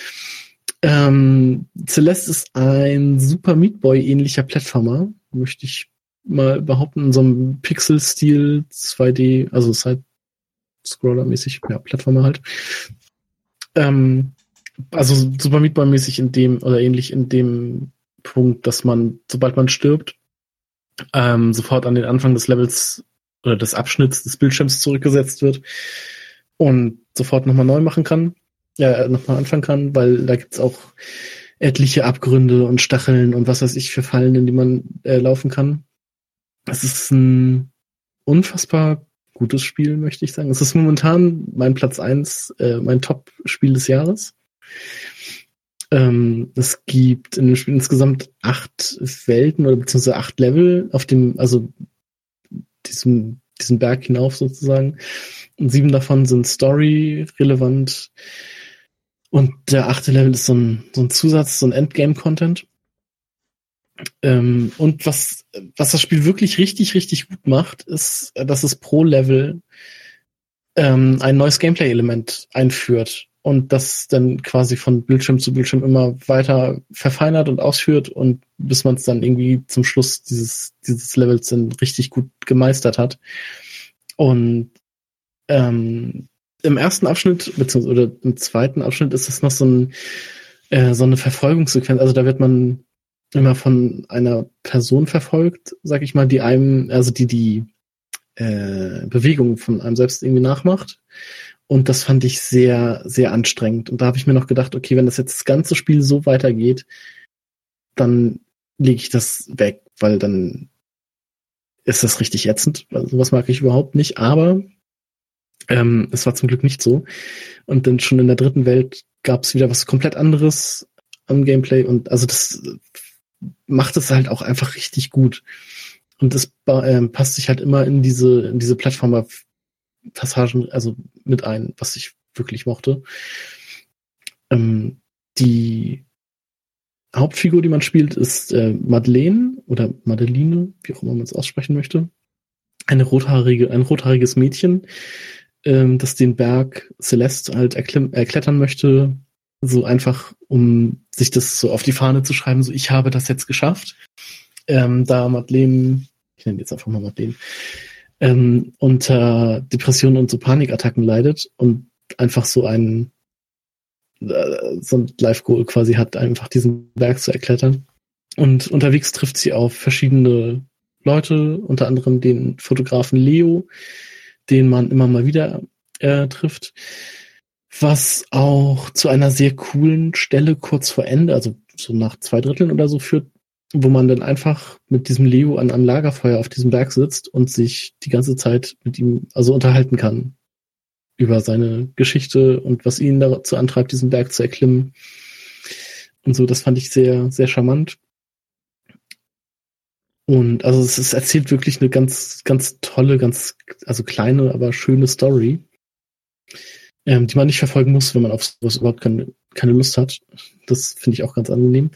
Ähm, Celeste ist ein Super Meat Boy-ähnlicher Plattformer, möchte ich mal behaupten, in so einem Pixel-Stil zwei D, also Side-Scroller-mäßig, ja, Plattformer halt. Ähm, also Super Meat Boy-mäßig in dem, oder ähnlich in dem Punkt, dass man, sobald man stirbt, ähm, sofort an den Anfang des Levels oder des Abschnitts des Bildschirms zurückgesetzt wird und sofort nochmal neu machen kann, ja, nochmal anfangen kann, weil da gibt's auch etliche Abgründe und Stacheln und was weiß ich für Fallen, in die man äh, laufen kann. Es ist ein unfassbar gutes Spiel, möchte ich sagen. Es ist momentan mein Platz eins, äh, mein Top-Spiel des Jahres. Ähm, es gibt in dem Spiel insgesamt acht Welten oder beziehungsweise acht Level auf dem, also diesem, diesen Berg hinauf sozusagen. Und sieben davon sind Story-relevant. Und der achte Level ist so ein, so ein Zusatz, so ein Endgame-Content. Ähm, und was, was das Spiel wirklich richtig, richtig gut macht, ist, dass es pro Level ähm, ein neues Gameplay-Element einführt und das dann quasi von Bildschirm zu Bildschirm immer weiter verfeinert und ausführt und bis man es dann irgendwie zum Schluss dieses, dieses Levels dann richtig gut gemeistert hat. Und ähm, im ersten Abschnitt, beziehungsweise oder im zweiten Abschnitt ist es noch so, ein, äh, so eine Verfolgungssequenz. Also da wird man immer von einer Person verfolgt, sag ich mal, die einem, also die die äh, Bewegung von einem selbst irgendwie nachmacht. Und das fand ich sehr, sehr anstrengend. Und da habe ich mir noch gedacht, okay, wenn das jetzt das ganze Spiel so weitergeht, dann lege ich das weg, weil dann ist das richtig ätzend. Also sowas mag ich überhaupt nicht. Aber Ähm, es war zum Glück nicht so. Und dann schon in der dritten Welt gab es wieder was komplett anderes am Gameplay. Und also das macht es halt auch einfach richtig gut. Und das äh, passt sich halt immer in diese, in diese Plattformer-Passagen also mit ein, was ich wirklich mochte. Ähm, die Hauptfigur, die man spielt, ist äh, Madeleine oder Madeline, wie auch immer man es aussprechen möchte. Eine rothaarige, ein rothaariges Mädchen, ähm, das den Berg Celeste halt erklim- erklettern möchte, so einfach, um sich das so auf die Fahne zu schreiben, so ich habe das jetzt geschafft. Ähm, da Madeleine, ich nenne jetzt einfach mal Madeleine, ähm, unter Depressionen und so Panikattacken leidet und einfach so ein äh, so ein Life-Goal quasi hat, einfach diesen Berg zu erklettern. Und unterwegs trifft sie auf verschiedene Leute, unter anderem den Fotografen Leo, den man immer mal wieder äh, trifft, was auch zu einer sehr coolen Stelle kurz vor Ende, also so nach zwei Dritteln oder so führt, wo man dann einfach mit diesem Leo an einem Lagerfeuer auf diesem Berg sitzt und sich die ganze Zeit mit ihm also unterhalten kann über seine Geschichte und was ihn dazu antreibt, diesen Berg zu erklimmen. Und so, das fand ich sehr, sehr charmant. Und also es, es erzählt wirklich eine ganz, ganz tolle, ganz, also kleine, aber schöne Story, ähm, die man nicht verfolgen muss, wenn man auf sowas überhaupt keine, keine Lust hat. Das finde ich auch ganz angenehm.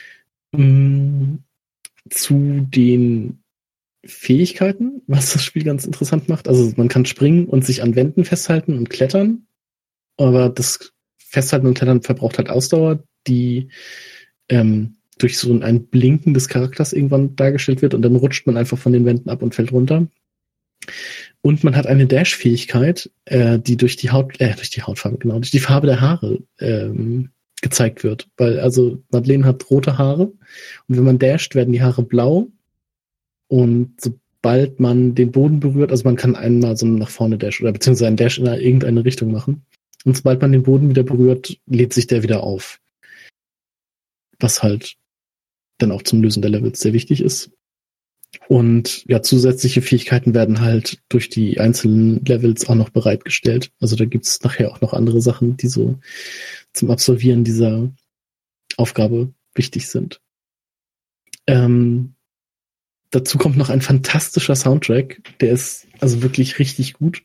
Ähm, zu den Fähigkeiten, was das Spiel ganz interessant macht. Also man kann springen und sich an Wänden festhalten und klettern, aber das Festhalten und Klettern verbraucht halt Ausdauer, die ähm, durch so ein Blinken des Charakters irgendwann dargestellt wird und dann rutscht man einfach von den Wänden ab und fällt runter. Und man hat eine Dash-Fähigkeit, äh, die durch die Haut, äh, durch die Hautfarbe, genau, durch die Farbe der Haare ähm, gezeigt wird. Weil also Madeleine hat rote Haare und wenn man dasht, werden die Haare blau. Und sobald man den Boden berührt, also man kann einmal so nach vorne dash oder beziehungsweise einen Dash in irgendeine Richtung machen. Und sobald man den Boden wieder berührt, lädt sich der wieder auf. Was halt dann auch zum Lösen der Levels sehr wichtig ist. Und ja, zusätzliche Fähigkeiten werden halt durch die einzelnen Levels auch noch bereitgestellt. Also da gibt's nachher auch noch andere Sachen, die so zum Absolvieren dieser Aufgabe wichtig sind. Ähm, Dazu kommt noch ein fantastischer Soundtrack, der ist also wirklich richtig gut.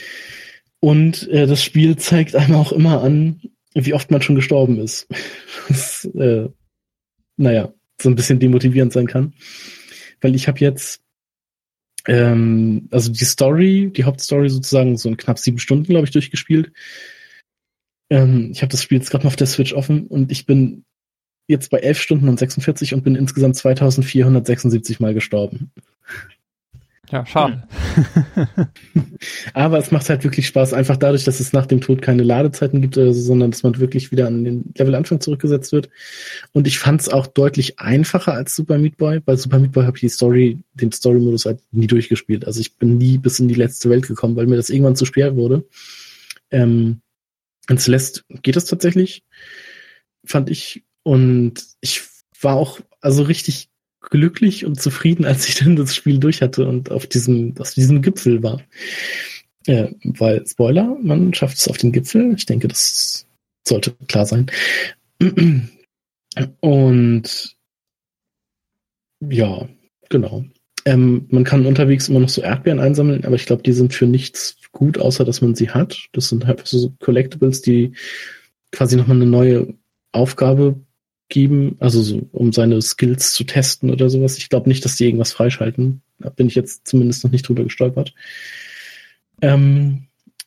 Und äh, das Spiel zeigt einem auch immer an, wie oft man schon gestorben ist. Was, äh, naja, so ein bisschen demotivierend sein kann. Weil ich habe jetzt, ähm, also die Story, die Hauptstory sozusagen so in knapp sieben Stunden, glaube ich, durchgespielt. Ähm, ich habe das Spiel jetzt gerade mal auf der Switch offen und ich bin jetzt bei elf Stunden und sechsundvierzig und bin insgesamt zweitausendvierhundertsechsundsiebzig Mal gestorben. Ja, schade. Aber es macht halt wirklich Spaß, einfach dadurch, dass es nach dem Tod keine Ladezeiten gibt, oder so, sondern dass man wirklich wieder an den Levelanfang zurückgesetzt wird. Und ich fand es auch deutlich einfacher als Super Meat Boy. Bei Super Meat Boy habe ich die Story, den Story-Modus halt nie durchgespielt. Also ich bin nie bis in die letzte Welt gekommen, weil mir das irgendwann zu schwer wurde. Ähm, in Celeste geht es tatsächlich, fand ich. Und ich war auch also richtig glücklich und zufrieden, als ich dann das Spiel durch hatte und auf diesem, auf diesem Gipfel war. Ja, weil, Spoiler, man schafft es auf den Gipfel. Ich denke, das sollte klar sein. Und ja, genau. Ähm, man kann unterwegs immer noch so Erdbeeren einsammeln, aber ich glaube, die sind für nichts gut, außer dass man sie hat. Das sind halt so Collectibles, die quasi nochmal eine neue Aufgabe geben, also so, um seine Skills zu testen oder sowas. Ich glaube nicht, dass die irgendwas freischalten. Da bin ich jetzt zumindest noch nicht drüber gestolpert. Ähm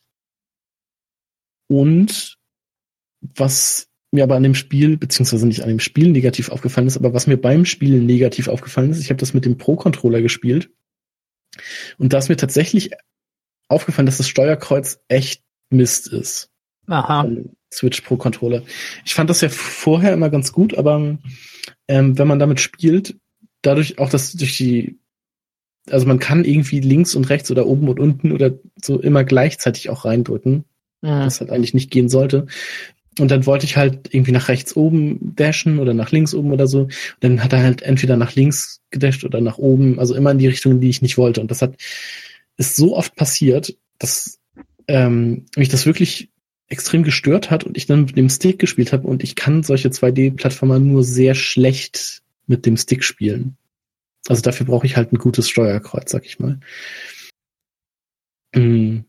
und was mir aber an dem Spiel, beziehungsweise nicht an dem Spiel negativ aufgefallen ist, aber was mir beim Spielen negativ aufgefallen ist, ich habe das mit dem Pro-Controller gespielt und da ist mir tatsächlich aufgefallen, dass das Steuerkreuz echt Mist ist. Aha. Switch Pro Controller. Ich fand das ja vorher immer ganz gut, aber ähm, wenn man damit spielt, dadurch auch, dass durch die, also man kann irgendwie links und rechts oder oben und unten oder so immer gleichzeitig auch reindrücken, mhm. was halt eigentlich nicht gehen sollte. Und dann wollte ich halt irgendwie nach rechts oben dashen oder nach links oben oder so. Und dann hat er halt entweder nach links gedasht oder nach oben, also immer in die Richtung, die ich nicht wollte. Und das hat ist so oft passiert, dass ähm, mich das wirklich extrem gestört hat und ich dann mit dem Stick gespielt habe und ich kann solche zwei D-Plattformer nur sehr schlecht mit dem Stick spielen. Also dafür brauche ich halt ein gutes Steuerkreuz, sag ich mal. Mhm.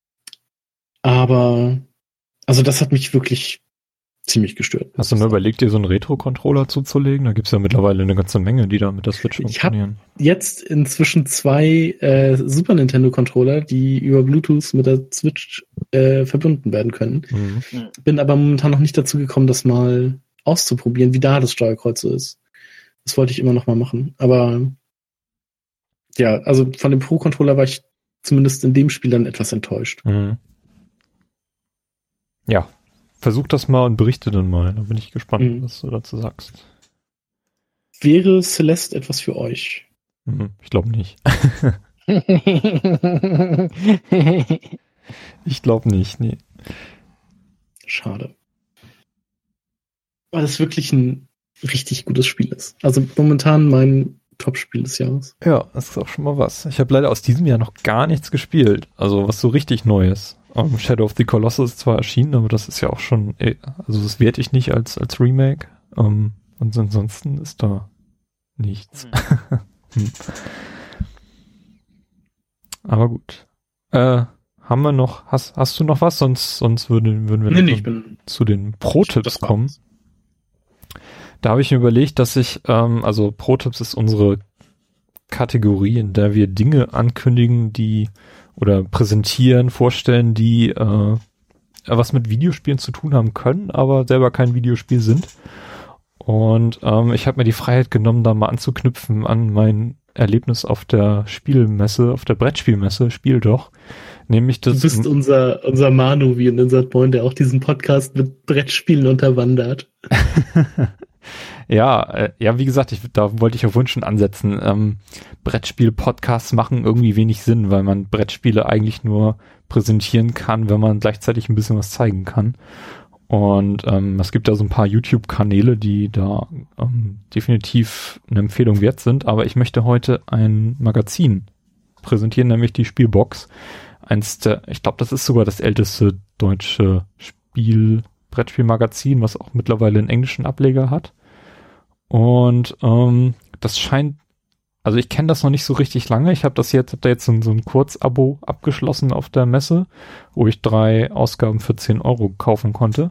Aber also das hat mich wirklich ziemlich gestört. Hast du mal überlegt, dir so einen Retro-Controller zuzulegen? Da gibt's ja mittlerweile eine ganze Menge, die da mit der Switch funktionieren. Ich habe jetzt inzwischen zwei äh, Super Nintendo-Controller, die über Bluetooth mit der Switch äh, verbunden werden können. Mhm. Bin aber momentan noch nicht dazu gekommen, das mal auszuprobieren, wie da das Steuerkreuz so ist. Das wollte ich immer noch mal machen. Aber ja, also von dem Pro-Controller war ich zumindest in dem Spiel dann etwas enttäuscht. Mhm. Ja. Versuch das mal und berichte dann mal. Da bin ich gespannt, mhm. was du dazu sagst. Wäre Celeste etwas für euch? Mhm, ich glaube nicht. Ich glaube nicht, nee. Schade. Weil es wirklich ein richtig gutes Spiel ist. Also momentan mein Top-Spiel des Jahres. Ja, das ist auch schon mal was. Ich habe leider aus diesem Jahr noch gar nichts gespielt. Also was so richtig Neues. Um, Shadow of the Colossus ist zwar erschienen, aber das ist ja auch schon, also das werte ich nicht als als Remake. Um, und ansonsten ist da nichts. hm. Aber gut. Äh, haben wir noch, hast, hast du noch was? Sonst, sonst würden, würden wir nee, nee, ich bin, zu den Pro-Tipps kommen. Da habe ich mir überlegt, dass ich, ähm, also Pro-Tipps ist unsere Kategorie, in der wir Dinge ankündigen, die oder präsentieren, vorstellen, die äh, was mit Videospielen zu tun haben können, aber selber kein Videospiel sind. Und ähm, ich habe mir die Freiheit genommen, da mal anzuknüpfen an mein Erlebnis auf der Spielmesse, auf der Brettspielmesse, Spiel doch. Nämlich das. Du bist unser, unser Manu, wie in Insert Point, der auch diesen Podcast mit Brettspielen unterwandert. Ja, äh, ja, wie gesagt, ich, da wollte ich auf Wunsch schon ansetzen. Ähm, Brettspiel-Podcasts machen irgendwie wenig Sinn, weil man Brettspiele eigentlich nur präsentieren kann, wenn man gleichzeitig ein bisschen was zeigen kann. Und ähm, es gibt da so ein paar YouTube-Kanäle, die da ähm, definitiv eine Empfehlung wert sind. Aber ich möchte heute ein Magazin präsentieren, nämlich die Spielbox. Eins der, ich glaube, das ist sogar das älteste deutsche Spiel, Brettspielmagazin, was auch mittlerweile einen englischen Ableger hat. Und ähm, das scheint, also ich kenne das noch nicht so richtig lange. Ich habe das jetzt, habe da jetzt so, so ein Kurzabo abgeschlossen auf der Messe, wo ich drei Ausgaben für zehn Euro kaufen konnte.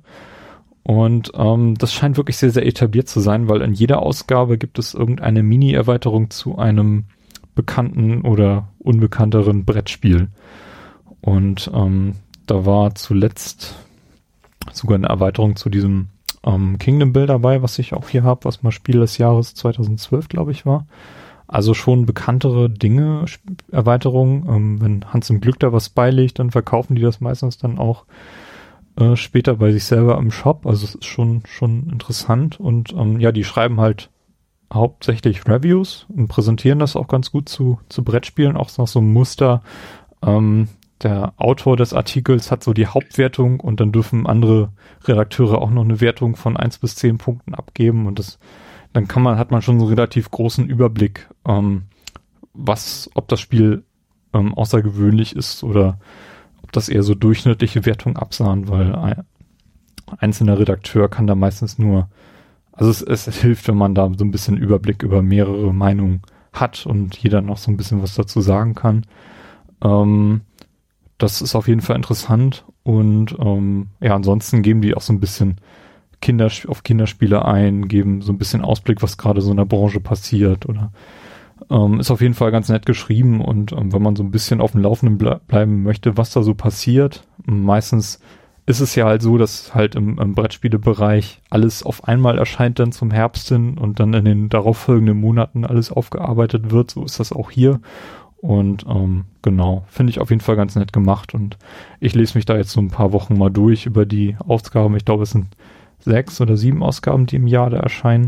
Und ähm, das scheint wirklich sehr, sehr etabliert zu sein, weil in jeder Ausgabe gibt es irgendeine Mini-Erweiterung zu einem bekannten oder unbekannteren Brettspiel. Und ähm, da war zuletzt sogar eine Erweiterung zu diesem ähm, Kingdom Build dabei, was ich auch hier habe, was mal Spiel des Jahres zweitausendzwölf, glaube ich, war. Also schon bekanntere Dinge, Erweiterungen. Ähm, wenn Hans im Glück da was beilegt, dann verkaufen die das meistens dann auch äh, später bei sich selber im Shop. Also es ist schon schon interessant. Und ähm, ja, die schreiben halt hauptsächlich Reviews und präsentieren das auch ganz gut zu zu Brettspielen, auch nach so einem Muster. Ähm, der Autor des Artikels hat so die Hauptwertung und dann dürfen andere Redakteure auch noch eine Wertung von eins bis zehn Punkten abgeben und das, dann kann man, hat man schon so einen relativ großen Überblick, ähm, was, ob das Spiel ähm, außergewöhnlich ist oder ob das eher so durchschnittliche Wertungen absahen, weil ein einzelner Redakteur kann da meistens nur, also es, es hilft, wenn man da so ein bisschen Überblick über mehrere Meinungen hat und jeder noch so ein bisschen was dazu sagen kann. Ähm, Das ist auf jeden Fall interessant und ähm, ja, ansonsten geben die auch so ein bisschen Kinder auf Kinderspiele ein, geben so ein bisschen Ausblick, was gerade so in der Branche passiert oder ähm, ist auf jeden Fall ganz nett geschrieben und ähm, wenn man so ein bisschen auf dem Laufenden ble- bleiben möchte, was da so passiert, meistens ist es ja halt so, dass halt im, im Brettspielebereich alles auf einmal erscheint dann zum Herbst hin und dann in den darauffolgenden Monaten alles aufgearbeitet wird, so ist das auch hier. Und ähm, genau, finde ich auf jeden Fall ganz nett gemacht und ich lese mich da jetzt so ein paar Wochen mal durch über die Ausgaben. Ich glaube, es sind sechs oder sieben Ausgaben, die im Jahr da erscheinen.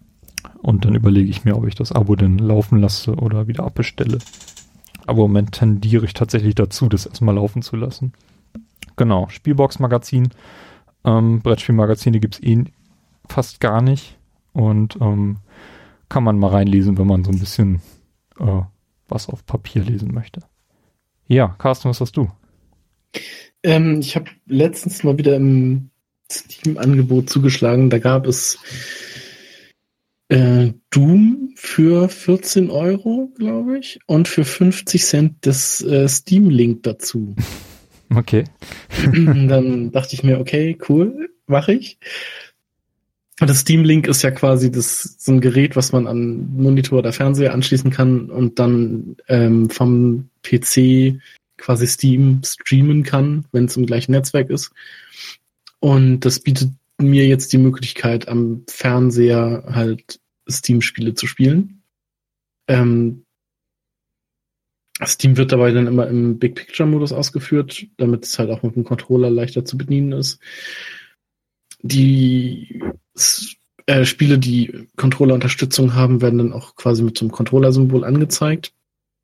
Und dann überlege ich mir, ob ich das Abo denn laufen lasse oder wieder abbestelle. Aber im Moment tendiere ich tatsächlich dazu, das erstmal laufen zu lassen. Genau, Spielbox-Magazin. Ähm, Brettspielmagazine gibt es eh fast gar nicht. Und ähm, kann man mal reinlesen, wenn man so ein bisschen äh, was auf Papier lesen möchte. Ja, Carsten, was hast du? Ähm, ich habe letztens mal wieder im Steam-Angebot zugeschlagen. Da gab es äh, Doom für vierzehn Euro, glaube ich, und für fünfzig Cent das äh, Steam-Link dazu. Okay. Dann dachte ich mir, okay, cool, mache ich. Und das Steam-Link ist ja quasi das, so ein Gerät, was man an Monitor oder Fernseher anschließen kann und dann ähm, vom P C quasi Steam streamen kann, wenn es im gleichen Netzwerk ist. Und das bietet mir jetzt die Möglichkeit, am Fernseher halt Steam-Spiele zu spielen. Ähm, Steam wird dabei dann immer im Big-Picture-Modus ausgeführt, damit es halt auch mit dem Controller leichter zu bedienen ist. Die äh, Spiele, die Controller-Unterstützung haben, werden dann auch quasi mit so einem Controller-Symbol angezeigt.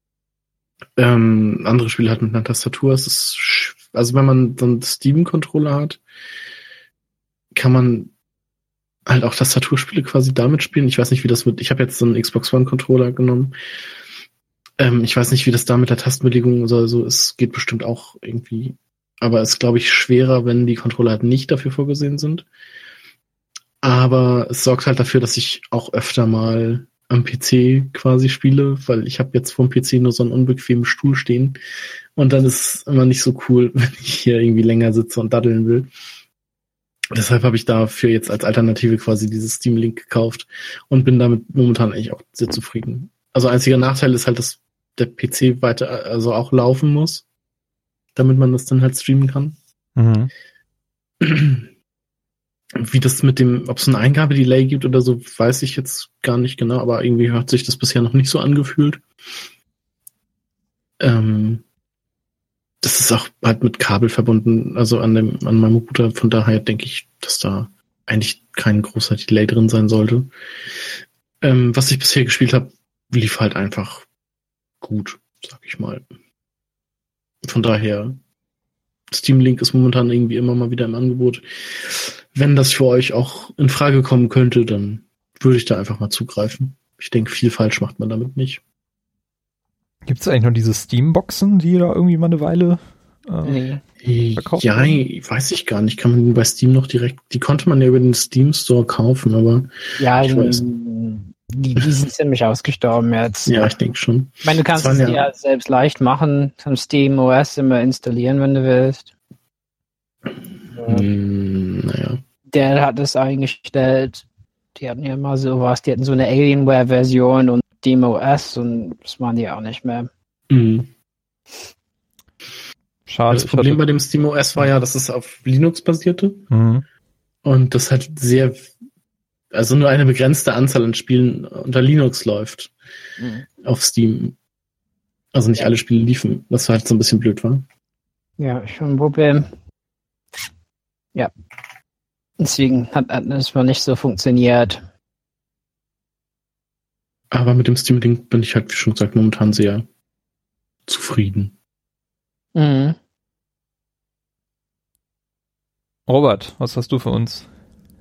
Ähm, andere Spiele halt mit einer Tastatur. Es ist sch- also wenn man so einen Steam-Controller hat, kann man halt auch Tastaturspiele quasi damit spielen. Ich weiß nicht, wie das mit, ich habe jetzt so einen Xbox One-Controller genommen. Ähm, ich weiß nicht, wie das da mit der Tastenbelegung oder so ist. Geht bestimmt auch irgendwie. Aber es ist, glaube ich, schwerer, wenn die Controller halt nicht dafür vorgesehen sind. Aber es sorgt halt dafür, dass ich auch öfter mal am P C quasi spiele, weil ich habe jetzt vorm P C nur so einen unbequemen Stuhl stehen. Und dann ist es immer nicht so cool, wenn ich hier irgendwie länger sitze und daddeln will. Deshalb habe ich dafür jetzt als Alternative quasi dieses Steam-Link gekauft und bin damit momentan eigentlich auch sehr zufrieden. Also einziger Nachteil ist halt, dass der P C weiter, also auch laufen muss, damit man das dann halt streamen kann. Mhm. Wie das mit dem, ob es ein Eingabedelay gibt oder so, weiß ich jetzt gar nicht genau, aber irgendwie hat sich das bisher noch nicht so angefühlt. Ähm, das ist auch halt mit Kabel verbunden, also an dem, an meinem Router, von daher denke ich, dass da eigentlich kein großer Delay drin sein sollte. Ähm, was ich bisher gespielt habe, lief halt einfach gut, sag ich mal. Von daher, Steam Link ist momentan irgendwie immer mal wieder im Angebot. Wenn das für euch auch in Frage kommen könnte, dann würde ich da einfach mal zugreifen. Ich denke, viel falsch macht man damit nicht. Gibt es eigentlich noch diese Steam-Boxen, die da irgendwie mal eine Weile äh, Nee. verkauft Ja, werden? weiß ich gar nicht. Kann man bei Steam noch direkt, die konnte man ja über den Steam Store kaufen, aber Ja, ich weiß. die, die sind ziemlich ausgestorben jetzt. Ja, ich denke schon. Ich meine, du kannst Das es waren dir ja- ja selbst leicht machen, zum Steam O S immer installieren, wenn du willst. Hm, naja. Der hat es eingestellt. Die hatten ja immer sowas, die hatten so eine Alienware-Version und Steam O S und das waren die auch nicht mehr. Hm. Schade. Das ich Problem hatte- bei dem Steam O S war ja, dass es auf Linux basierte Mhm. und das halt sehr, also nur eine begrenzte Anzahl an Spielen unter Linux läuft Mhm. auf Steam. Also nicht Ja. alle Spiele liefen, was halt so ein bisschen blöd war. Ja, schon ein Problem. Ja. Deswegen hat das mal nicht so funktioniert. Aber mit dem Steam Link bin ich halt, wie schon gesagt, momentan sehr zufrieden. Mhm. Robert, was hast du für uns?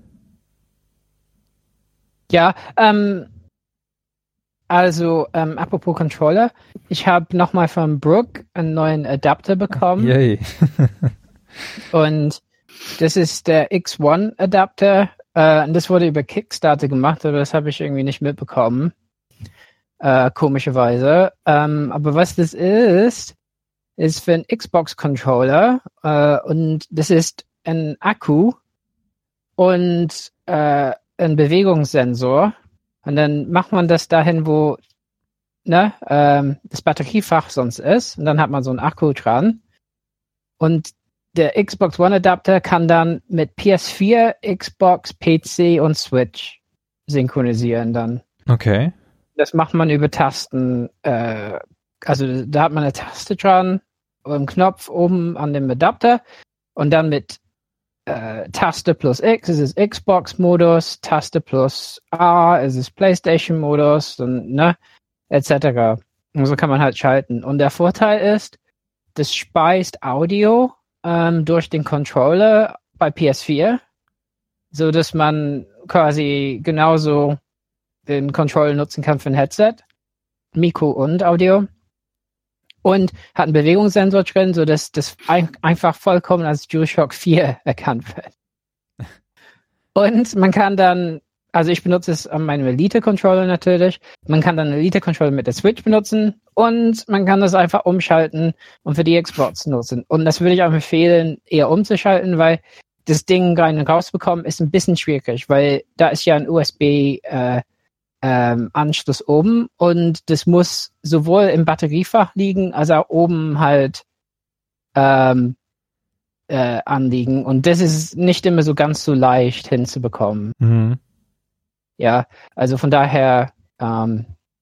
Ja, ähm, also, ähm, apropos Controller, ich habe nochmal von Brooke einen neuen Adapter bekommen. Yay. Und das ist der X eins Adapter. Äh, und das wurde über Kickstarter gemacht, aber das habe ich irgendwie nicht mitbekommen. Äh, komischerweise. Ähm, aber was das ist, ist für einen Xbox-Controller. Äh, und das ist ein Akku und äh, ein Bewegungssensor. Und dann macht man das dahin, wo ne, ähm, das Batteriefach sonst ist. Und dann hat man so einen Akku dran. Und der Xbox One Adapter kann dann mit P S vier, Xbox, P C und Switch synchronisieren dann. Okay. Das macht man über Tasten. Äh, also da hat man eine Taste dran, einen Knopf oben an dem Adapter und dann mit äh, Taste plus X ist es Xbox-Modus, Taste plus A ist es PlayStation-Modus und ne, et cetera. Und so kann man halt schalten. Und der Vorteil ist, das speist Audio ähm, durch den Controller bei P S vier, so dass man quasi genauso den Controller nutzen kann für ein Headset, Mikro und Audio. Und hat einen Bewegungssensor drin, sodass das ein, einfach vollkommen als DualShock vier erkannt wird. Und man kann dann, also ich benutze es an meinem Elite-Controller natürlich, man kann dann einen Elite-Controller mit der Switch benutzen und man kann das einfach umschalten und für die Xbox nutzen. Und das würde ich auch empfehlen, eher umzuschalten, weil das Ding rein und rausbekommen ist ein bisschen schwierig, weil da ist ja ein U S B äh, Ähm, Anschluss oben und das muss sowohl im Batteriefach liegen, als auch oben halt ähm, äh, anliegen und das ist nicht immer so ganz so leicht hinzubekommen. Mhm. Ja, also von daher ähm,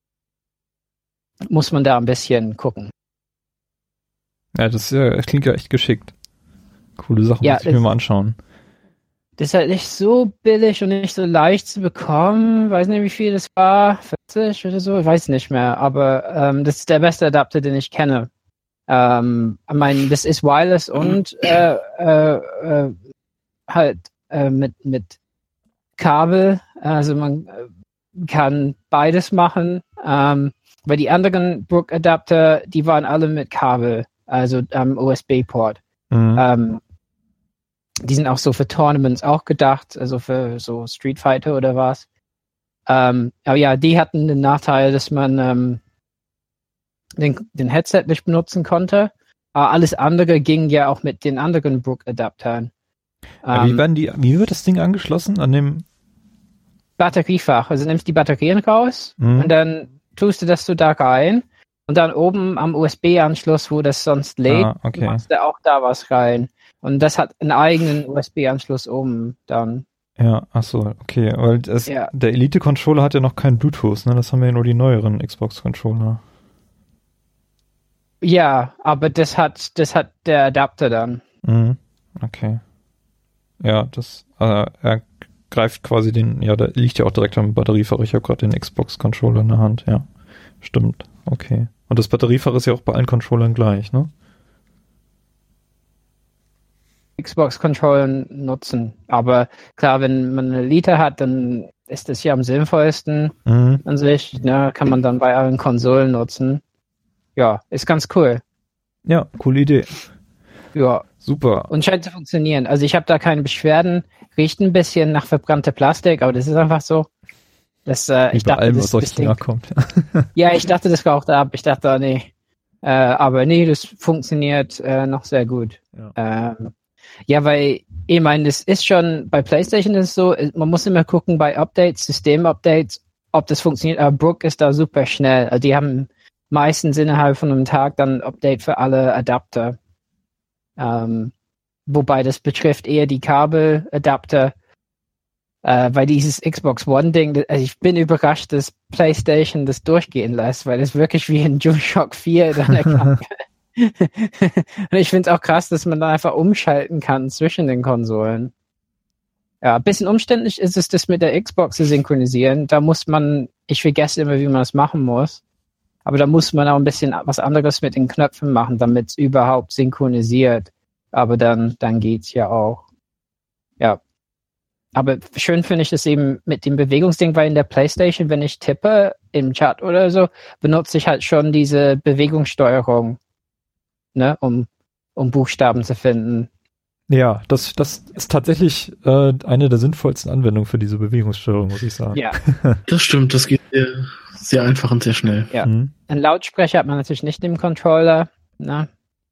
muss man da ein bisschen gucken. Ja, das, ist ja, das klingt ja echt geschickt. Coole Sache, Ja, muss ich mir mal anschauen. Das ist halt nicht so billig und nicht so leicht zu bekommen. Weiß nicht, wie viel das war. vierzig oder so? Ich weiß nicht mehr. Aber ähm, das ist der beste Adapter, den ich kenne. Ähm, ich meine, das ist wireless und äh, äh, äh, halt äh, mit, mit Kabel. Also man kann beides machen. Ähm, weil die anderen Brook-Adapter, die waren alle mit Kabel. Also am U S B-Port. Mhm. Ähm, Die sind auch so für Tournaments auch gedacht, also für so Street Fighter oder was. Ähm, aber ja, die hatten den Nachteil, dass man ähm, den, den Headset nicht benutzen konnte. Aber alles andere ging ja auch mit den anderen Brook-Adaptern. Ja, Ähm, wie, werden die, wie wird das Ding angeschlossen? An dem Batteriefach. Also nimmst die Batterien raus Mhm. und dann tust du das so da rein. Und dann oben am U S B-Anschluss, wo das sonst lädt, Ah, okay. machst du auch da was rein. Und das hat einen eigenen U S B-Anschluss oben dann. Ja, ach so, okay. Weil das, Ja. der Elite-Controller hat ja noch keinen Bluetooth, ne? Das haben ja nur die neueren Xbox-Controller. Ja, aber das hat, das hat der Adapter dann. Mhm. Okay. Ja, das, äh, er greift quasi den, ja, der liegt ja auch direkt am Batteriefach. Ich habe gerade den Xbox-Controller in der Hand, ja. Stimmt, okay. Und das Batteriefach ist ja auch bei allen Controllern gleich, ne? Xbox-Controller nutzen. Aber klar, wenn man eine Elite hat, dann ist das ja am sinnvollsten Mhm. an sich. Ne? Kann man dann bei allen Konsolen nutzen. Ja, ist ganz cool. Ja, coole Idee. Ja, Super. und scheint zu funktionieren. Also ich habe da keine Beschwerden. Riecht ein bisschen nach verbrannte Plastik, aber das ist einfach so. Das, äh, Wie ich bei dachte, allem, das, was aus das China Ding, kommt. ja, ich dachte, das raucht ab. Ich dachte, oh, nee. Äh, aber nee, das funktioniert äh, noch sehr gut. Ja. Ähm, ja, weil, ich meine, das ist schon, bei PlayStation ist es so, man muss immer gucken bei Updates, System-Updates, ob das funktioniert. Aber Brook ist da super schnell. Also die haben meistens innerhalb von einem Tag dann ein Update für alle Adapter. Ähm, wobei das betrifft eher die Kabeladapter. Äh, weil dieses Xbox One-Ding, also ich bin überrascht, dass PlayStation das durchgehen lässt, weil das wirklich wie ein DualShock vier dann erkannt wird. Und ich finde es auch krass, dass man da einfach umschalten kann zwischen den Konsolen. Ja, ein bisschen umständlich ist es, das mit der Xbox zu synchronisieren. Da muss man, ich vergesse immer, wie man das machen muss, aber da muss man auch ein bisschen was anderes mit den Knöpfen machen, damit es überhaupt synchronisiert. Aber dann, dann geht's ja auch. Ja. Aber schön finde ich das eben mit dem Bewegungsding, weil in der PlayStation, wenn ich tippe im Chat oder so, benutze ich halt schon diese Bewegungssteuerung, ne, um, um Buchstaben zu finden. Ja, das, das ist tatsächlich äh, eine der sinnvollsten Anwendungen für diese Bewegungssteuerung, muss ich sagen. Ja. Das stimmt, das geht sehr, sehr einfach und sehr schnell. Ja. Mhm. Einen Lautsprecher hat man natürlich nicht im Controller, ne?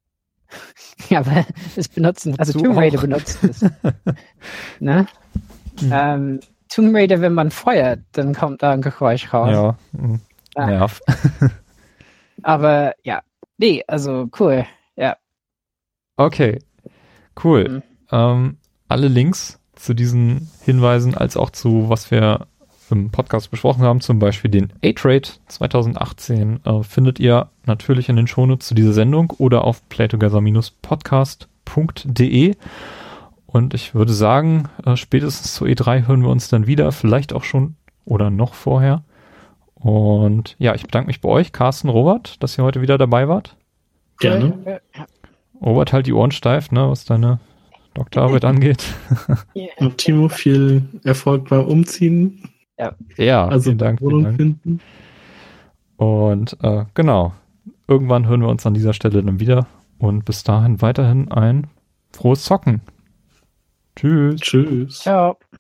Ja, aber das benutzen, also Du Tomb Raider auch. benutzt es. Ne? Mhm. Ähm, Tomb Raider, wenn man feuert, dann kommt da ein Geräusch raus. Ja, mhm. Ah. Nerv. Aber ja, nee, also cool. Ja. Okay, cool. Mhm. Ähm, alle Links zu diesen Hinweisen, als auch zu, was wir im Podcast besprochen haben, zum Beispiel den A-Trade zwanzig achtzehn, äh, findet ihr natürlich in den Shownotes zu dieser Sendung oder auf playtogether Bindestrich podcast punkt de. Und ich würde sagen, äh, spätestens zur E drei hören wir uns dann wieder, vielleicht auch schon oder noch vorher. Und ja, ich bedanke mich bei euch, Carsten, Robert, dass ihr heute wieder dabei wart. Gerne. Robert, halt die Ohren steif, ne, was deine Doktorarbeit angeht. Und Timo, viel Erfolg beim Umziehen. Ja, Also vielen Dank. Vielen Wohnung Dank. finden. Und äh, genau, irgendwann hören wir uns an dieser Stelle dann wieder. Und bis dahin weiterhin ein frohes Zocken. Tschüss. Tschüss. Ciao.